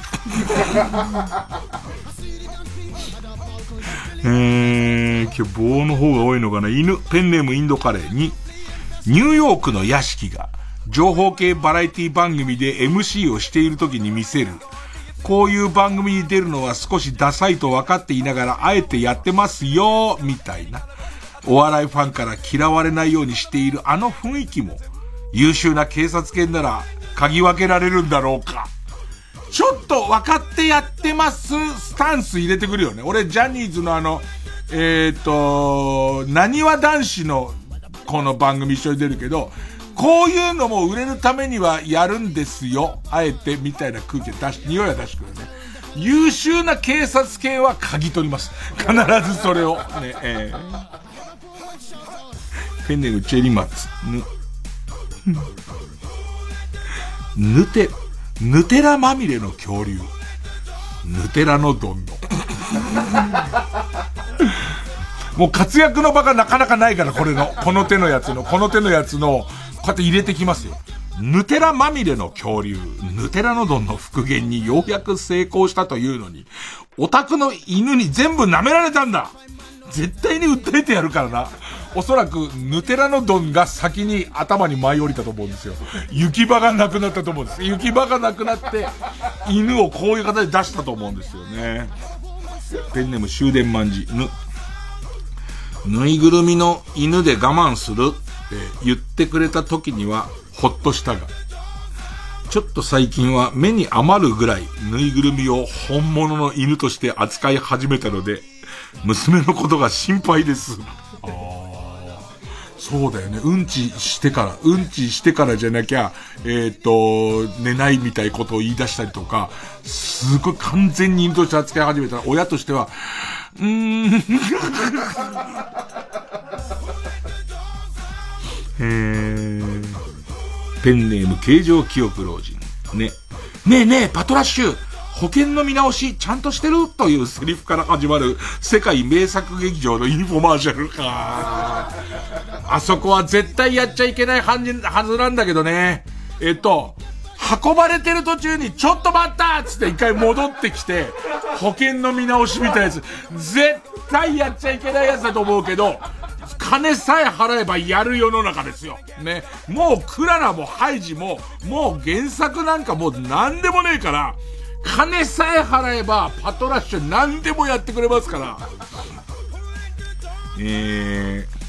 えー、今日棒の方が多いのかな。犬、ペンネームインドカレーに、ニューヨークの屋敷が情報系バラエティ番組で エムシー をしている時に見せる、こういう番組に出るのは少しダサいと分かっていながらあえてやってますよみたいな、お笑いファンから嫌われないようにしているあの雰囲気も優秀な警察犬なら嗅ぎ分けられるんだろうか。ちょっと分かってやってますスタンス入れてくるよね。俺ジャニーズのあのえっとなにわ男子のこの番組一緒に出るけど、こういうのも売れるためにはやるんですよ、あえてみたいな空気で出し、匂いは出してくるね。優秀な警察犬は嗅ぎ取ります。必ずそれを。ね、えー、ペンネームチェリマッツ。ぬ、ぬて、ヌテラまみれの恐竜。ヌテラノドンの。もう活躍の場がなかなかないから、これの、この手のやつの、この手のやつの、こうやって入れてきますよ。ヌテラまみれの恐竜、ヌテラノドンの復元にようやく成功したというのに、オタクの犬に全部舐められたんだ。絶対に訴えてやるからな。おそらくヌテラノドンが先に頭に舞い降りたと思うんですよ。行き場がなくなったと思うんです。行き場がなくなって犬をこういう形で出したと思うんですよね。ペンネーム終電万事。ぬぬいぐるみの犬で我慢するって言ってくれた時にはほっとしたが、ちょっと最近は目に余るぐらいぬいぐるみを本物の犬として扱い始めたので、娘のことが心配です。ああ、そうだよね。うんちしてから、うんちしてからじゃなきゃ、えっと、寝ないみたいことを言い出したりとか、すごい完全に犬として扱い始めたら、親としては、うーん。えー、ペンネーム形状記憶老人。ね。ねえねえ、パトラッシュ。保険の見直しちゃんとしてるというセリフから始まる世界名作劇場のインフォマーシャルか。あそこは絶対やっちゃいけないはずなんだけどね。えっと、運ばれてる途中にちょっと待ったっつって一回戻ってきて、保険の見直しみたいなやつ、絶対やっちゃいけないやつだと思うけど、必金さえ払えばやる世の中ですよ。ね。もうクララもハイジも、もう原作なんかもう何でもねえから、金さえ払えばパトラッシュ何でもやってくれますから。えー、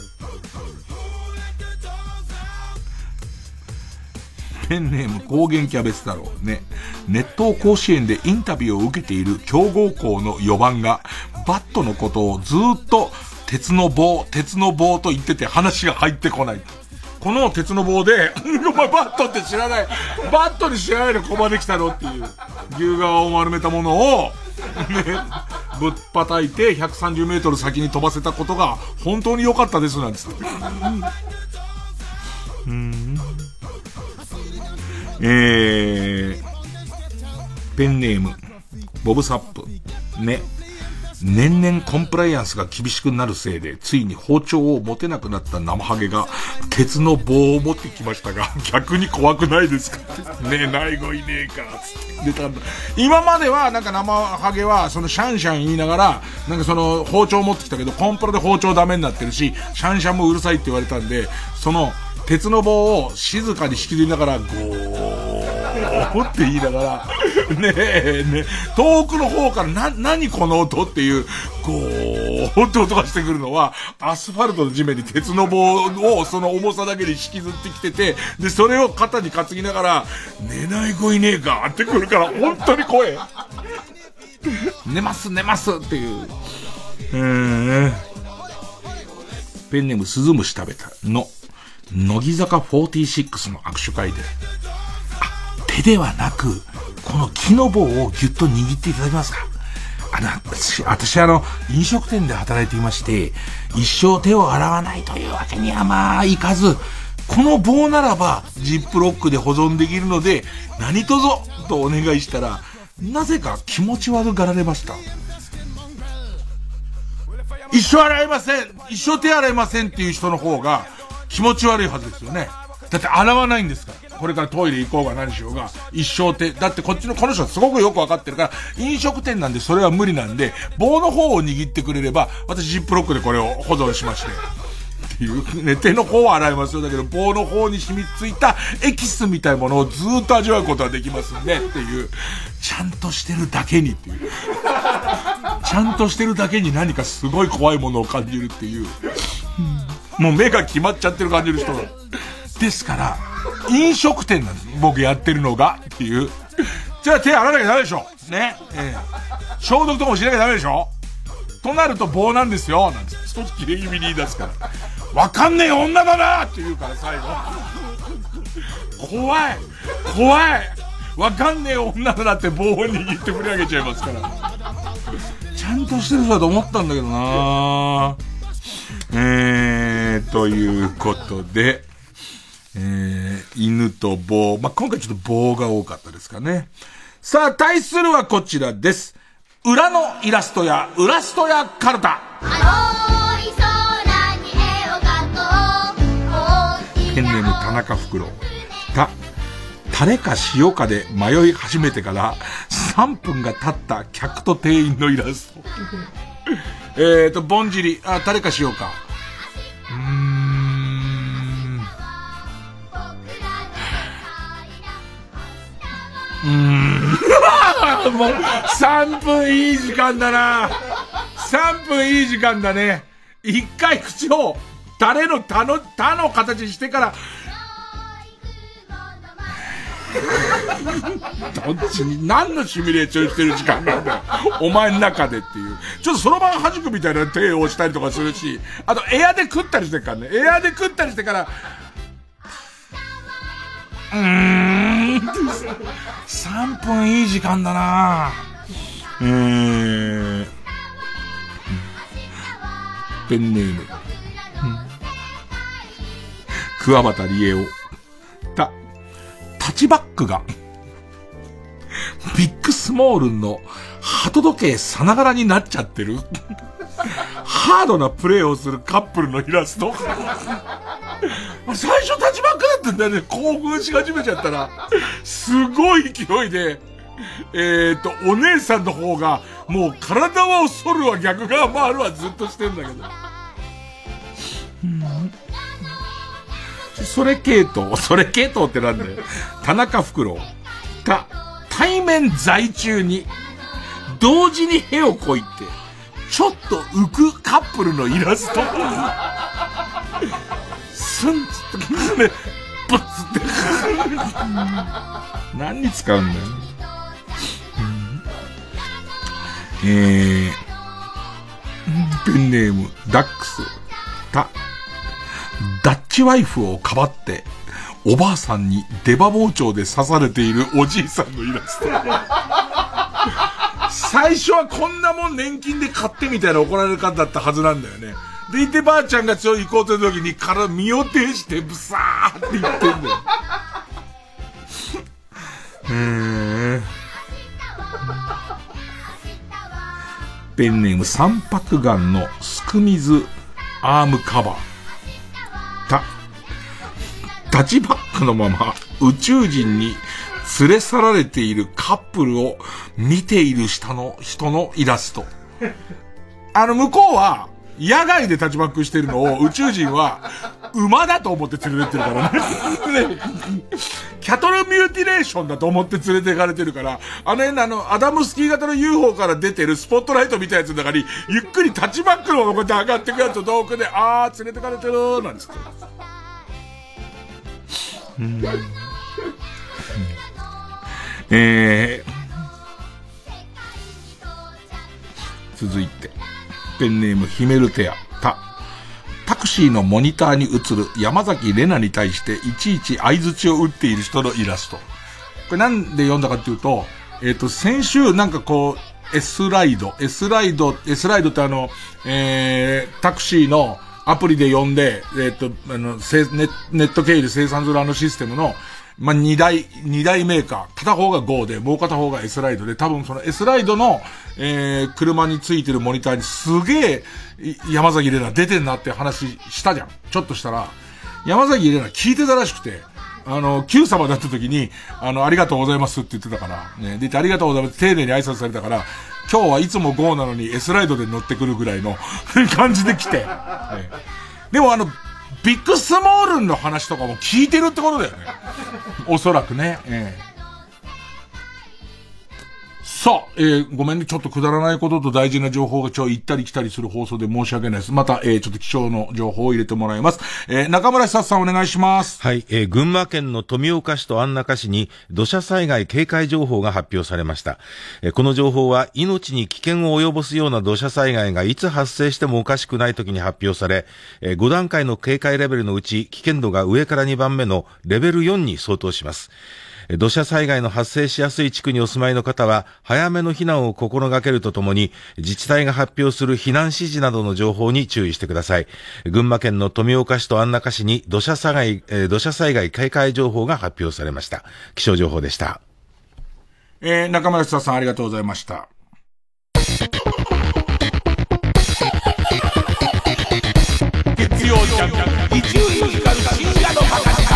ペンネーム高原キャベツ太郎ね。熱湯甲子園でインタビューを受けている強豪校のよばんがバットのことをずーっと鉄の棒、鉄の棒と言ってて話が入ってこない。この鉄の棒で、お前バットって知らない、バットに知らないのここまで来たのっていう、牛側を丸めたものを、ね、ぶっ叩いてひゃくさんじゅうメートル先に飛ばせたことが本当に良かったですなんつって。うん、えー、ペンネーム、ボブサップ。ね。年々コンプライアンスが厳しくなるせいで、ついに包丁を持てなくなった生ハゲが、鉄の棒を持ってきましたが、逆に怖くないですかねえ、ないごいねえか、つって出たんだ。今までは、なんか生ハゲは、そのシャンシャン言いながら、なんかその包丁を持ってきたけど、コンプラで包丁ダメになってるし、シャンシャンもうるさいって言われたんで、その、鉄の棒を静かに引きずりながら、ゴーって言いながら、ねえ、ね、遠くの方からな、何この音っていう、ゴーって音がしてくるのは、アスファルトの地面に鉄の棒をその重さだけで引きずってきてて、で、それを肩に担ぎながら、寝ない子いねえかってくるから、本当に怖え。寝ます寝ますっていう。うーん。ペンネームスズムシ食べたの。乃木坂フォーティーシックスの握手会で、あ、手ではなく、この木の棒をギュッと握っていただけますか。あの、私、私あの、飲食店で働いていまして、一生手を洗わないというわけにはまあいかず、この棒ならば、ジップロックで保存できるので、何卒とお願いしたら、なぜか気持ち悪がられました。一生洗いません、一生手洗いませんっていう人の方が、気持ち悪いはずですよね。だって洗わないんですから。これからトイレ行こうが何しようが、一生手。だってこっちの、この人はすごくよくわかってるから、飲食店なんでそれは無理なんで、棒の方を握ってくれれば、私ジップロックでこれを保存しまして。っていう、ね、手の方は洗いますよ。だけど、棒の方に染みついたエキスみたいなものをずーっと味わうことができますんで、っていう、ちゃんとしてるだけにっていう。ちゃんとしてるだけに何かすごい怖いものを感じるっていう。もう目が決まっちゃってる感じる人が。ですから、飲食店なんです。僕やってるのが、っていう。じゃあ手洗わなきゃダメでしょ。ね。えー、消毒とかもしなきゃダメでしょ。となると棒なんですよ。なんて少し切れ気味に言い出すから。わかんねえ女だなって言うから最後。怖い。怖い。わかんねえ女だなって棒を握って振り上げちゃいますから。ちゃんとしてる人だと思ったんだけどなぁ。えー、ということで、えー、犬と棒。まあ、今回ちょっと棒が多かったですかね。さあ、対するはこちらです。裏のイラストや、ウラストやカルタ。青い空に絵を描こう。ペンネーム田中フクロウ。た、タレか塩かで迷い始めてからさんぷんが経った客と店員のイラスト。えーと、ぼんじり、あ、タレか塩か。うーん。うーん。もう、さんぷんいい時間だな。さんぷんいい時間だね。一回口を、タレの、タの、タの形にしてから、どっちに何のシミュレーションしてる時間なんだよお前の中でっていう。ちょっとそろばん弾くみたいな手をしたりとかするし、あとエアで食ったりしてからね、エアで食ったりしてからうーんさんぷんいい時間だな。えーペンネーム桑畑理恵をたタッチバックがビッグスモールの鳩時計さながらになっちゃってるハードなプレイをするカップルのイラスト。最初タッチバックだったんだよね。興奮し始めちゃったらすごい勢いで、えーとお姉さんの方がもう体は恐るわ逆側回るわずっとしてんだけど、 それ系統、それ系統ってなんだよ。田中フクロウが対面在中に同時に屁をこいてちょっと浮くカップルのイラスト。スンツってね、ブッツって何に使うんだよ。えー、ペンネームダックスたダッチワイフをかばっておばあさんに出刃包丁で刺されているおじいさんのイラスト。最初はこんなもん年金で買ってみたいな怒られる方だったはずなんだよね。でいてばあちゃんがちょい行こうという時に体身を挺してブサーって言ってんだよ。へー。ペンネーム三白眼のすく水アームカバー。た、タッチバックのまま宇宙人に連れ去られているカップルを見ている下の人のイラスト。あの向こうは野外でタッチバックしてるのを宇宙人は馬だと思って連れてってるからね。キャトルミューティレーションだと思って連れて行かれてるから、あの辺あのアダムスキー型の ユーフォー から出てるスポットライトみたいなやつの中にゆっくりタッチバックのままこうやって上がってくやつを遠くであー連れてかれてるーなんつって。うん、えー、続いてペンネームヒメルテアタタクシーのモニターに映る山崎怜奈に対していちいち相槌を打っている人のイラスト。これなんで読んだかっていうと、えっと先週なんかこう S ライド S ライド S ライドってあの、えー、タクシーのアプリで呼んで、えっと、あの、ネット経由で生産するあのシステムの、まあ、二大、二大メーカー。片方が ゴー で、もう片方が S ライドで、多分その S ライドの、えー、車についてるモニターにすげえ、山崎怜奈出てんなって話したじゃん。ちょっとしたら、山崎怜奈聞いてたらしくて、あの、Q 様だった時に、あの、ありがとうございますって言ってたから、ね、で、ありがとうございます、丁寧に挨拶されたから、今日はいつも ゴー なのに S ライドで乗ってくるぐらいの感じで来て、ね。でもあの、ビッグスモールンの話とかも聞いてるってことだよね。おそらくね。ええ、さあ、えー、ごめんね。ちょっとくだらないことと大事な情報がちょい行ったり来たりする放送で申し訳ないです。また、えー、ちょっと貴重の情報を入れてもらいます。えー、中村久さんお願いします。 はい、えー、群馬県の富岡市と安中市に土砂災害警戒情報が発表されました。えー、この情報は命に危険を及ぼすような土砂災害がいつ発生してもおかしくない時に発表され、えー、ご段階の警戒レベルのうち危険度が上からにばんめのレベルよんに相当します。土砂災害の発生しやすい地区にお住まいの方は早めの避難を心がけるとともに自治体が発表する避難指示などの情報に注意してください。群馬県の富岡市と安中市に土砂災害、えー、土砂災害警戒情報が発表されました。気象情報でした。 えー、中村久さんありがとうございました。月曜ジャンク伊集院光深夜のバカ力。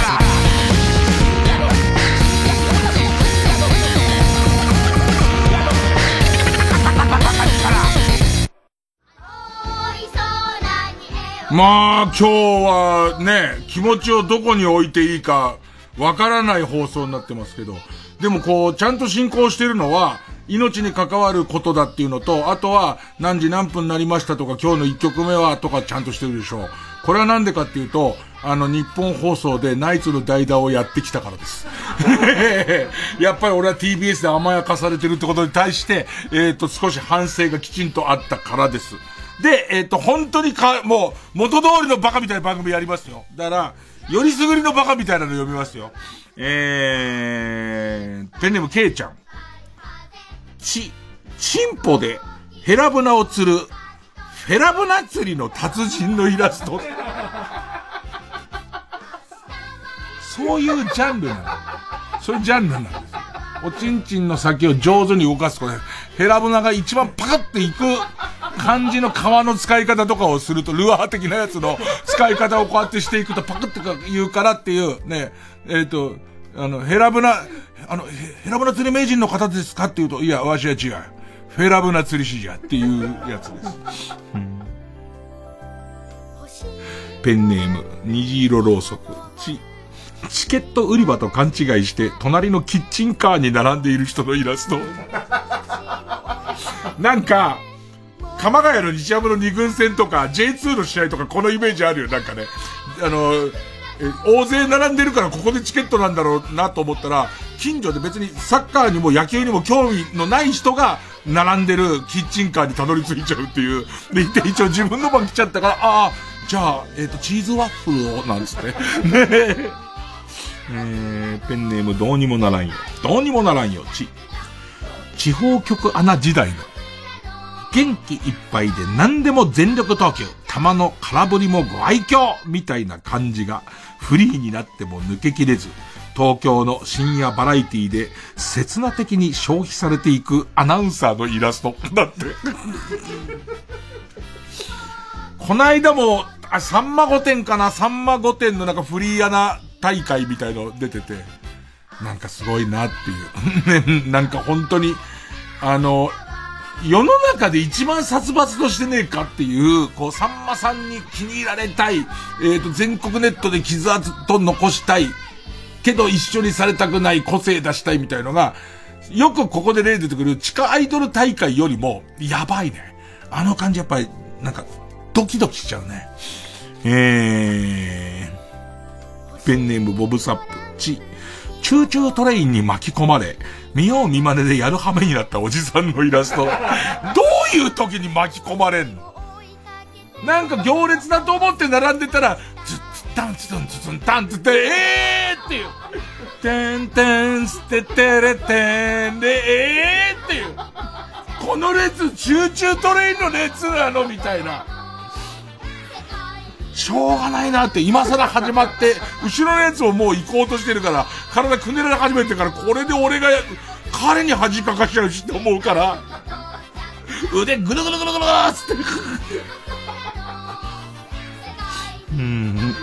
まあ今日はね、気持ちをどこに置いていいかわからない放送になってますけど、でもこうちゃんと進行してるのは命に関わることだっていうのと、あとは何時何分になりましたとか今日のいっきょくめはとかちゃんとしてるでしょう。これはなんでかっていうと、あの日本放送でナイツの代打をやってきたからです。やっぱり俺は ティービーエス で甘やかされてるってことに対して、えっと少し反省がきちんとあったからです。で、えっと、本当にか、もう、元通りのバカみたいな番組やりますよ。だから、よりすぐりのバカみたいなの読みますよ。えー、ペンネームケイちゃん。ち、チンポでヘラブナを釣る、フェラブナ釣りの達人のイラスト。そういうジャンルなの。そういうジャンルなんです。おちんちんの先を上手に動かすことで、ヘラブナが一番パカッていく感じの皮の使い方とかをすると、ルアー的なやつの使い方をこうやってしていくとパクッて言うからっていうね、えっと、あの、ヘラブナ、あの、ヘラブナ釣り名人の方ですかって言うと、いや、わしは違う。フェラブナ釣り師じゃっていうやつです。うん、 ペンネーム虹色ろうそく。チチケット売り場と勘違いして隣のキッチンカーに並んでいる人のイラスト。なんか鎌ヶ谷の日ハムのに軍戦とか ジェイツー の試合とかこのイメージあるよ。なんかね、あのえ大勢並んでるからここでチケットなんだろうなと思ったら、近所で別にサッカーにも野球にも興味のない人が並んでるキッチンカーにたどり着いちゃうっていう。で、一応自分の番来ちゃったから、ああ、じゃあ、えっと、チーズワッフルを、なんつって。ねえ。えー、ペンネームどうにもならんよ。どうにもならんよ。ち、地方局アナ時代の。元気いっぱいで何でも全力投球。球の空振りもご愛嬌みたいな感じがフリーになっても抜けきれず、東京の深夜バラエティで刹那的に消費されていくアナウンサーのイラストだって。こないだも、あ、さんま御殿かな、さんま御殿のなんかフリーアナ大会みたいの出てて、なんかすごいなっていう。なんか本当に、あの、世の中で一番殺伐としてねえかっていう、こう、さんまさんに気に入られたい、えっと、全国ネットで傷跡と残したい、けど一緒にされたくない、個性出したいみたいのが、よくここで例出てくる地下アイドル大会よりも、やばいね。あの感じやっぱり、なんか、ドキドキしちゃうね。えー、ペンネームボブサップ、チ、チューチュートレインに巻き込まれ、見よう見まねでやるはめになったおじさんのイラスト。どういう時に巻き込まれんの？なんか行列だと思って並んでたら、ツッツッタンツツンツツンタンツって、えーっていう。てんてんステテレテンで、えーっていう。この列、チューチュートレインの列なのみたいな。しょうがないなって、今更始まって、後ろのやつをもう行こうとしてるから、体くねられ始めてから、これで俺が、彼に恥かかしちゃうしって思うから、腕ぐるぐるぐるぐるーっつって。うーん。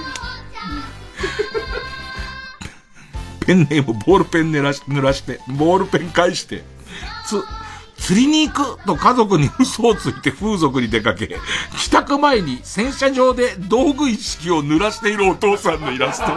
ペンネームボールペン濡らし、濡らして、ボールペン返して、つ、釣りに行くと家族に嘘をついて風俗に出かけ、帰宅前に洗車場で道具一式を濡らしているお父さんのイラスト。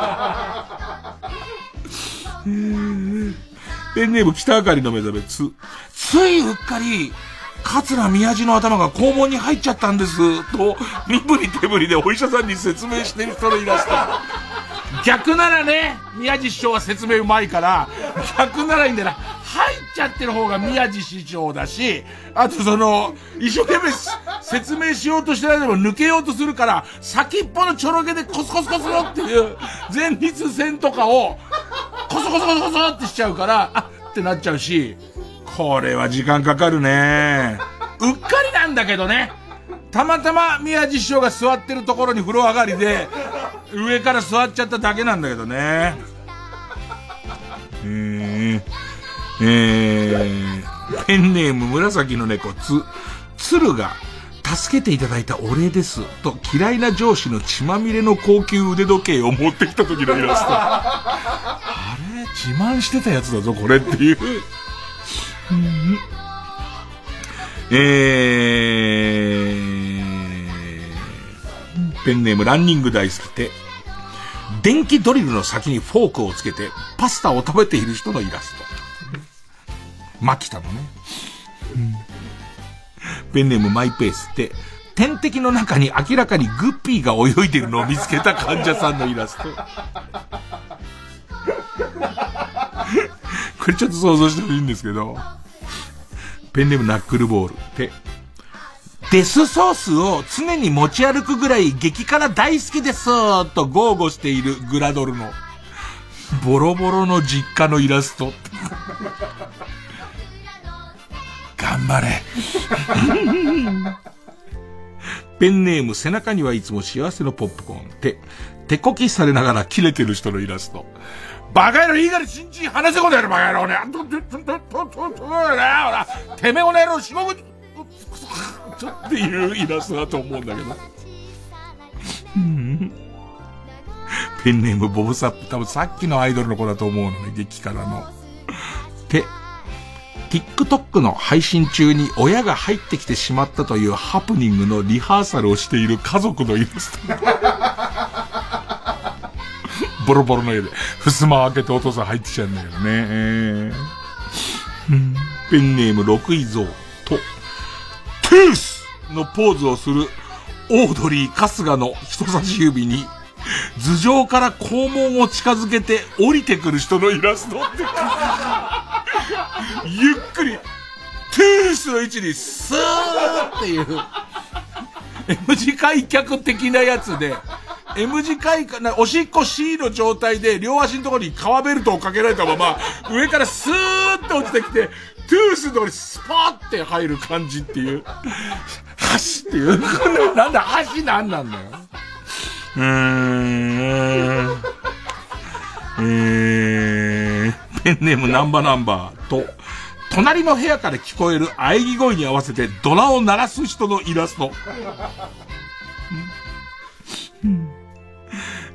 ペンネーム北あかりの目覚め、つ、ついうっかり、桂宮治の頭が肛門に入っちゃったんです、と、身振り手振りでお医者さんに説明している人のイラスト。逆ならね、宮治師匠は説明うまいから、逆ならいいんだよな。入っちゃってる方が宮治師匠だし、あとその、一生懸命説明しようとしてないでも抜けようとするから、先っぽのちょろげでコスコスコスっていう前立腺とかを、コソコソコソコソってしちゃうから、あってなっちゃうし、これは時間かかるね。うっかりなんだけどね。たまたま宮治師匠が座ってるところに風呂上がりで、上から座っちゃっただけなんだけどね。えー、えー、ペンネーム紫の猫、つ、鶴が、助けていただいたお礼です、と嫌いな上司の血まみれの高級腕時計を持ってきた時のイラスト。あれ自慢してたやつだぞ、これっていう。うん、えー、ペンネームランニング大好きで、電気ドリルの先にフォークをつけてパスタを食べている人のイラスト。マキタのね、うん、ペンネームマイペースって点滴の中に明らかにグッピーが泳いでるのを見つけた患者さんのイラスト。これちょっと想像してほしいんですけど、ペンネームナックルボールってデスソースを常に持ち歩くぐらい激辛大好きですと豪語しているグラドルのボロボロの実家のイラスト。頑張れ。ペンネーム背中にはいつも幸せのポップコーンって手こきされながら切れてる人のイラスト。バカ野郎、いいから新人話せことやるバカ野郎ね。てめえこの野郎しごくちょっていうイラストだと思うんだけど。ペンネームボブサップ、多分さっきのアイドルの子だと思うのね、激辛の。で、TikTok の配信中に親が入ってきてしまったというハプニングのリハーサルをしている家族のイラスト。 ボロボロの家で、襖開けてお父さん入ってきちゃうんだけどね。えー、ペンネーム六位蔵と、トゥースのポーズをするオードリー春日の人差し指に、頭上から肛門を近づけて降りてくる人のイラストって。ゆっくり、トゥースの位置にスーっていう、M 字開脚的なやつで、M 字開脚、おしっこ C の状態で両足のところに革ベルトをかけられたまま、上からスーって落ちてきて、トゥースのところにスパーって入る感じっていう。箸っていう。なんだ、箸なんなんだよ。うーん。えー、ペンネームナンバナンバーと、隣の部屋から聞こえる喘ぎ声に合わせてドラを鳴らす人のイラスト。え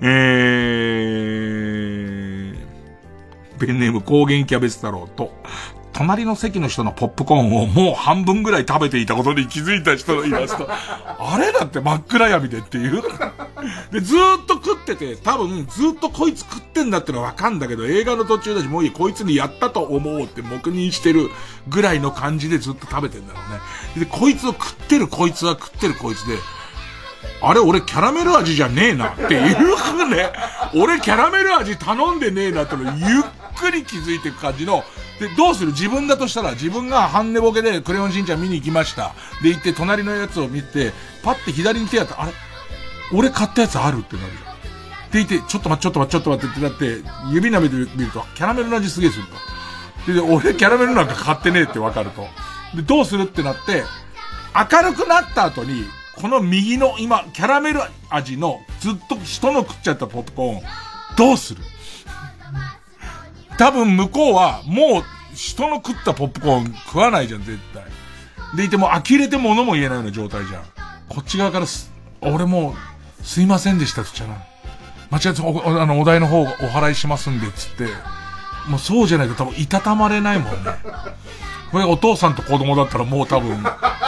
ー、ペンネーム高原キャベツ太郎と、隣の席の人のポップコーンをもう半分ぐらい食べていたことに気づいた人のイラスト。あれだって真っ暗闇でっていう。で、ずーっと食ってて、多分ずーっとこいつ食ってんだってのはわかんだけど、映画の途中だし、もういい、こいつにやったと思うって黙認してるぐらいの感じでずっと食べてんだろうね。で、こいつを食ってるこいつは食ってるこいつで、あれ俺キャラメル味じゃねえなっていうね。俺キャラメル味頼んでねえなってのゆっくり気づいていく感じの。で、どうする？自分だとしたら、自分が半寝ぼけでクレヨンしんちゃん見に行きました。で、行って隣のやつを見て、パッて左に手やったら、あれ俺買ったやつあるってなるじゃん。でいて、ちょっと待って、ちょっと待って、ちょっと待ってってなって、指舐めてみると、キャラメルの味すげえすると。で、俺キャラメルなんか買ってねえってわかると。で、どうするってなって、明るくなった後に、この右の今、キャラメル味のずっと人の食っちゃったポップコーン、どうする？多分向こうはもう人の食ったポップコーン食わないじゃん、絶対。でいても呆れて物も言えないような状態じゃん。こっち側からす、俺もう、すいませんでしたって言っちゃな。間違えて、お、あの、お題の方お払いしますんで、つって。もうそうじゃないと多分いたたまれないもんね。これお父さんと子供だったらもう多分、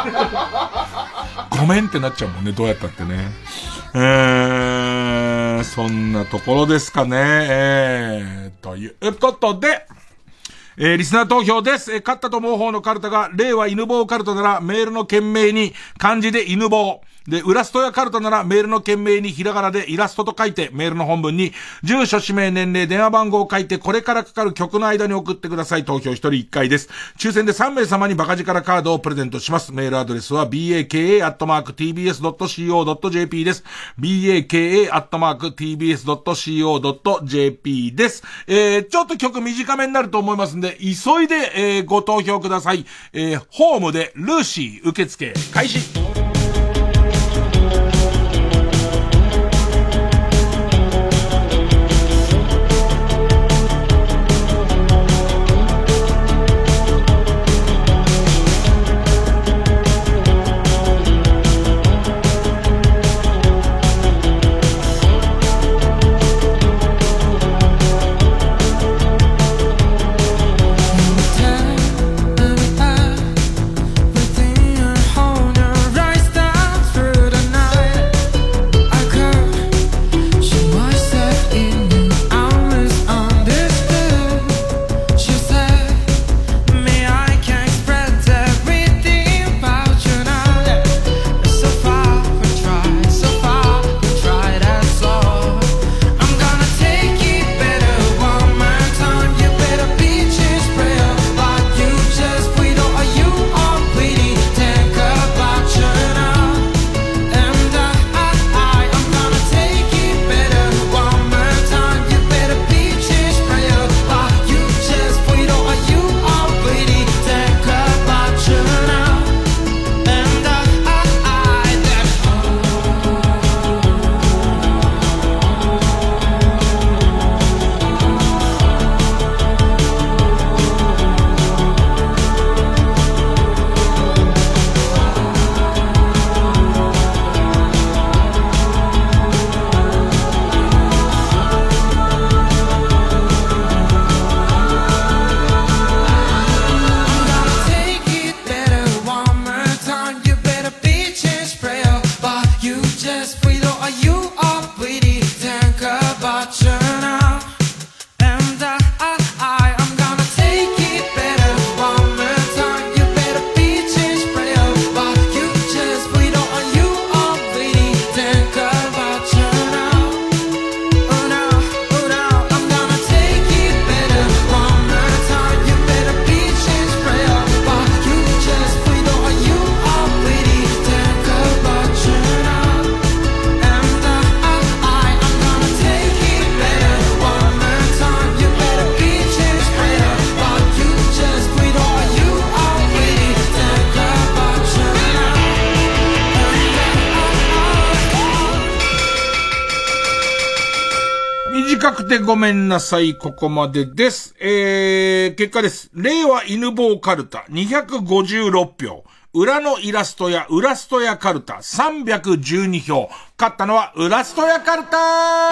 ごめんってなっちゃうもんね、どうやったってね。えー、そんなところですかね。えー、ということで、えー、リスナー投票です。えー、勝ったと思う方のカルタが、令和犬棒カルタならメールの件名に漢字で犬棒。で、浦ストやカルタならメールの件名にひらがなでイラストと書いて、メールの本文に住所、氏名、年齢、電話番号を書いて、これからかかる曲の間に送ってください。投票ひとりいっかいです。抽選でさんめい様にバカ力カードをプレゼントします。メールアドレスは バカ アットマーク ティービーエス ドット シーオー ドット ジェーピー です。バカ アットマーク ティービーエス ドット シーオー ドット ジェーピー です。えー、ちょっと曲短めになると思いますんで、急いで、えー、ご投票ください。えー、ホームでルーシー受付開始。 Within your hold, your eyes 短くてごめんなさい。ここまでです。えー、結果です。令和犬坊カルタにひゃくごじゅうろくひょう。裏のイラストや裏ストやカルタさんびゃくじゅうにひょう。勝ったのは裏ストやカルタ。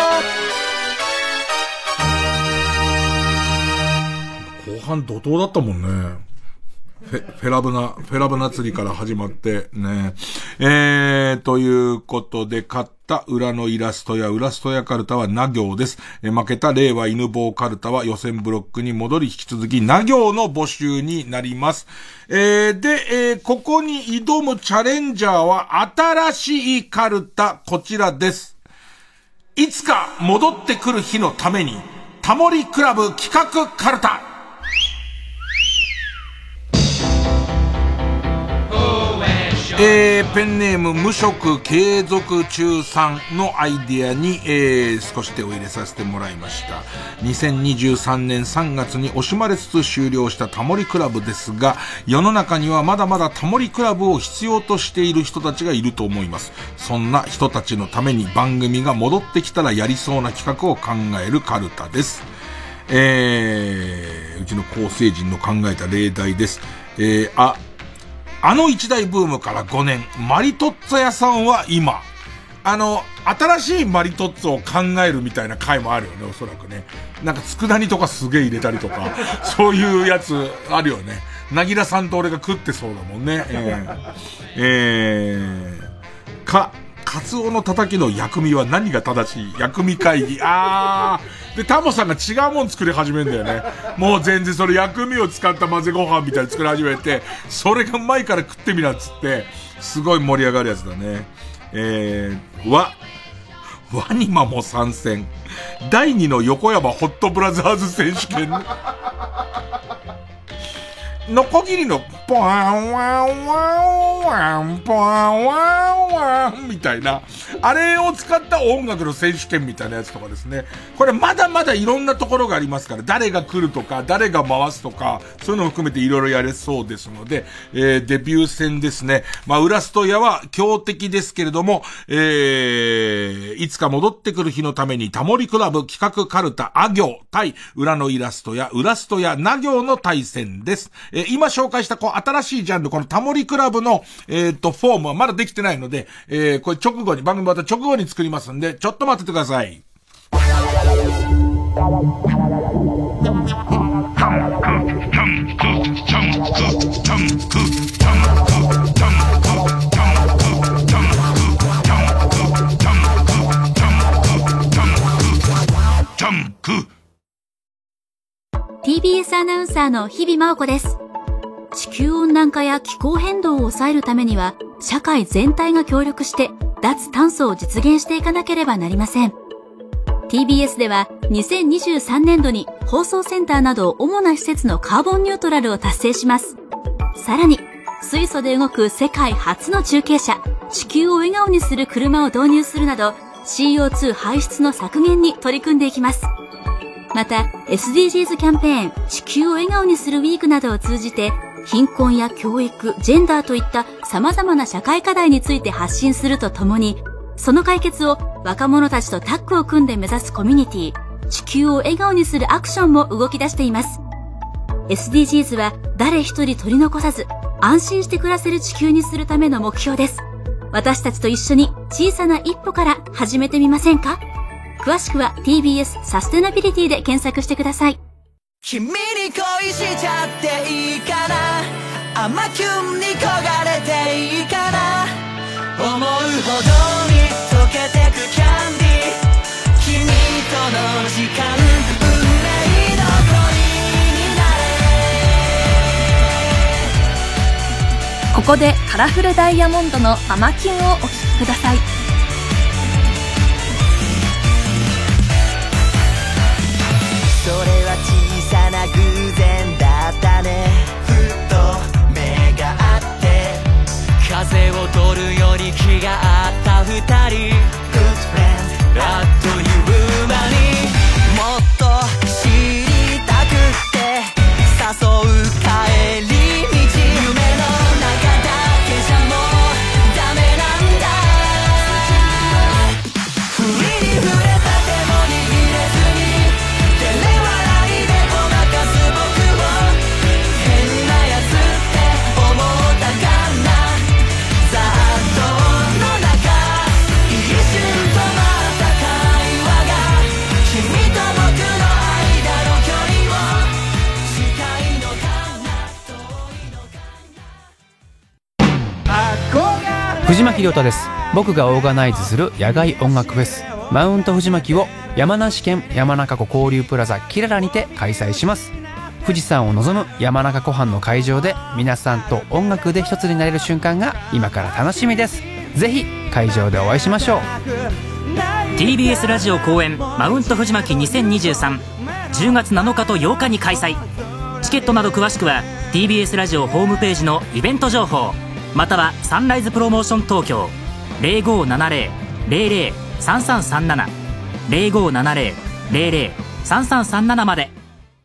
後半怒涛だったもんね。フェ、フェラブナ、フェラブナ釣りから始まってね。えー、ということで、勝った裏のイラストや裏ストやカルタはな行です。えー、負けた令和犬坊カルタは予選ブロックに戻り引き続きな行の募集になります。えー、で、えー、ここに挑むチャレンジャーは新しいカルタ、こちらです。いつか戻ってくる日のために、タモリクラブ企画カルタ。えー、ペンネーム無職継続中さんのアイディアに、えー、少し手を入れさせてもらいました。にせんにじゅうさんねんさんがつに惜しまれつつ終了したタモリクラブですが、世の中にはまだまだタモリクラブを必要としている人たちがいると思います。そんな人たちのために番組が戻ってきたらやりそうな企画を考えるカルタです。えー、うちの構成陣の考えた例題です。えー、ああの一大ブームからごねん、マリトッツォ屋さんは今、あの、新しいマリトッツォを考えるみたいな回もあるよね、おそらくね。なんか佃煮とかすげえ入れたりとか、そういうやつあるよね。なぎらさんと俺が食ってそうだもんね。えー、えー、か、カツオのたたきの薬味は何が正しい？薬味会議。あー。で、タモさんが違うもん作り始めんだよね。もう全然それ薬味を使った混ぜご飯みたいに作り始めて、それがうまいから食ってみなっつって、すごい盛り上がるやつだね。えー、わ、ワニマも参戦。だいにの横山ホットブラザーズ選手権。ノコギリのポワンワンワンワンポワンワンワンみたいな、あれを使った音楽の選手権みたいなやつとかですね。これまだまだいろんなところがありますから、誰が来るとか誰が回すとか、そういうのを含めていろいろやれそうですので、えー、デビュー戦ですね。まあ裏ストヤは強敵ですけれども、えー、いつか戻ってくる日のためにタモリクラブ企画カルタあ行対裏のイラストや裏ストやな行の対戦です。えー、今紹介したこう新しいジャンル、このタモリクラブのえっとフォームはまだできてないので、えー、これ直後に番組また直後に作りますんで、ちょっと待っててください。 ティービーエス アナウンサーの日々真央子です。地球温暖化や気候変動を抑えるためには、社会全体が協力して脱炭素を実現していかなければなりません。ティービーエス ではにせんにじゅうさんねんどに放送センターなど主な施設のカーボンニュートラルを達成します。さらに、水素で動く世界初の中継車、地球を笑顔にする車を導入するなど シーオーツー 排出の削減に取り組んでいきます。また エスディージーズ キャンペーン地球を笑顔にするウィークなどを通じて、貧困や教育、ジェンダーといった様々な社会課題について発信するとともに、その解決を若者たちとタッグを組んで目指すコミュニティ、地球を笑顔にするアクションも動き出しています。エスディージーズ は誰一人取り残さず、安心して暮らせる地球にするための目標です。私たちと一緒に小さな一歩から始めてみませんか？詳しくは ティービーエス サステナビリティで検索してください。 君に恋しちゃっていいかな、甘キュンに焦がれていいかな、思うほどに溶けてくキャンディー、君との時間運命の恋になれ。 ここでカラフルダイヤモンドの甘キュンをお聴きください。 それは小さな偶然だったね、ふっと目が合って風を取るより気が合った二人 Good friend あっという間にもっと知りたくって誘う帰り道、夢の中だけじゃもうダメなんだ、 藤巻亮太です。僕がオーガナイズする野外音楽フェスマウント藤巻を山梨県山中湖交流プラザキララにて開催します。富士山を望む山中湖畔の会場で皆さんと音楽で一つになれる瞬間が今から楽しみです。ぜひ会場でお会いしましょう。 ティービーエス ラジオ公演マウント藤巻にせんにじゅうさん じゅうがつなのかとようかに開催。チケットなど詳しくは ティービーエス ラジオホームページのイベント情報またはサンライズプロモーション東京 ゼロごーななゼロ ゼロゼロ さんさんさんなな ゼロごーななゼロ ゼロゼロ さんさんさんななまで。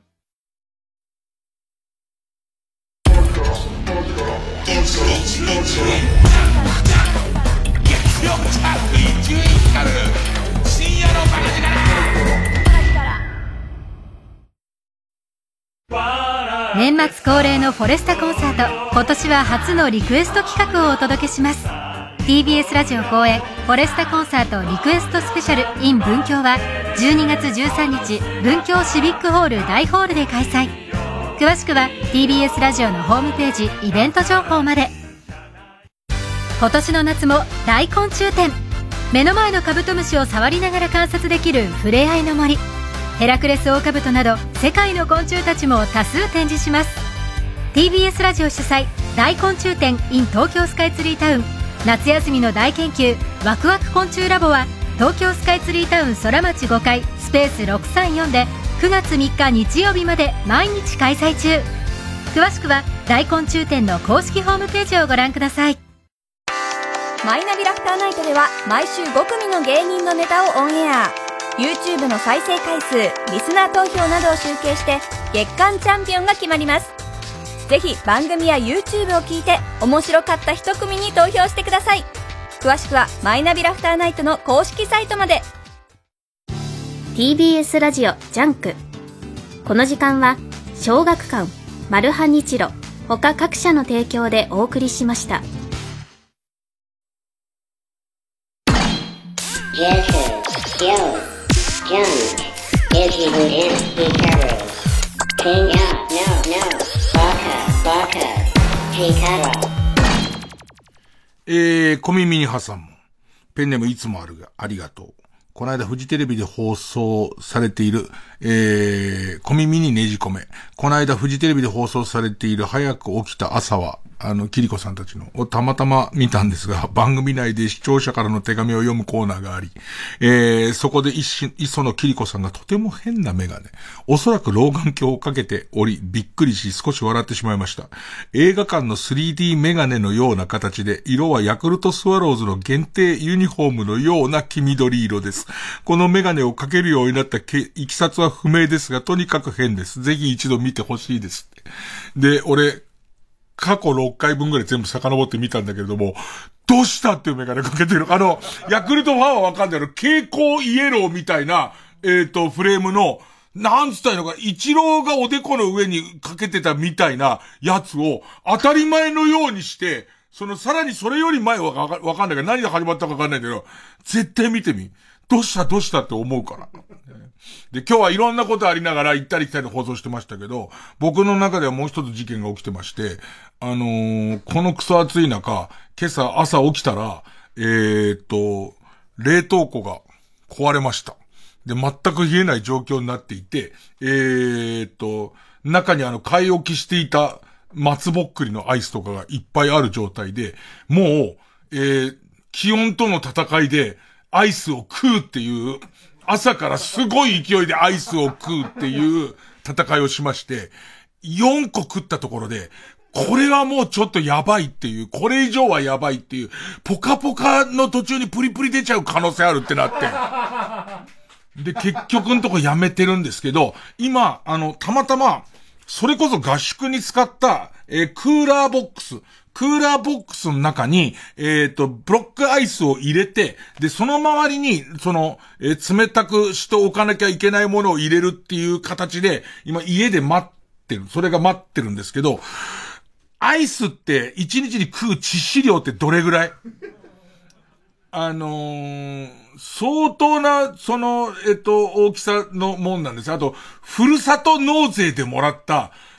年末恒例のフォレスタコンサート、今年は初のリクエスト企画をお届けします。 ティービーエス ラジオ公演フォレスタコンサートリクエストスペシャル in 文京はじゅうにがつじゅうさんにち文京シビックホール大ホールで開催。詳しくは ティービーエス ラジオのホームページイベント情報まで。今年の夏も大昆虫展、目の前のカブトムシを触りながら観察できるふれあいの森、ヘラクレスオオカブトなど世界の昆虫たちも多数展示します。 ティービーエス ラジオ主催大昆虫展 in 東京スカイツリータウン夏休みの大研究ワクワク昆虫ラボは東京スカイツリータウン空町ごかいスペースろくさんよんでくがつみっか日曜日まで毎日開催中。詳しくは大昆虫展の公式ホームページをご覧ください。 マイナビラフターナイトでは毎週ごくみの芸人のネタをオンエア。 YouTube の再生回数、リスナー投票などを集計して月間チャンピオンが決まります。ぜひ番組や YouTube を聞いて面白かった一組に投票してください。詳しくはマイナビラフターナイトの公式サイトまで。 ティービーエス ラジオジャンク。この時間は小学館マルハニチロ他各社の提供でお送りしました。 えー、小耳に挟む。ペンネームいつもあるが、ありがとう。この間フジテレビで放送されている、えー、小耳にねじ込め。この間フジテレビで放送されている早く起きた朝は、あの、キリコさんたちのをたまたま見たんですが、番組内で視聴者からの手紙を読むコーナーがあり、えー、そこで一瞬、磯野キリコさんがとても変なメガネ、おそらく老眼鏡をかけており、びっくりし少し笑ってしまいました。映画館の スリーディー メガネのような形で、色はヤクルトスワローズの限定ユニフォームのような黄緑色です。このメガネをかけるようになったけいきさつは不明ですが、とにかく変です。ぜひ一度見てほしいです。で、俺、過去ろっかいぶんぐらい全部遡ってみたんだけれども、どうしたっていうメガネかけてる。あの、ヤクルトファンはわかんないけど、蛍光イエローみたいな、えっと、フレームの、なんつったらいいのか、イチローがおでこの上にかけてたみたいなやつを、当たり前のようにして、その、さらにそれより前はわか、わかんないけど、何が始まったかわかんないけど、絶対見てみ。どうしたどうしたって思うから。で、今日はいろんなことありながら行ったり来たり放送してましたけど、僕の中ではもう一つ事件が起きてまして、あのー、このクソ暑い中、今朝朝起きたら、えーっと、冷凍庫が壊れました。で、全く冷えない状況になっていて、えーっと、中にあの、買い置きしていた松ぼっくりのアイスとかがいっぱいある状態で、もう、えー、気温との戦いで、アイスを食うっていう、朝からすごい勢いでアイスを食うっていう戦いをしまして、よんこ食ったところで、これはもうちょっとやばいっていう、これ以上はやばいっていう、ポカポカの途中にプリプリ出ちゃう可能性あるってなって。で、結局のとこやめてるんですけど、今、あの、たまたま、それこそ合宿に使った、えー、クーラーボックス、クーラーボックスの中に、えっと、ブロックアイスを入れて、で、その周りに、その、えー、冷たくしておかなきゃいけないものを入れるっていう形で、今家で待ってる。それが待ってるんですけど、アイスって一日に食う致死量ってどれぐらい？あのー、相当な、その、えっと、大きさのもんなんです。あと、ふるさと納税でもらった、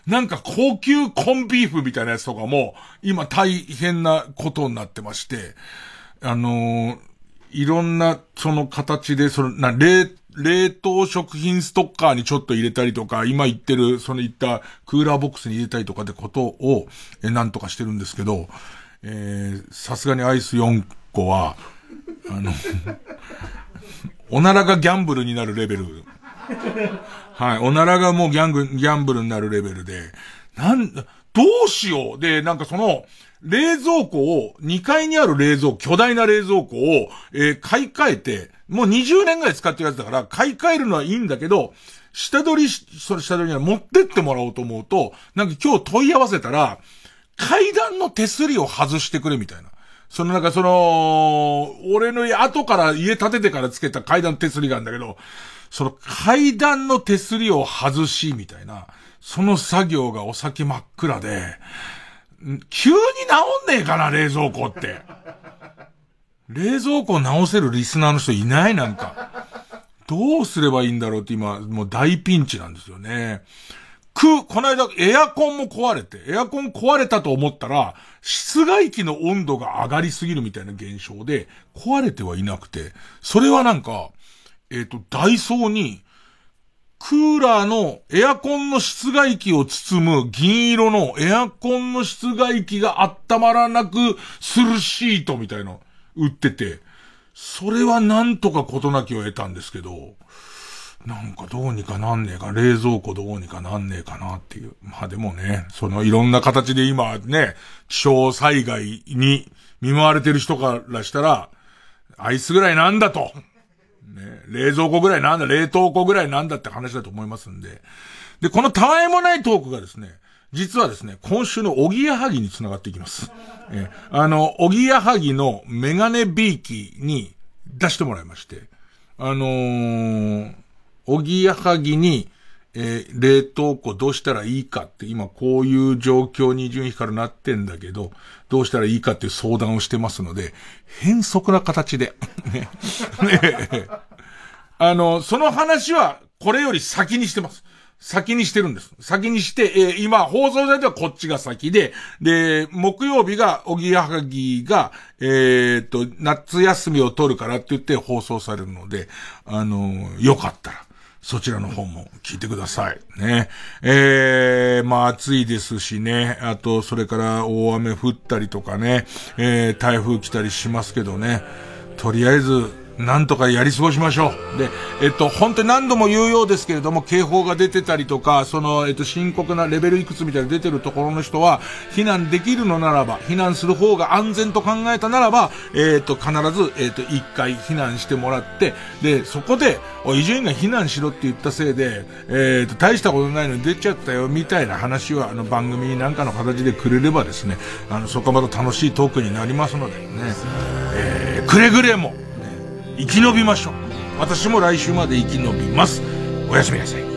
なんか高級コンビーフみたいなやつとかも、今大変なことになってまして、あのー、いろんなその形で、その、な、冷、冷凍食品ストッカーにちょっと入れたりとか、今言ってる、その言ったクーラーボックスに入れたりとかってことを、え、なんとかしてるんですけど、えー、さすがにアイスよんこは、あの、おならがギャンブルになるレベル。はい。おならがもうギャング、ギャンブルになるレベルで、なん、どうしよう。で、なんかその、冷蔵庫を、にかいにある冷蔵庫、巨大な冷蔵庫を、えー、買い替えて、もうにじゅうねんぐらい使ってるやつだから、買い替えるのはいいんだけど、下取りし、それ下取りには持ってってもらおうと思うと、なんか今日問い合わせたら、階段の手すりを外してくれみたいな。そのなんかその、俺の後から家建ててからつけた階段の手すりがあるんだけど、その階段の手すりを外し、みたいな。その作業がお先真っ暗で、急に治んねえかな、冷蔵庫って。冷蔵庫を直せるリスナーの人いないなんか。どうすればいいんだろうって今、もう大ピンチなんですよね。く、この間エアコンも壊れて、エアコン壊れたと思ったら、室外機の温度が上がりすぎるみたいな現象で、壊れてはいなくて、それはなんか、えっと、ダイソーに、クーラーのエアコンの室外機を包む銀色のエアコンの室外機が温まらなくするシートみたいな売ってて、それはなんとか事なきを得たんですけど、なんかどうにかなんねえか、冷蔵庫どうにかなんねえかなっていう。まあでもね、そのいろんな形で今ね、気象災害に見舞われてる人からしたら、アイスぐらいなんだと。ね、冷蔵庫ぐらいなんだ、冷凍庫ぐらいなんだって話だと思いますんで。で、このたわいもないトークがですね、実はですね、今週のおぎやはぎに繋がっていきます。えあの、おぎやはぎのメガネビーキに出してもらいまして、あのー、おぎやはぎに、えー、冷凍庫どうしたらいいかって今こういう状況に順位からなってんだけど、どうしたらいいかっていう相談をしてますので、変則な形で、ね。ねあの、その話はこれより先にしてます。先にしてるんです。先にして、えー、今放送ではこっちが先で、で、木曜日がおぎやはぎが、えー、っと、夏休みを取るからって言って放送されるので、あのー、よかったら。そちらの方も聞いてください。ね。えー、まあ暑いですしね。あと、それから大雨降ったりとかね。えー、台風来たりしますけどね。とりあえず、なんとかやり過ごしましょう。で、えっと、本当に何度も言うようですけれども、警報が出てたりとか、その、えっと、深刻なレベルいくつみたいな出てるところの人は、避難できるのならば、避難する方が安全と考えたならば、えっと、必ず、えっと、一回避難してもらって、で、そこで、お、伊集院が避難しろって言ったせいで、えっと、大したことないのに出ちゃったよ、みたいな話は、あの、番組なんかの形でくれればですね、あの、そこまた楽しいトークになりますのでね、えー、くれぐれも、生き延びましょう。私も来週まで生き延びます。おやすみなさい。 テ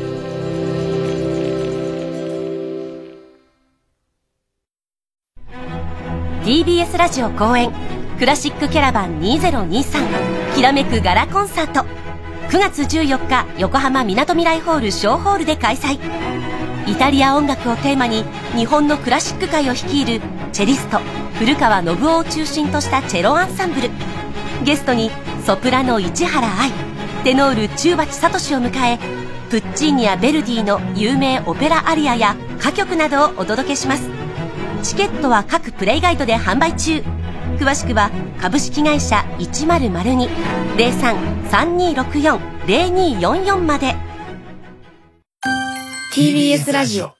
ィービーエス ラジオ公演クラシックキャラバンにせんにじゅうさんきらめくガラコンサートくがつじゅうよっか横浜みなとみらいホール小ホールで開催。イタリア音楽をテーマに日本のクラシック界を率いるチェリスト古川信夫を中心としたチェロアンサンブル、ゲストにソプラノ市原愛、テノール中鉢聡を迎え、プッチーニやベルディの有名オペラアリアや歌曲などをお届けします。チケットは各プレイガイドで販売中。詳しくは株式会社いちまるまるに ゼロさん さんにーろくよん ゼロにーよんよんまで。 ティービーエス ラジオ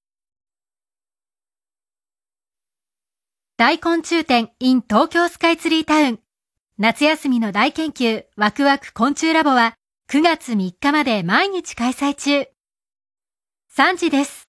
大昆虫展 in 東京スカイツリータウン。夏休みの大研究ワクワク昆虫ラボはくがつみっかまで毎日開催中。さんじです。